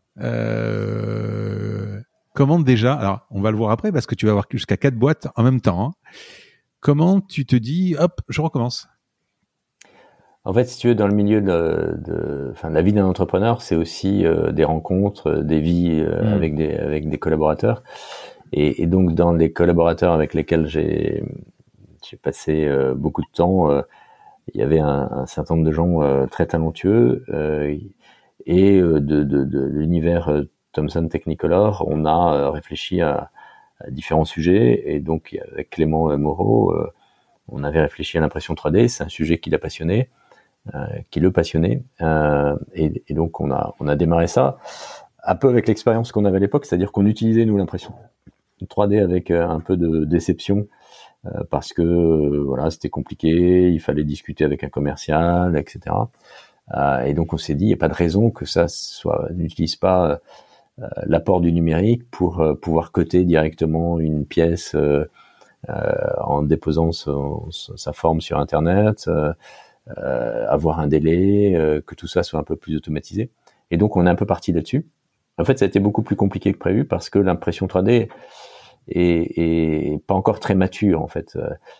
B: Comment déjà, alors on va le voir après parce que tu vas avoir jusqu'à 4 boîtes en même temps. Hein. Comment tu te dis, hop, je recommence?
A: En fait, si tu veux, dans le milieu de la vie d'un entrepreneur, c'est aussi des rencontres, des vies avec des collaborateurs. Et donc, dans les collaborateurs avec lesquels j'ai passé beaucoup de temps, il y avait un certain nombre de gens très talentueux et de l'univers Thomson Technicolor. On a réfléchi à différents sujets, et donc avec Clément Moreau, on avait réfléchi à l'impression 3D. C'est un sujet qui l'a passionné. Qui le passionnait, et donc on a démarré ça un peu avec l'expérience qu'on avait à l'époque, c'est-à-dire qu'on utilisait nous l'impression 3D avec un peu de déception parce que voilà, c'était compliqué, il fallait discuter avec un commercial, etc. Et donc on s'est dit, il n'y a pas de raison que ça n'utilise pas l'apport du numérique pour pouvoir coter directement une pièce en déposant sa forme sur Internet. Avoir un délai, que tout ça soit un peu plus automatisé. Et donc, on est un peu parti là-dessus. En fait, ça a été beaucoup plus compliqué que prévu parce que l'impression 3D est pas encore très mature, en fait.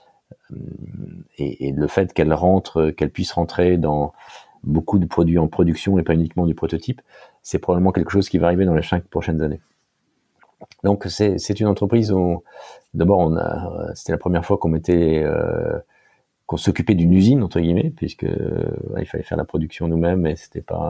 A: Et le fait qu'elle puisse rentrer dans beaucoup de produits en production et pas uniquement du prototype, c'est probablement quelque chose qui va arriver dans les 5 prochaines années. Donc, c'est une entreprise où, d'abord, c'était la première fois qu'on s'occupait d'une usine entre guillemets, puisque il fallait faire la production nous-mêmes, et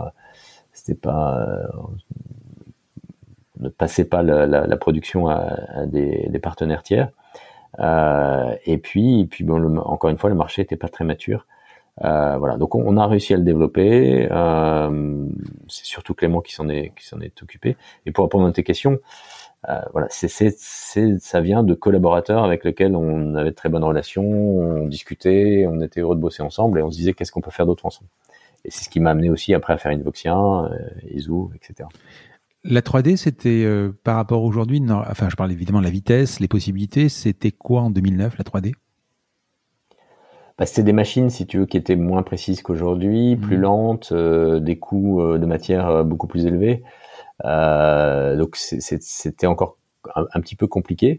A: ne passait pas la production à des partenaires tiers. Et puis bon, encore une fois, le marché était pas très mature. Voilà, donc on a réussi à le développer. C'est surtout Clément qui s'en est occupé. Et pour répondre à tes questions, voilà, ça vient de collaborateurs avec lesquels on avait de très bonnes relations, on discutait, on était heureux de bosser ensemble, et on se disait qu'est-ce qu'on peut faire d'autre ensemble. Et c'est ce qui m'a amené aussi après à faire Invoxia, Izu, etc.
B: La 3D, c'était par rapport à aujourd'hui, enfin je parle évidemment de la vitesse, les possibilités, c'était quoi en 2009 la 3D?
A: C'était des machines, si tu veux, qui étaient moins précises qu'aujourd'hui, plus lentes, des coûts de matière beaucoup plus élevés. Donc c'était encore un petit peu compliqué.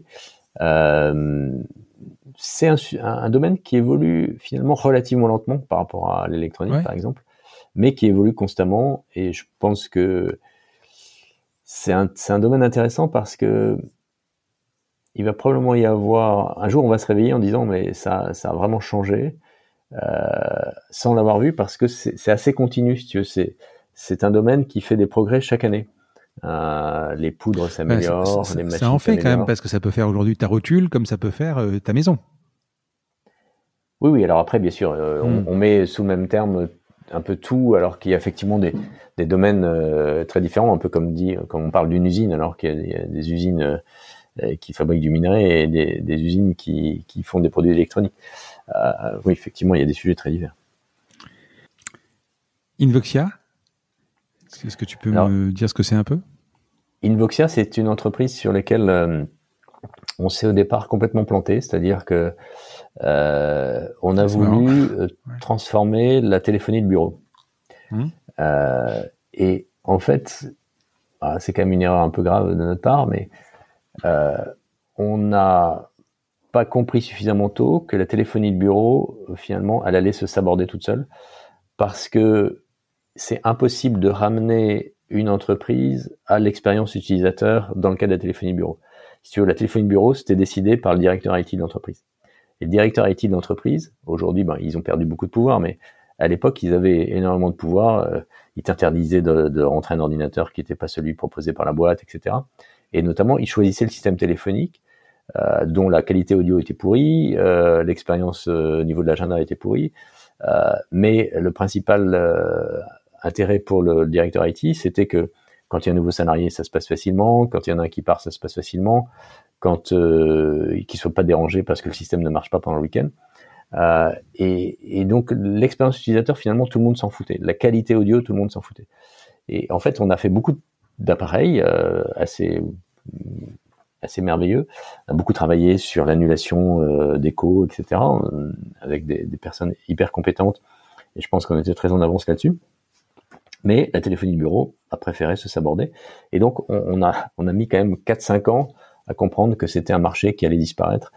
A: C'est un domaine qui évolue finalement relativement lentement par rapport à l'électronique, par exemple, mais qui évolue constamment. Et je pense que c'est un domaine intéressant parce que il va probablement y avoir un jour, on va se réveiller en disant mais ça a vraiment changé, sans l'avoir vu, parce que c'est assez continu, si tu veux. C'est un domaine qui fait des progrès chaque année. Les poudres s'améliorent, les machines
B: ça en fait quand même, parce que ça peut faire aujourd'hui ta rotule comme ça peut faire ta maison.
A: Oui, alors après, bien sûr, on met sous le même terme un peu tout, alors qu'il y a effectivement des domaines très différents, un peu comme on parle d'une usine, alors qu'il y a des usines qui fabriquent du minerai et des usines qui font des produits électroniques. Oui, effectivement, il y a des sujets très divers.
B: Invoxia, est-ce que tu peux me dire ce que c'est un peu?
A: Invoxia, c'est une entreprise sur laquelle on s'est au départ complètement planté, c'est-à-dire que on a voulu transformer la téléphonie de bureau. Et en fait, c'est quand même une erreur un peu grave de notre part, mais on n'a pas compris suffisamment tôt que la téléphonie de bureau, finalement, elle allait se saborder toute seule, parce que c'est impossible de ramener une entreprise à l'expérience utilisateur dans le cas de la téléphonie de bureau. Si tu veux, la téléphonie de bureau, c'était décidé par le directeur IT de l'entreprise. Et le directeur IT de l'entreprise, aujourd'hui, ils ont perdu beaucoup de pouvoir, mais à l'époque, ils avaient énormément de pouvoir. Ils t'interdisaient de rentrer un ordinateur qui n'était pas celui proposé par la boîte, etc. Et notamment, ils choisissaient le système téléphonique dont la qualité audio était pourrie, l'expérience au niveau de l'agenda était pourrie, mais le principal intérêt pour le directeur IT, c'était que quand il y a un nouveau salarié, ça se passe facilement, quand il y en a un qui part, ça se passe facilement, quand qu'il soit pas dérangé parce que le système ne marche pas pendant le week-end. Et donc l'expérience utilisateur, finalement, tout le monde s'en foutait. La qualité audio, tout le monde s'en foutait. Et en fait, on a fait beaucoup d'appareils assez merveilleux. On a beaucoup travaillé sur l'annulation d'écho, etc., avec des personnes hyper compétentes. Et je pense qu'on était très en avance là-dessus. Mais la téléphonie de bureau a préféré se saborder. Et donc, on a mis quand même 4-5 ans à comprendre que c'était un marché qui allait disparaître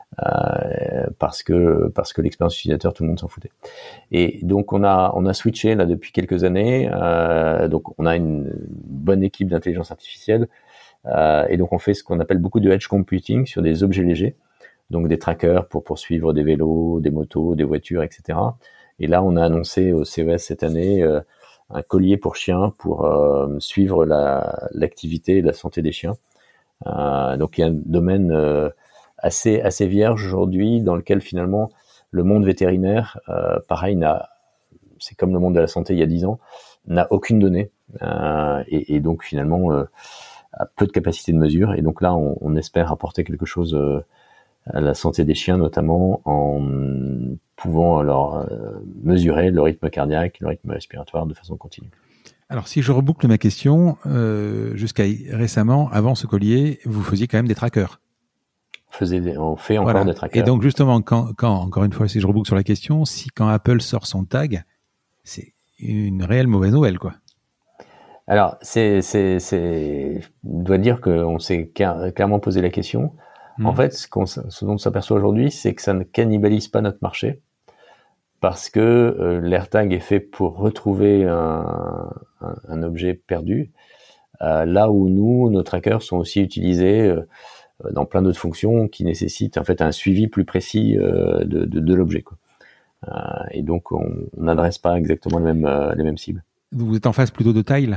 A: parce que l'expérience utilisateur, tout le monde s'en foutait. Et donc, on a switché là depuis quelques années. Donc, on a une bonne équipe d'intelligence artificielle. Et donc, on fait ce qu'on appelle beaucoup de edge computing sur des objets légers. Donc, des trackers pour poursuivre des vélos, des motos, des voitures, etc. Et là, on a annoncé au CES cette année un collier pour chiens pour suivre l'activité et la santé des chiens. Donc il y a un domaine assez vierge aujourd'hui dans lequel finalement le monde vétérinaire, pareil, c'est comme le monde de la santé il y a 10 ans, n'a aucune donnée et donc finalement a peu de capacité de mesure. Et donc là, on espère apporter quelque chose à la santé des chiens, notamment en pouvant alors mesurer le rythme cardiaque, le rythme respiratoire de façon continue.
B: Alors, si je reboucle ma question, jusqu'à récemment, avant ce collier, vous faisiez quand même des trackers.
A: On fait encore des trackers.
B: Et donc, justement, quand, encore une fois, si je reboucle sur la question, quand Apple sort son tag, c'est une réelle mauvaise nouvelle, quoi.
A: Alors, je dois dire qu'on s'est clairement posé la question. En fait, ce dont on s'aperçoit aujourd'hui, c'est que ça ne cannibalise pas notre marché parce que l'AirTag est fait pour retrouver un objet perdu, là où nos trackers sont aussi utilisés dans plein d'autres fonctions qui nécessitent en fait un suivi plus précis de l'objet, quoi. Et donc, on n'adresse pas exactement les mêmes cibles.
B: Vous êtes en phase plutôt de taille?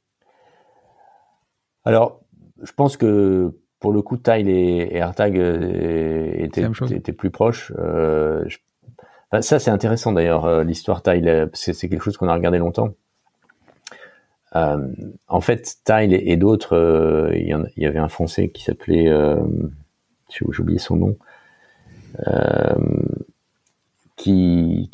A: Alors, je pense que pour le coup, Tile et AirTag étaient plus proches. Ça, c'est intéressant d'ailleurs, l'histoire Tile. C'est quelque chose qu'on a regardé longtemps. En fait, Tile et d'autres, il y avait un Français qui s'appelait, j'ai oublié son nom, qui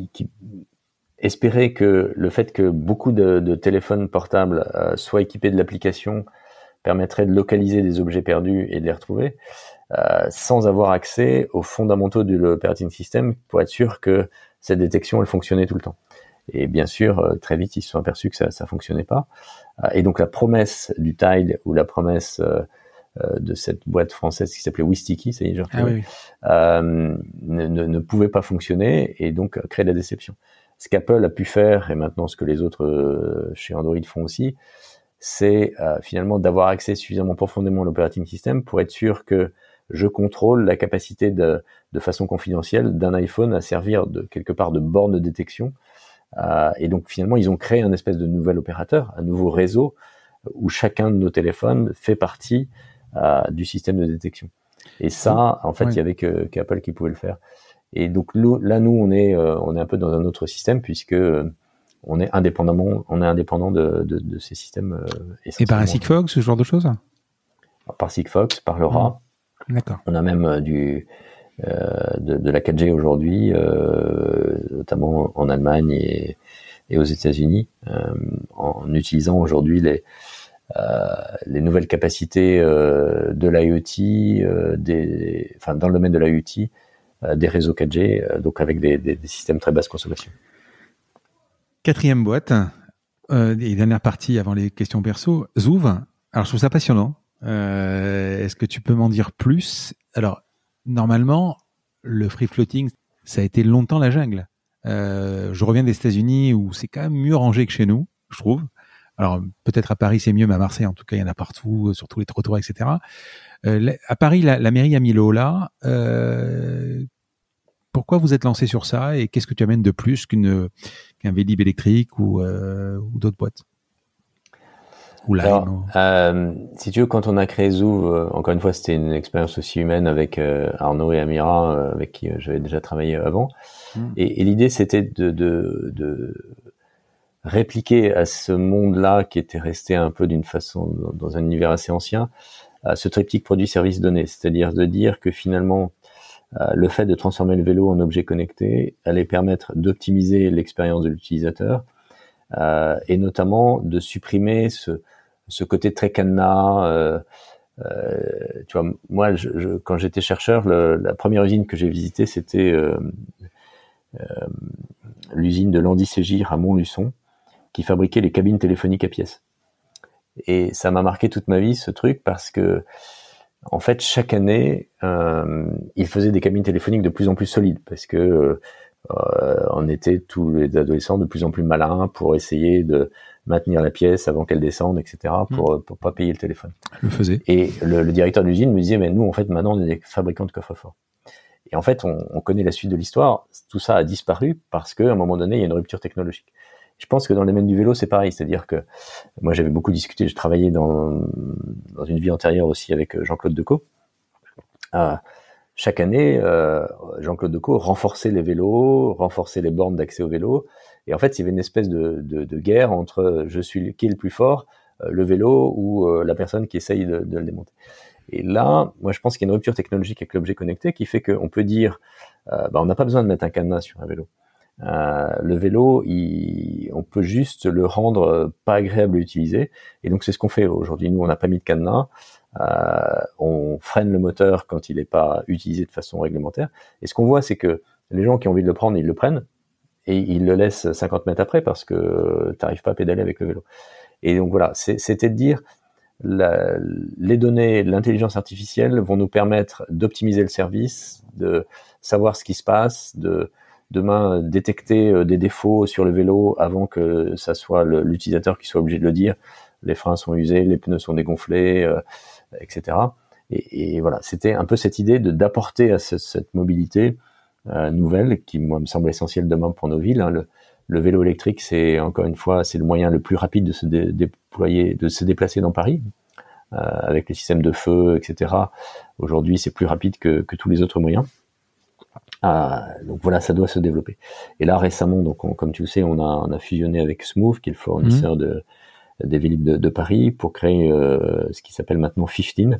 A: espérait que le fait que beaucoup de téléphones portables soient équipés de l'application permettrait de localiser des objets perdus et de les retrouver sans avoir accès aux fondamentaux de l'operating system pour être sûr que cette détection elle fonctionnait tout le temps. Et bien sûr, très vite, ils se sont aperçus que ça fonctionnait pas. Et donc la promesse du Tile ou la promesse de cette boîte française qui s'appelait Wistiki, ça y est, j'ai retrouvé, ne pouvait pas fonctionner et donc créer de la déception. Ce qu'Apple a pu faire, et maintenant ce que les autres chez Android font aussi, c'est finalement d'avoir accès suffisamment profondément à l'operating system pour être sûr que je contrôle la capacité de façon confidentielle d'un iPhone à servir quelque part de borne de détection. Et donc finalement, ils ont créé un espèce de nouvel opérateur, un nouveau réseau où chacun de nos téléphones fait partie du système de détection. Et ça, en fait, il y avait qu'Apple qui pouvait le faire. Et donc là, nous, on est un peu dans un autre système puisque on est indépendant de ces systèmes.
B: Et par un Sigfox, ce genre de choses?
A: Par Sigfox, par LoRa.
B: D'accord.
A: On a même de la 4G aujourd'hui, notamment en Allemagne et aux États-Unis, en utilisant aujourd'hui les nouvelles capacités de l'IoT, dans le domaine de l'IoT, des réseaux 4G, donc avec des systèmes très basse consommation.
B: Quatrième boîte, et dernière partie avant les questions perso, Zouv. Alors, je trouve ça passionnant. Est-ce que tu peux m'en dire plus? Alors, normalement, le free floating, ça a été longtemps la jungle. Je reviens des États-Unis où c'est quand même mieux rangé que chez nous, je trouve. Alors, peut-être à Paris, c'est mieux, mais à Marseille, en tout cas, il y en a partout, sur tous les trottoirs, etc. À Paris, la mairie a mis le haut là. Pourquoi vous êtes lancé sur ça et qu'est-ce que tu amènes de plus qu'un Vélib électrique ou d'autres boîtes ou Lime?
A: Si tu veux, quand on a créé Zouv, encore une fois, c'était une expérience aussi humaine avec Arnaud et Amira, avec qui j'avais déjà travaillé avant. Et l'idée, c'était de répliquer à ce monde-là qui était resté un peu d'une façon dans un univers assez ancien, ce triptyque produit-service-donné, c'est-à-dire de dire que finalement le fait de transformer le vélo en objet connecté allait permettre d'optimiser l'expérience de l'utilisateur et notamment de supprimer ce côté très cadenas. Tu vois, moi, quand j'étais chercheur, la première usine que j'ai visitée, c'était l'usine de Landy Ségir à Montluçon, qui fabriquait les cabines téléphoniques à pièces. Et ça m'a marqué toute ma vie, ce truc, parce que en fait, chaque année, ils faisaient des cabines téléphoniques de plus en plus solides, parce que on était tous les adolescents de plus en plus malins pour essayer de maintenir la pièce avant qu'elle descende, etc., pour pas payer le téléphone.
B: Je le faisais.
A: Et le directeur de l'usine me disait, mais nous, en fait, maintenant, on est des fabricants de coffres-forts. Et en fait, on connaît la suite de l'histoire. Tout ça a disparu parce qu'à un moment donné, il y a une rupture technologique. Je pense que dans le domaine du vélo, c'est pareil. C'est-à-dire que moi, j'avais beaucoup discuté. Je travaillais dans une vie antérieure aussi avec Jean-Claude Decaux. Chaque année, Jean-Claude Decaux renforçait les vélos, renforçait les bornes d'accès au vélo. Et en fait, il y avait une espèce de guerre entre qui est le plus fort, le vélo ou la personne qui essaye de le démonter. Et là, moi, je pense qu'il y a une rupture technologique avec l'objet connecté qui fait qu'on peut dire, on n'a pas besoin de mettre un cadenas sur un vélo. Le vélo, on peut juste le rendre pas agréable à utiliser. Et donc, c'est ce qu'on fait aujourd'hui. Nous, on n'a pas mis de cadenas. On freine le moteur quand il n'est pas utilisé de façon réglementaire. Et ce qu'on voit, c'est que les gens qui ont envie de le prendre, ils le prennent. Et ils le laissent 50 mètres après parce que tu n'arrives pas à pédaler avec le vélo. Et donc voilà, c'était de dire, les données, l'intelligence artificielle vont nous permettre d'optimiser le service, de savoir ce qui se passe, de demain détecter des défauts sur le vélo avant que ça soit l'utilisateur qui soit obligé de le dire. Les freins sont usés, les pneus sont dégonflés, etc. Et voilà, c'était un peu cette idée d'apporter à cette mobilité nouvelle qui, moi, me semble essentielle demain pour nos villes. Hein. Le vélo électrique, c'est encore une fois, c'est le moyen le plus rapide de se déployer, de se déplacer dans Paris, avec les systèmes de feu, etc. Aujourd'hui, c'est plus rapide que tous les autres moyens. Donc voilà, ça doit se développer. Et là, récemment, donc comme tu le sais, on a fusionné avec Smooth, qui est le fournisseur des Vélib de Paris, pour créer ce qui s'appelle maintenant 15,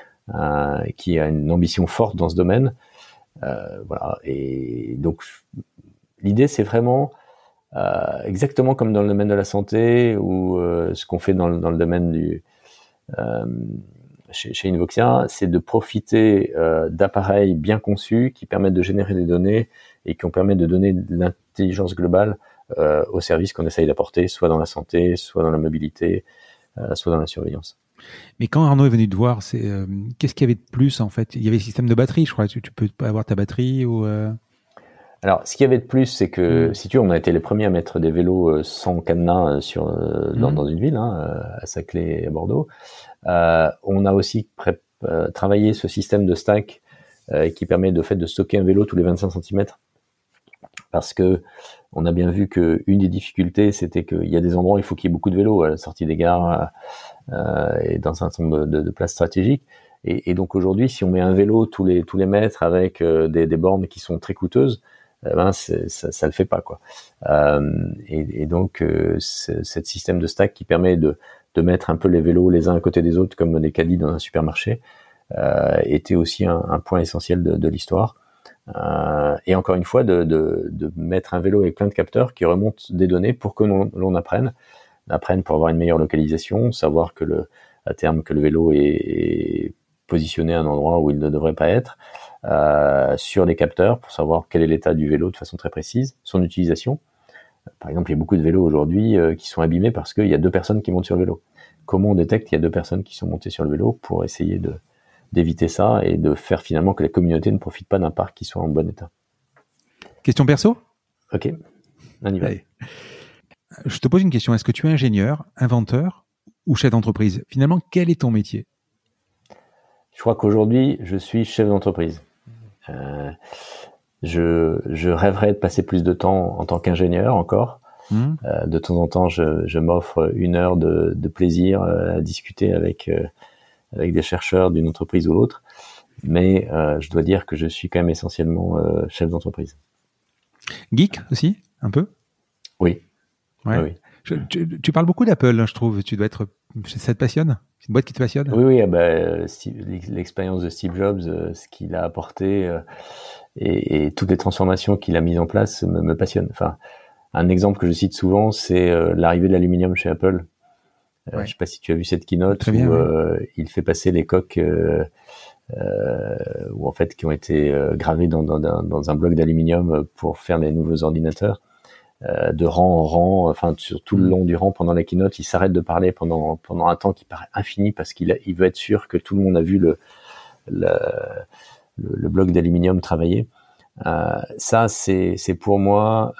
A: qui a une ambition forte dans ce domaine. Voilà. Et donc, l'idée, c'est vraiment exactement comme dans le domaine de la santé ou ce qu'on fait dans le domaine chez Invoxia, c'est de profiter d'appareils bien conçus qui permettent de générer des données et qui permettent de donner de l'intelligence globale aux services qu'on essaye d'apporter, soit dans la santé, soit dans la mobilité, soit dans la surveillance.
B: Mais quand Arnaud est venu te voir, qu'est-ce qu'il y avait de plus en fait? Il y avait le système de batterie, je crois. Tu peux pas avoir ta batterie ou
A: Alors, ce qu'il y avait de plus, c'est que, si tu veux, on a été les premiers à mettre des vélos sans cadenas dans une ville, à Saclay et à Bordeaux. On a aussi travaillé ce système de stack qui permet de stocker un vélo tous les 25 cm. Parce que on a bien vu qu'une des difficultés, c'était qu'il y a des endroits où il faut qu'il y ait beaucoup de vélos à la sortie des gares et dans un certain nombre de places stratégiques. Et donc aujourd'hui, si on met un vélo tous les mètres avec des bornes qui sont très coûteuses, ça le fait pas, quoi. Et donc cette système de stack qui permet de mettre un peu les vélos les uns à côté des autres comme des caddies dans un supermarché était aussi un point essentiel de l'histoire. Et encore une fois, de mettre un vélo avec plein de capteurs qui remontent des données pour que l'on apprenne pour avoir une meilleure localisation, savoir à terme que le vélo est positionné à un endroit où il ne devrait pas être, sur les capteurs pour savoir quel est l'état du vélo de façon très précise, son utilisation. Par exemple, il y a beaucoup de vélos aujourd'hui qui sont abîmés parce qu'il y a 2 personnes qui montent sur le vélo. Comment on détecte qu'il y a 2 personnes qui sont montées sur le vélo pour essayer d'éviter ça et de faire finalement que la communauté ne profite pas d'un parc qui soit en bon état.
B: Question perso ?
A: Ok, on y va.
B: Allez. Je te pose une question. Est-ce que tu es ingénieur, inventeur ou chef d'entreprise ? Finalement, quel est ton métier ?
A: Je crois qu'aujourd'hui, je suis chef d'entreprise. je rêverais de passer plus de temps en tant qu'ingénieur encore. De temps en temps, je m'offre 1 heure de plaisir à discuter avec des chercheurs d'une entreprise ou l'autre. Mais je dois dire que je suis quand même essentiellement chef d'entreprise.
B: Geek aussi, un peu?
A: Oui.
B: Ouais.
A: Oui.
B: Tu parles beaucoup d'Apple, hein, je trouve. Ça te passionne? C'est une boîte qui te passionne?
A: Oui. L'expérience de Steve Jobs, ce qu'il a apporté et toutes les transformations qu'il a mises en place me passionne. Enfin, un exemple que je cite souvent, c'est l'arrivée de l'aluminium chez Apple. Je ne sais pas si tu as vu cette keynote où il fait passer les coques ou en fait qui ont été gravées dans un bloc d'aluminium pour faire les nouveaux ordinateurs. De rang en rang, enfin sur tout le long du rang pendant la keynote, il s'arrête de parler pendant un temps qui paraît infini parce qu'il veut être sûr que tout le monde a vu le bloc d'aluminium travailler. Ça c'est pour moi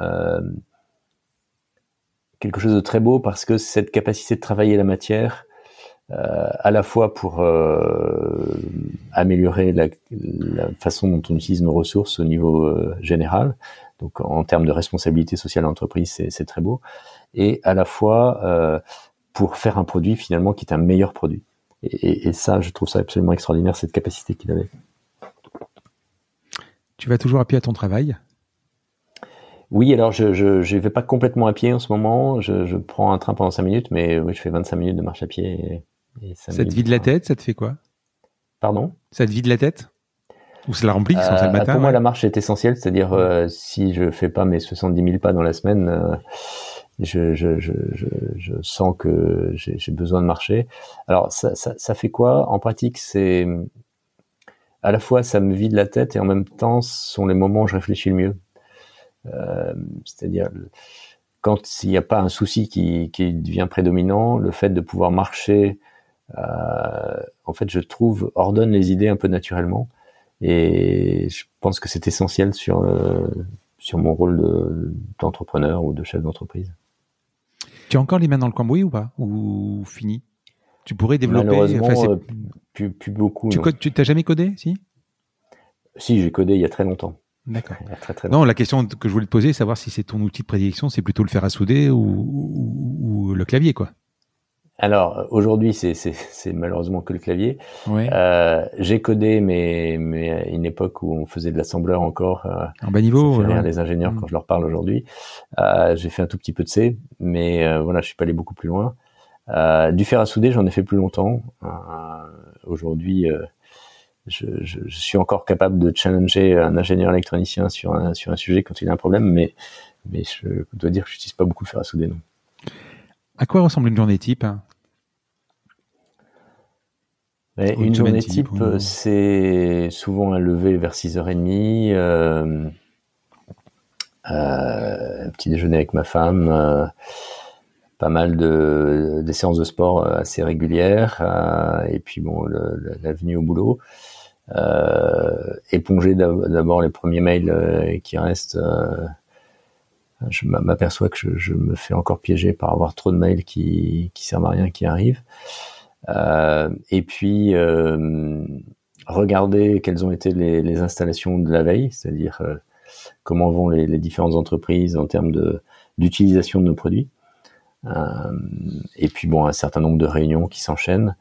A: quelque chose de très beau parce que cette capacité de travailler la matière, à la fois pour améliorer la façon dont on utilise nos ressources au niveau général, donc en termes de responsabilité sociale de l'entreprise, c'est très beau, et à la fois pour faire un produit finalement qui est un meilleur produit. Et ça, je trouve ça absolument extraordinaire, cette capacité qu'il avait.
B: Tu vas toujours à pied à ton travail?
A: Oui, alors je vais pas complètement à pied en ce moment. Je prends un train pendant 5 minutes, mais oui, je fais 25 minutes de marche à pied. Et 5
B: ça te vide la tête? Ça te fait quoi?
A: Pardon?
B: Ça te vide la tête? Ou ça la remplit quand c'est le matin?
A: Pour moi, la marche est essentielle, c'est-à-dire si je fais pas mes 70 000 pas dans la semaine, je sens que j'ai besoin de marcher. Alors ça fait quoi? En pratique, c'est à la fois ça me vide la tête et en même temps, ce sont les moments où je réfléchis le mieux. C'est-à-dire quand il n'y a pas un souci qui devient prédominant, le fait de pouvoir marcher, en fait, je trouve, ordonne les idées un peu naturellement. Et je pense que c'est essentiel sur mon rôle d'entrepreneur ou de chef d'entreprise.
B: Tu as encore les mains dans le cambouis ou pas? Ou fini? Tu pourrais développer...
A: Malheureusement, plus beaucoup.
B: Tu t'as jamais codé, si?
A: Si, j'ai codé il y a très longtemps.
B: D'accord.
A: Très
B: non, la question que je voulais te poser, c'est savoir si c'est ton outil de prédilection, c'est plutôt le fer à souder ou le clavier, quoi.
A: Alors aujourd'hui, c'est malheureusement que le clavier.
B: Ouais.
A: J'ai codé, mais à une époque où on faisait de l'assembleur encore.
B: En bas niveau.
A: Ça fait rire les ingénieurs quand je leur parle aujourd'hui. J'ai fait un tout petit peu de C, mais voilà, je suis pas allé beaucoup plus loin. Du fer à souder, j'en ai fait plus longtemps. Aujourd'hui, je suis encore capable de challenger un ingénieur électronicien sur un sujet quand il a un problème, mais je dois dire que je n'utilise pas beaucoup le fer à souder, non.
B: À quoi ressemble une journée type?
A: Une journée type, c'est souvent un lever vers 6h30, un petit déjeuner avec ma femme, pas mal des séances de sport assez régulières, et puis bon, la venue au boulot. Éponger d'abord les premiers mails qui restent. Je m'aperçois que je me fais encore piéger par avoir trop de mails qui servent à rien qui arrivent. Et puis regarder quelles ont été les installations de la veille, c'est-à-dire comment vont les différentes entreprises en termes d'utilisation de nos produits. Et puis bon, un certain nombre de réunions qui s'enchaînent.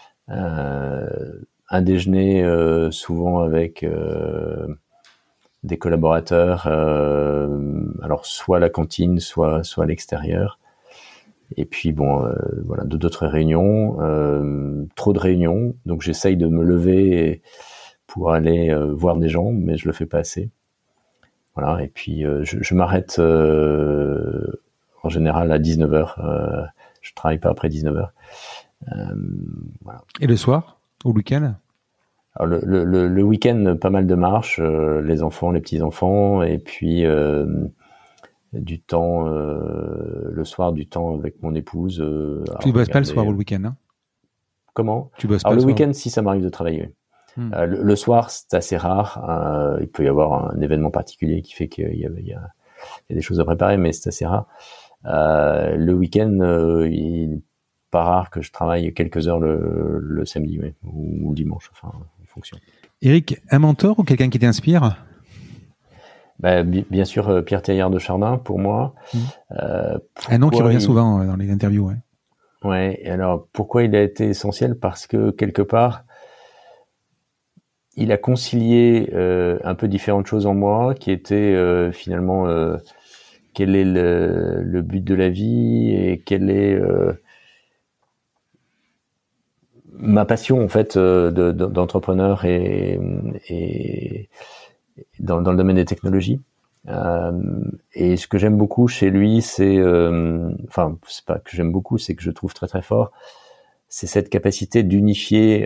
A: Un déjeuner souvent avec des collaborateurs, alors soit à la cantine, soit à l'extérieur. Et puis bon, voilà, d'autres réunions, trop de réunions, donc j'essaye de me lever pour aller voir des gens, mais je le fais pas assez. Voilà, et puis je m'arrête en général à 19h. Je travaille pas après 19h.
B: Voilà. Et le soir, au week-end?
A: Alors le week-end, pas mal de marches, les enfants, les petits-enfants, et puis du temps, le soir, du temps avec mon épouse.
B: Tu bosses pas le soir ou le week-end, hein?
A: Comment?
B: Tu bosses pas
A: le
B: soir.
A: Week-end, si ça m'arrive de travailler. Le soir, c'est assez rare. Il peut y avoir un événement particulier qui fait qu'il y a des choses à préparer, mais c'est assez rare. Le week-end, il n'est pas rare que je travaille quelques heures le samedi, oui, ou le dimanche, enfin, en fonction.
B: Eric, un mentor ou quelqu'un qui t'inspire?
A: Bien sûr, Pierre Teilhard de Chardin, pour moi.
B: Un nom qui revient souvent dans les interviews. Ouais.
A: Ouais. Et alors, pourquoi il a été essentiel? Parce que, quelque part, il a concilié un peu différentes choses en moi, qui étaient finalement quel est le but de la vie et quelle est ma passion en fait d'entrepreneur et dans le domaine des technologies. Et ce que j'aime beaucoup chez lui, c'est c'est pas que j'aime beaucoup, c'est que je trouve très très fort, c'est cette capacité d'unifier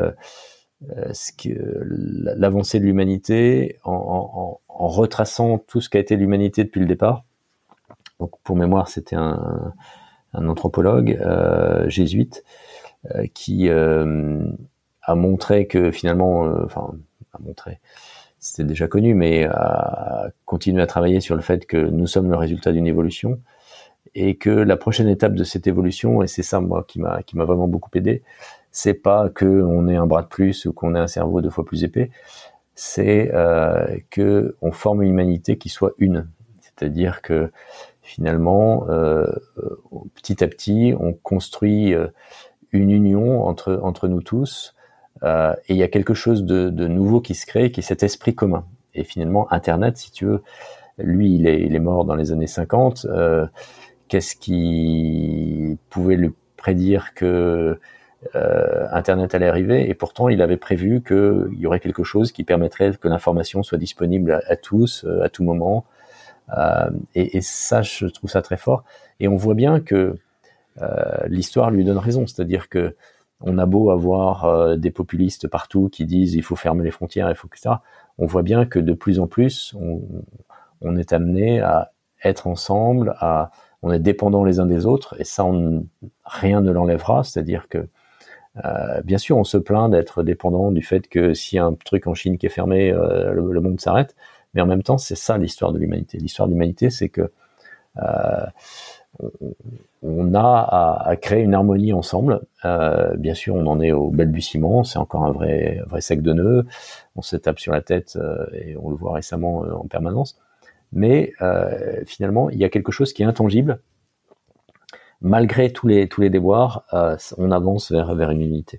A: l'avancée de l'humanité en retraçant tout ce qu'a été l'humanité depuis le départ. Donc pour mémoire, c'était un anthropologue jésuite qui a montré que finalement, a montré, c'était déjà connu, mais a continué à travailler sur le fait que nous sommes le résultat d'une évolution et que la prochaine étape de cette évolution, et c'est ça moi qui m'a vraiment beaucoup aidé, c'est pas que on ait un bras de plus ou qu'on ait un cerveau 2 fois plus épais, c'est que on forme une humanité qui soit une, c'est-à-dire que finalement, petit à petit, on construit une union entre nous tous, et il y a quelque chose de nouveau qui se crée, qui est cet esprit commun. Et finalement, Internet, si tu veux, lui, il est mort dans les années 50. Qu'est-ce qui pouvait le prédire que Internet allait arriver? Et pourtant, il avait prévu qu'il y aurait quelque chose qui permettrait que l'information soit disponible à tous, à tout moment. Et ça, je trouve ça très fort. Et on voit bien que l'histoire lui donne raison, c'est-à-dire que on a beau avoir des populistes partout qui disent il faut fermer les frontières, il faut que ça. On voit bien que de plus en plus, on est amené à être ensemble, on est dépendants les uns des autres, et ça, rien ne l'enlèvera. C'est-à-dire que bien sûr, on se plaint d'être dépendant du fait que s'il y a un truc en Chine qui est fermé, le monde s'arrête. Mais en même temps, c'est ça l'histoire de l'humanité. L'histoire de l'humanité, c'est que on a à créer une harmonie ensemble. Bien sûr, on en est au balbutiement, c'est encore un vrai sac de nœuds. On se tape sur la tête et on le voit récemment en permanence. Mais finalement, il y a quelque chose qui est intangible. Malgré tous les déboires, on avance vers une unité.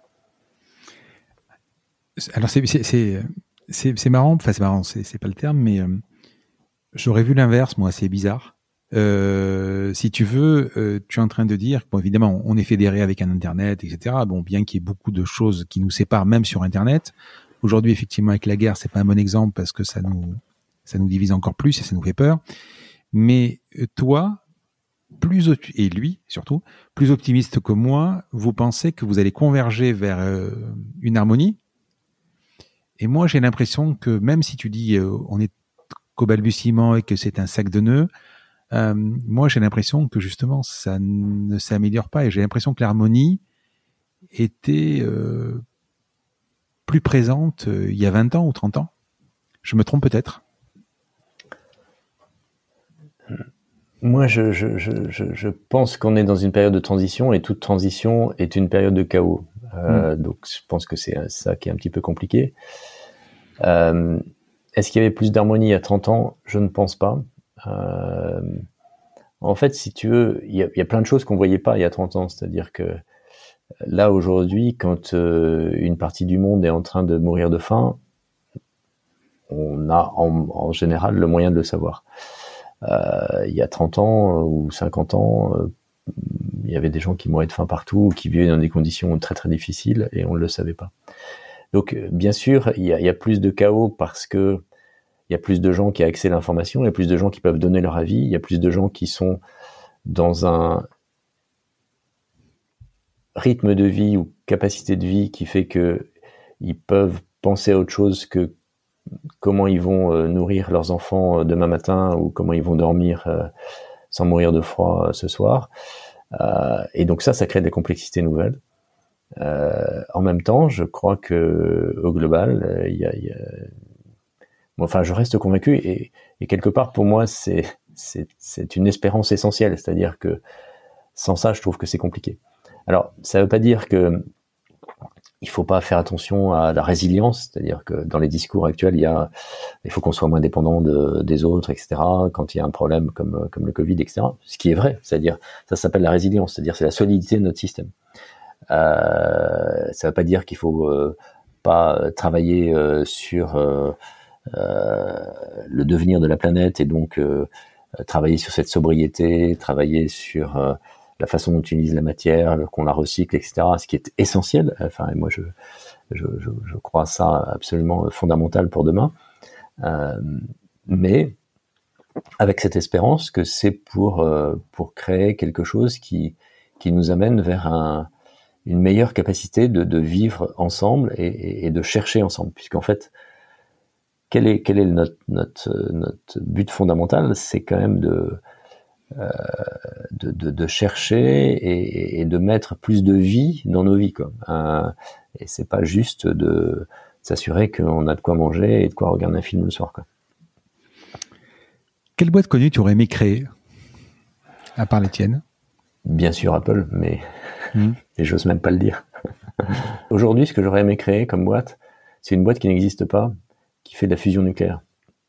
B: Alors c'est marrant, enfin c'est marrant, c'est pas le terme, mais j'aurais vu l'inverse, moi, c'est bizarre. Si tu veux, tu es en train de dire, bon, évidemment, on est fédéré avec un Internet, etc. Bon, bien qu'il y ait beaucoup de choses qui nous séparent, même sur Internet. Aujourd'hui, effectivement, avec la guerre, c'est pas un bon exemple parce que ça nous divise encore plus et ça nous fait peur. Mais toi, et lui surtout, plus optimiste que moi, vous pensez que vous allez converger vers une harmonie. Et moi, j'ai l'impression que même si tu dis on est qu'au balbutiement et que c'est un sac de nœuds, moi, j'ai l'impression que justement, ça ne s'améliore pas et j'ai l'impression que l'harmonie était plus présente il y a 20 ans ou 30 ans. Je me trompe peut-être.
A: Moi, je pense qu'on est dans une période de transition et toute transition est une période de chaos. Donc, je pense que c'est ça qui est un petit peu compliqué. Est-ce qu'il y avait plus d'harmonie il y a 30 ans? Je ne pense pas. En fait, si tu veux, il y a plein de choses qu'on voyait pas il y a 30 ans. C'est-à-dire que là, aujourd'hui, quand une partie du monde est en train de mourir de faim, on a en général le moyen de le savoir. Il y a 30 ans ou 50 ans, il y avait des gens qui mouraient de faim partout, qui vivaient dans des conditions très très difficiles et on ne le savait pas. Donc, bien sûr, il y a plus de chaos parce que il y a plus de gens qui ont accès à l'information, il y a plus de gens qui peuvent donner leur avis, il y a plus de gens qui sont dans un rythme de vie ou capacité de vie qui fait que ils peuvent penser à autre chose que comment ils vont nourrir leurs enfants demain matin ou comment ils vont dormir sans mourir de froid ce soir. Et donc ça crée des complexités nouvelles. En même temps, je crois que au global, enfin, je reste convaincu et quelque part pour moi c'est une espérance essentielle, c'est-à-dire que sans ça, je trouve que c'est compliqué. Alors, ça veut pas dire que il faut pas faire attention à la résilience, c'est-à-dire que dans les discours actuels, il faut qu'on soit moins dépendant des autres, etc. Quand il y a un problème comme le Covid, etc. Ce qui est vrai, c'est-à-dire ça s'appelle la résilience, c'est-à-dire c'est la solidité de notre système. Ça veut pas dire qu'il faut pas travailler sur le devenir de la planète et donc travailler sur cette sobriété, travailler sur la façon dont on utilise la matière, qu'on la recycle, etc. Ce qui est essentiel. Enfin, moi, je crois ça absolument fondamental pour demain. Mais avec cette espérance que c'est pour créer quelque chose qui nous amène vers une meilleure capacité de vivre ensemble et de chercher ensemble, puisqu'en fait, quel est notre but fondamental, c'est quand même de chercher et de mettre plus de vie dans nos vies, quoi. Et c'est pas juste de s'assurer qu'on a de quoi manger et de quoi regarder un film le soir, quoi.
B: Quelle boîte connue tu aurais aimé créer, à part les tiennes?
A: Bien sûr Apple, mais et j'ose même pas le dire. Aujourd'hui, ce que j'aurais aimé créer comme boîte, c'est une boîte qui n'existe pas, qui fait de la fusion nucléaire.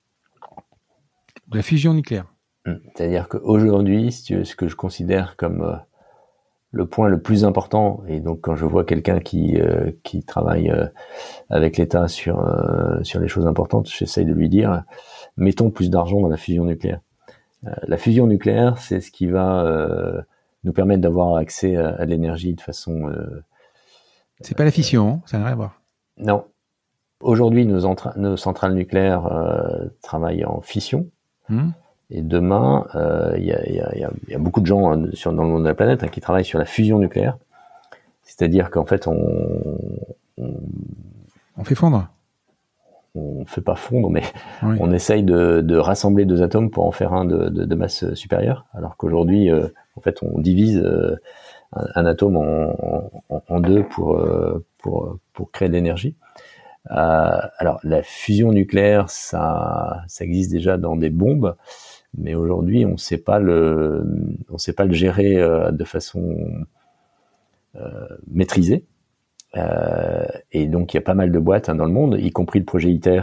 B: De la fusion nucléaire.
A: C'est-à-dire qu'aujourd'hui, si tu veux, ce que je considère comme le point le plus important, et donc quand je vois quelqu'un qui travaille avec l'État sur les choses importantes, j'essaye de lui dire, mettons plus d'argent dans la fusion nucléaire. La fusion nucléaire, c'est ce qui va nous permettre d'avoir accès à de l'énergie de façon...
B: c'est pas la fission, hein, ça n'a rien à voir.
A: Non. Aujourd'hui, nos centrales nucléaires travaillent en fission. Et demain, il y a beaucoup de gens dans le monde de la planète qui travaillent sur la fusion nucléaire. C'est-à-dire qu'en fait, on
B: fait fondre.
A: On fait pas fondre, mais
B: oui.
A: On essaye de rassembler deux atomes pour en faire un de masse supérieure. Alors qu'aujourd'hui, en fait, on divise un atome en deux pour créer de l'énergie. Alors, la fusion nucléaire, ça existe déjà dans des bombes, mais aujourd'hui, on sait pas le gérer de façon maîtrisée. Et donc, il y a pas mal de boîtes dans le monde, y compris le projet ITER,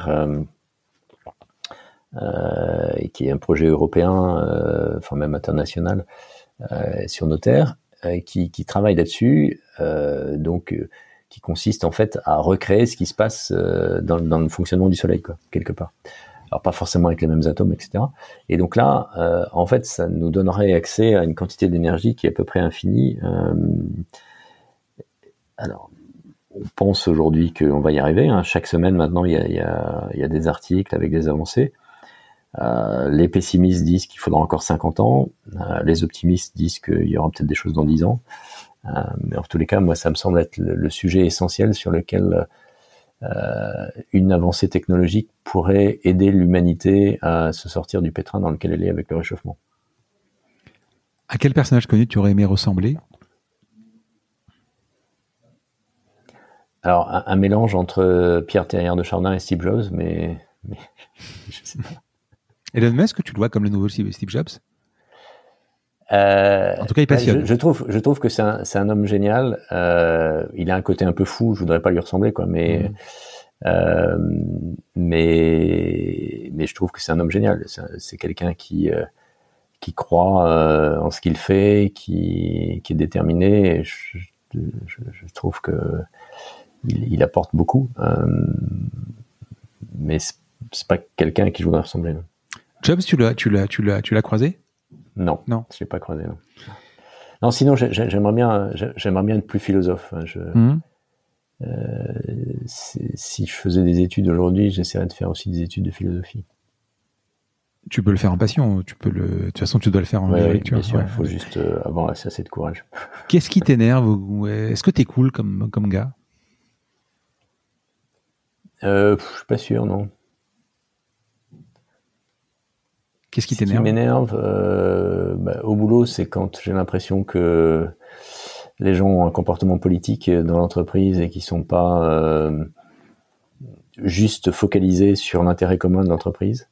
A: qui est un projet européen, enfin même international, sur nos terres, qui travaille là-dessus. Qui consiste en fait à recréer ce qui se passe dans le fonctionnement du Soleil, quoi, quelque part. Alors pas forcément avec les mêmes atomes, etc. Et donc là, en fait, ça nous donnerait accès à une quantité d'énergie qui est à peu près infinie. Alors, on pense aujourd'hui qu'on va y arriver. Hein. Chaque semaine maintenant, il y a des articles avec des avancées. Les pessimistes disent qu'il faudra encore 50 ans. Les optimistes disent qu'il y aura peut-être des choses dans 10 ans. Mais en tous les cas, moi, ça me semble être le sujet essentiel sur lequel une avancée technologique pourrait aider l'humanité à se sortir du pétrin dans lequel elle est avec le réchauffement.
B: À quel personnage connu tu aurais aimé ressembler ?
A: Alors, un mélange entre Pierre Terrière de Chardin et Steve Jobs, mais je sais pas.
B: Elon Musk, tu le vois comme le nouveau Steve Jobs ? En tout cas, il passionne.
A: Je trouve que c'est un homme génial. Il a un côté un peu fou. Je voudrais pas lui ressembler, quoi. Mais je trouve que c'est un homme génial. C'est quelqu'un qui croit en ce qu'il fait, qui est déterminé. Et je trouve que il apporte beaucoup. Mais c'est pas quelqu'un à qui je voudrais ressembler. Non.
B: Jobs, tu l'as croisé ?
A: Non, je l'ai pas croisé. Non, sinon j'aimerais bien être plus philosophe. Si je faisais des études aujourd'hui, j'essaierais de faire aussi des études de philosophie.
B: Tu peux le faire en passion. De toute façon, tu dois le faire en lecture.
A: Bien sûr, il faut juste avoir assez de courage.
B: Qu'est-ce qui t'énerve ? Est-ce que t'es cool comme gars ?
A: Je suis pas sûr, non.
B: Qu'est-ce qui t'énerve ?
A: Ce qui m'énerve au boulot, c'est quand j'ai l'impression que les gens ont un comportement politique dans l'entreprise et qui sont pas juste focalisés sur l'intérêt commun de l'entreprise.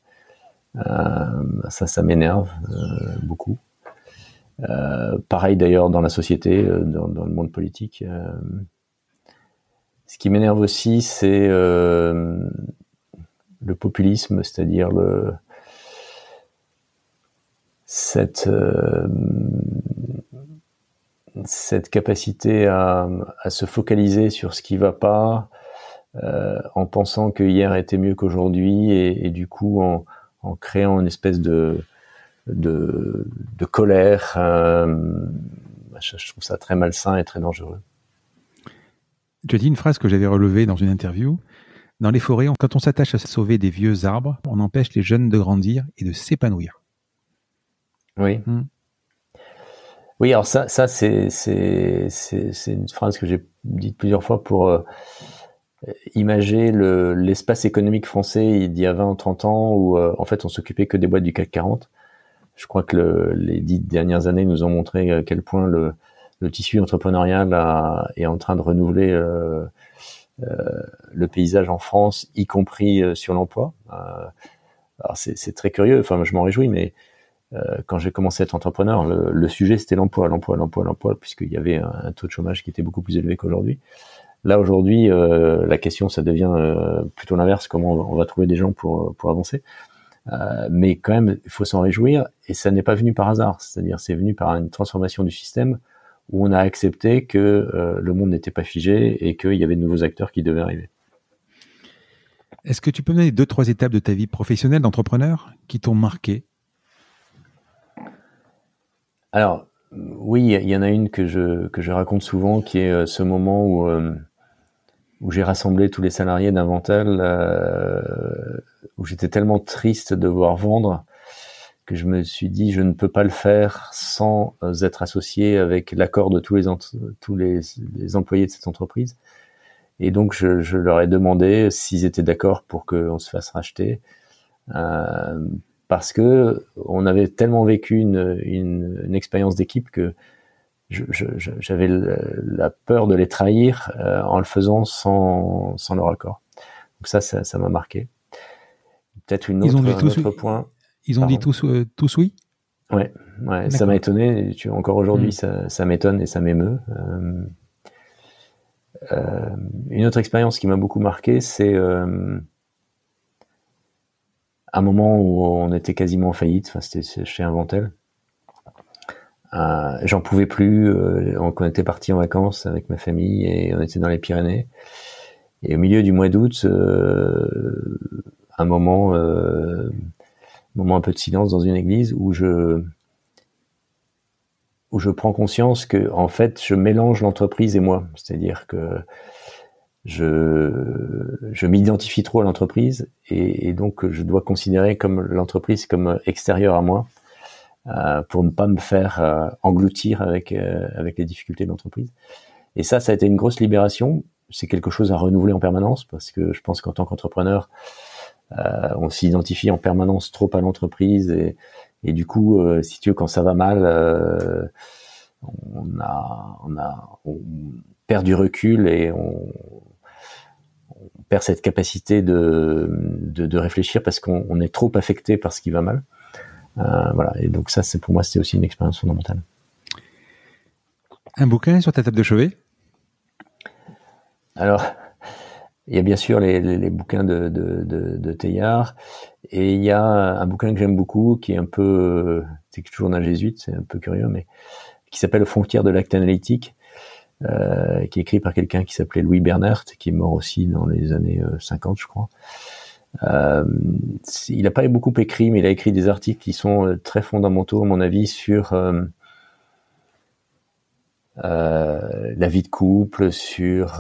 A: Ça m'énerve beaucoup. Pareil d'ailleurs dans la société, dans le monde politique. Ce qui m'énerve aussi, c'est le populisme, c'est-à-dire cette capacité à se focaliser sur ce qui va pas, en pensant que hier était mieux qu'aujourd'hui, et du coup en créant une espèce de colère. Je trouve ça très malsain et très dangereux.
B: Tu as dit une phrase que j'avais relevée dans une interview. Dans les forêts, quand on s'attache à sauver des vieux arbres, on empêche les jeunes de grandir et de s'épanouir.
A: Oui. Oui, alors ça c'est une phrase que j'ai dite plusieurs fois pour imager l'espace économique français d'il y a 20 30 ans où en fait on s'occupait que des boîtes du CAC 40. Je crois que les 10 dernières années nous ont montré à quel point le tissu entrepreneurial est en train de renouveler le paysage en France, y compris sur l'emploi. Alors c'est très curieux, enfin je m'en réjouis, mais quand j'ai commencé à être entrepreneur, le sujet c'était l'emploi, puisqu'il y avait un taux de chômage qui était beaucoup plus élevé qu'aujourd'hui. Là aujourd'hui, la question ça devient plutôt l'inverse, comment on va trouver des gens pour avancer. Mais quand même, il faut s'en réjouir, et ça n'est pas venu par hasard, c'est-à-dire c'est venu par une transformation du système où on a accepté que le monde n'était pas figé et qu'il y avait de nouveaux acteurs qui devaient arriver.
B: Est-ce que tu peux me donner 2-3 étapes de ta vie professionnelle d'entrepreneur qui t'ont marqué ?
A: Alors, oui, il y en a une que je raconte souvent, qui est ce moment où j'ai rassemblé tous les salariés d'Inventel, où j'étais tellement triste de devoir vendre que je me suis dit je ne peux pas le faire sans être associé avec l'accord de tous les employés de cette entreprise. Et donc je leur ai demandé s'ils étaient d'accord pour qu'on se fasse racheter, parce que on avait tellement vécu une expérience d'équipe que j'avais la peur de les trahir en le faisant sans leur accord. Donc ça m'a marqué. Peut-être un autre point.
B: Ils ont dit tous oui.
A: Ouais, ça m'a étonné. Encore aujourd'hui, ça m'étonne et ça m'émeut. Une autre expérience qui m'a beaucoup marqué, c'est un moment où on était quasiment en faillite. Enfin, c'était chez Inventel. J'en pouvais plus. On était parti en vacances avec ma famille et on était dans les Pyrénées. Et au milieu du mois d'août, un moment un peu de silence dans une église où je prends conscience que en fait je mélange l'entreprise et moi, c'est-à-dire que je m'identifie trop à l'entreprise et donc je dois considérer comme l'entreprise comme extérieure à moi pour ne pas me faire engloutir avec les difficultés de l'entreprise. Et ça a été une grosse libération. C'est quelque chose à renouveler en permanence, parce que je pense qu'en tant qu'entrepreneur, on s'identifie en permanence trop à l'entreprise et du coup, si tu veux, quand ça va mal, on perd du recul et on perd cette capacité de réfléchir parce qu'on est trop affecté par ce qui va mal. Voilà. Et donc ça, pour moi, c'était aussi une expérience fondamentale.
B: Un bouquin sur ta table de chevet ?
A: Alors, il y a bien sûr les bouquins de Teilhard, et il y a un bouquin que j'aime beaucoup, qui est un peu, c'est toujours d'un jésuite, c'est un peu curieux, mais qui s'appelle Frontières de l'acte analytique, qui est écrit par quelqu'un qui s'appelait Louis Bernhardt, qui est mort aussi dans les années 50, je crois. Il n'a pas beaucoup écrit, mais il a écrit des articles qui sont très fondamentaux, à mon avis, sur la vie de couple, sur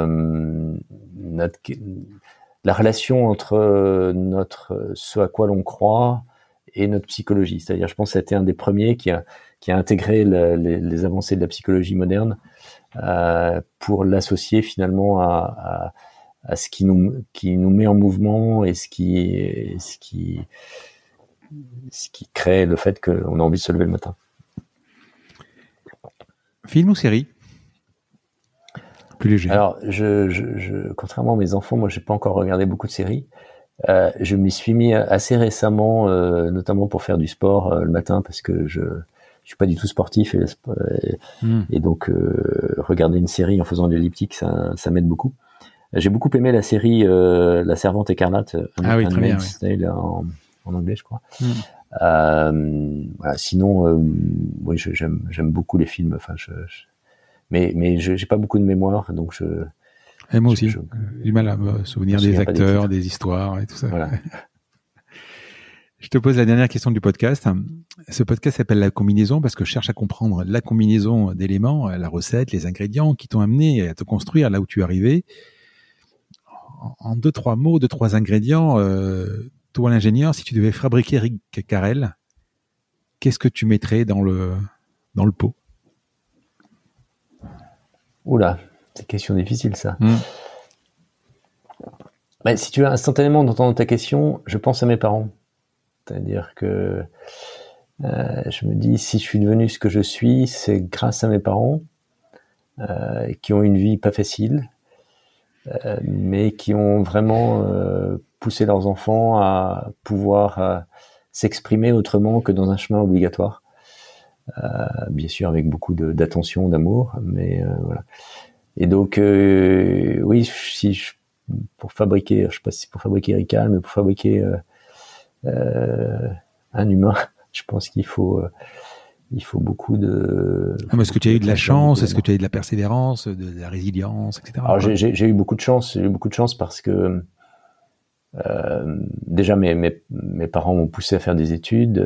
A: la relation entre ce à quoi l'on croit et notre psychologie. C'est-à-dire, je pense que c'était un des premiers qui a intégré les avancées de la psychologie moderne pour l'associer finalement à ce qui nous met en mouvement et ce qui crée le fait qu'on a envie de se lever le matin.
B: Film ou série ? Plus léger.
A: Alors, contrairement à mes enfants, moi, j'ai pas encore regardé beaucoup de séries. Je m'y suis mis assez récemment, notamment pour faire du sport le matin, parce que je suis pas du tout sportif et donc regarder une série en faisant de l'elliptique, ça m'aide beaucoup. J'ai beaucoup aimé la série La Servante écarlate,
B: très bien,
A: Tale en anglais, je crois. Voilà, sinon, oui, j'aime beaucoup les films. Enfin, mais j'ai pas beaucoup de mémoire, donc
B: Et moi aussi, j'ai du mal à me souvenir des acteurs, des histoires et tout ça.
A: Voilà.
B: Je te pose la dernière question du podcast. Ce podcast s'appelle La Combinaison parce que je cherche à comprendre la combinaison d'éléments, la recette, les ingrédients qui t'ont amené à te construire là où tu es arrivé. En 2-3 mots, 2-3 ingrédients, toi l'ingénieur, si tu devais fabriquer Rick Carrel, qu'est-ce que tu mettrais dans le pot?
A: Oula, c'est une question difficile ça. Bah, si tu veux instantanément d'entendre ta question, je pense à mes parents. C'est-à-dire que je me dis, si je suis devenu ce que je suis, c'est grâce à mes parents qui ont une vie pas facile, mais qui ont vraiment poussé leurs enfants à pouvoir s'exprimer autrement que dans un chemin obligatoire. Bien sûr avec beaucoup d'attention, d'amour, mais voilà. Et donc oui, pour fabriquer, je sais pas si c'est pour fabriquer Rical, mais pour fabriquer un humain, je pense qu'il faut beaucoup de...
B: Est-ce que tu as eu de la chance? Est-ce que tu as eu de la persévérance, de la résilience, etc.
A: Alors j'ai eu beaucoup de chance. J'ai eu beaucoup de chance parce que déjà mes parents m'ont poussé à faire des études.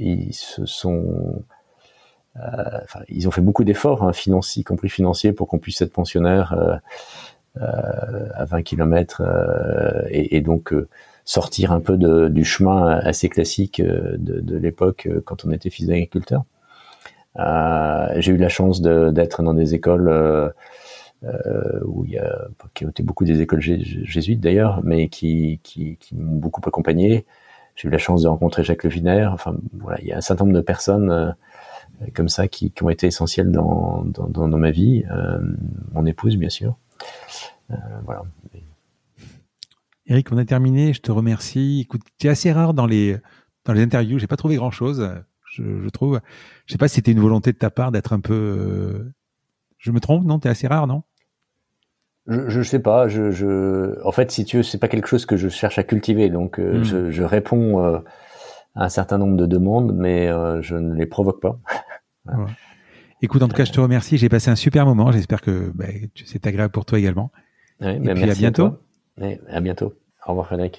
A: Ils ont fait beaucoup d'efforts, financiers, y compris financiers, pour qu'on puisse être pensionnaire à 20 km et donc sortir un peu du chemin assez classique de l'époque quand on était fils d'agriculteur. J'ai eu la chance d'être dans des écoles qui ont été beaucoup des écoles jésuites d'ailleurs, mais qui m'ont beaucoup accompagné. J'ai eu la chance de rencontrer Jacques Le Vinaire. Enfin voilà, il y a un certain nombre de personnes comme ça qui ont été essentielles dans ma vie. Mon épouse bien sûr. Voilà.
B: Eric, on a terminé. Je te remercie. Écoute, tu es assez rare dans les interviews. J'ai pas trouvé grand chose. Je trouve. Je sais pas si c'était une volonté de ta part d'être un peu. Je me trompe, non? T'es assez rare, non?
A: Je sais pas. En fait, si tu veux, c'est pas quelque chose que je cherche à cultiver. Donc, je réponds à un certain nombre de demandes, mais je ne les provoque pas.
B: Ouais. Écoute, en tout cas, je te remercie. J'ai passé un super moment. J'espère que c'est agréable pour toi également.
A: Ouais,
B: et puis
A: merci
B: à bientôt.
A: À bientôt. Au revoir, Frédéric.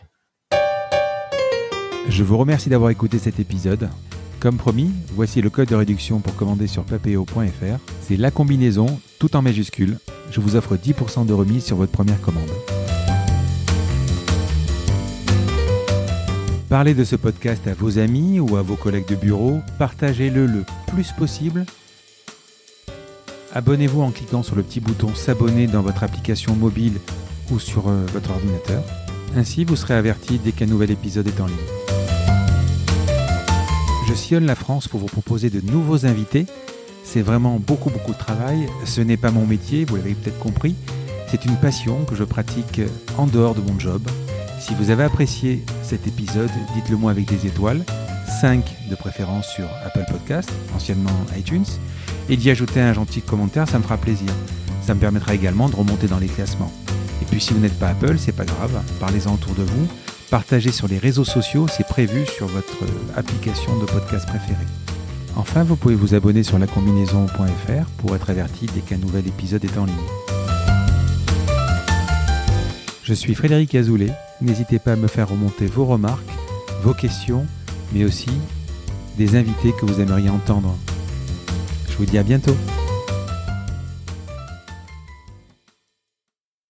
B: Je vous remercie d'avoir écouté cet épisode. Comme promis, voici le code de réduction pour commander sur papéo.fr. C'est la combinaison, tout en majuscule. Je vous offre 10% de remise sur votre première commande. Parlez de ce podcast à vos amis ou à vos collègues de bureau. Partagez-le le plus possible. Abonnez-vous en cliquant sur le petit bouton s'abonner dans votre application mobile ou sur votre ordinateur. Ainsi, vous serez averti dès qu'un nouvel épisode est en ligne. Je sillonne la France pour vous proposer de nouveaux invités. C'est vraiment beaucoup de travail. Ce n'est pas mon métier, vous l'avez peut-être compris. C'est une passion que je pratique en dehors de mon job. Si vous avez apprécié cet épisode, dites-le moi avec des étoiles. 5 de préférence sur Apple Podcast, anciennement iTunes. Et d'y ajouter un gentil commentaire, ça me fera plaisir. Ça me permettra également de remonter dans les classements. Et puis si vous n'êtes pas Apple, c'est pas grave. Parlez-en autour de vous. Partagez sur les réseaux sociaux, c'est prévu sur votre application de podcast préférée. Enfin, vous pouvez vous abonner sur lacombinaison.fr pour être averti dès qu'un nouvel épisode est en ligne. Je suis Frédéric Azoulay. N'hésitez pas à me faire remonter vos remarques, vos questions, mais aussi des invités que vous aimeriez entendre. Je vous dis à bientôt.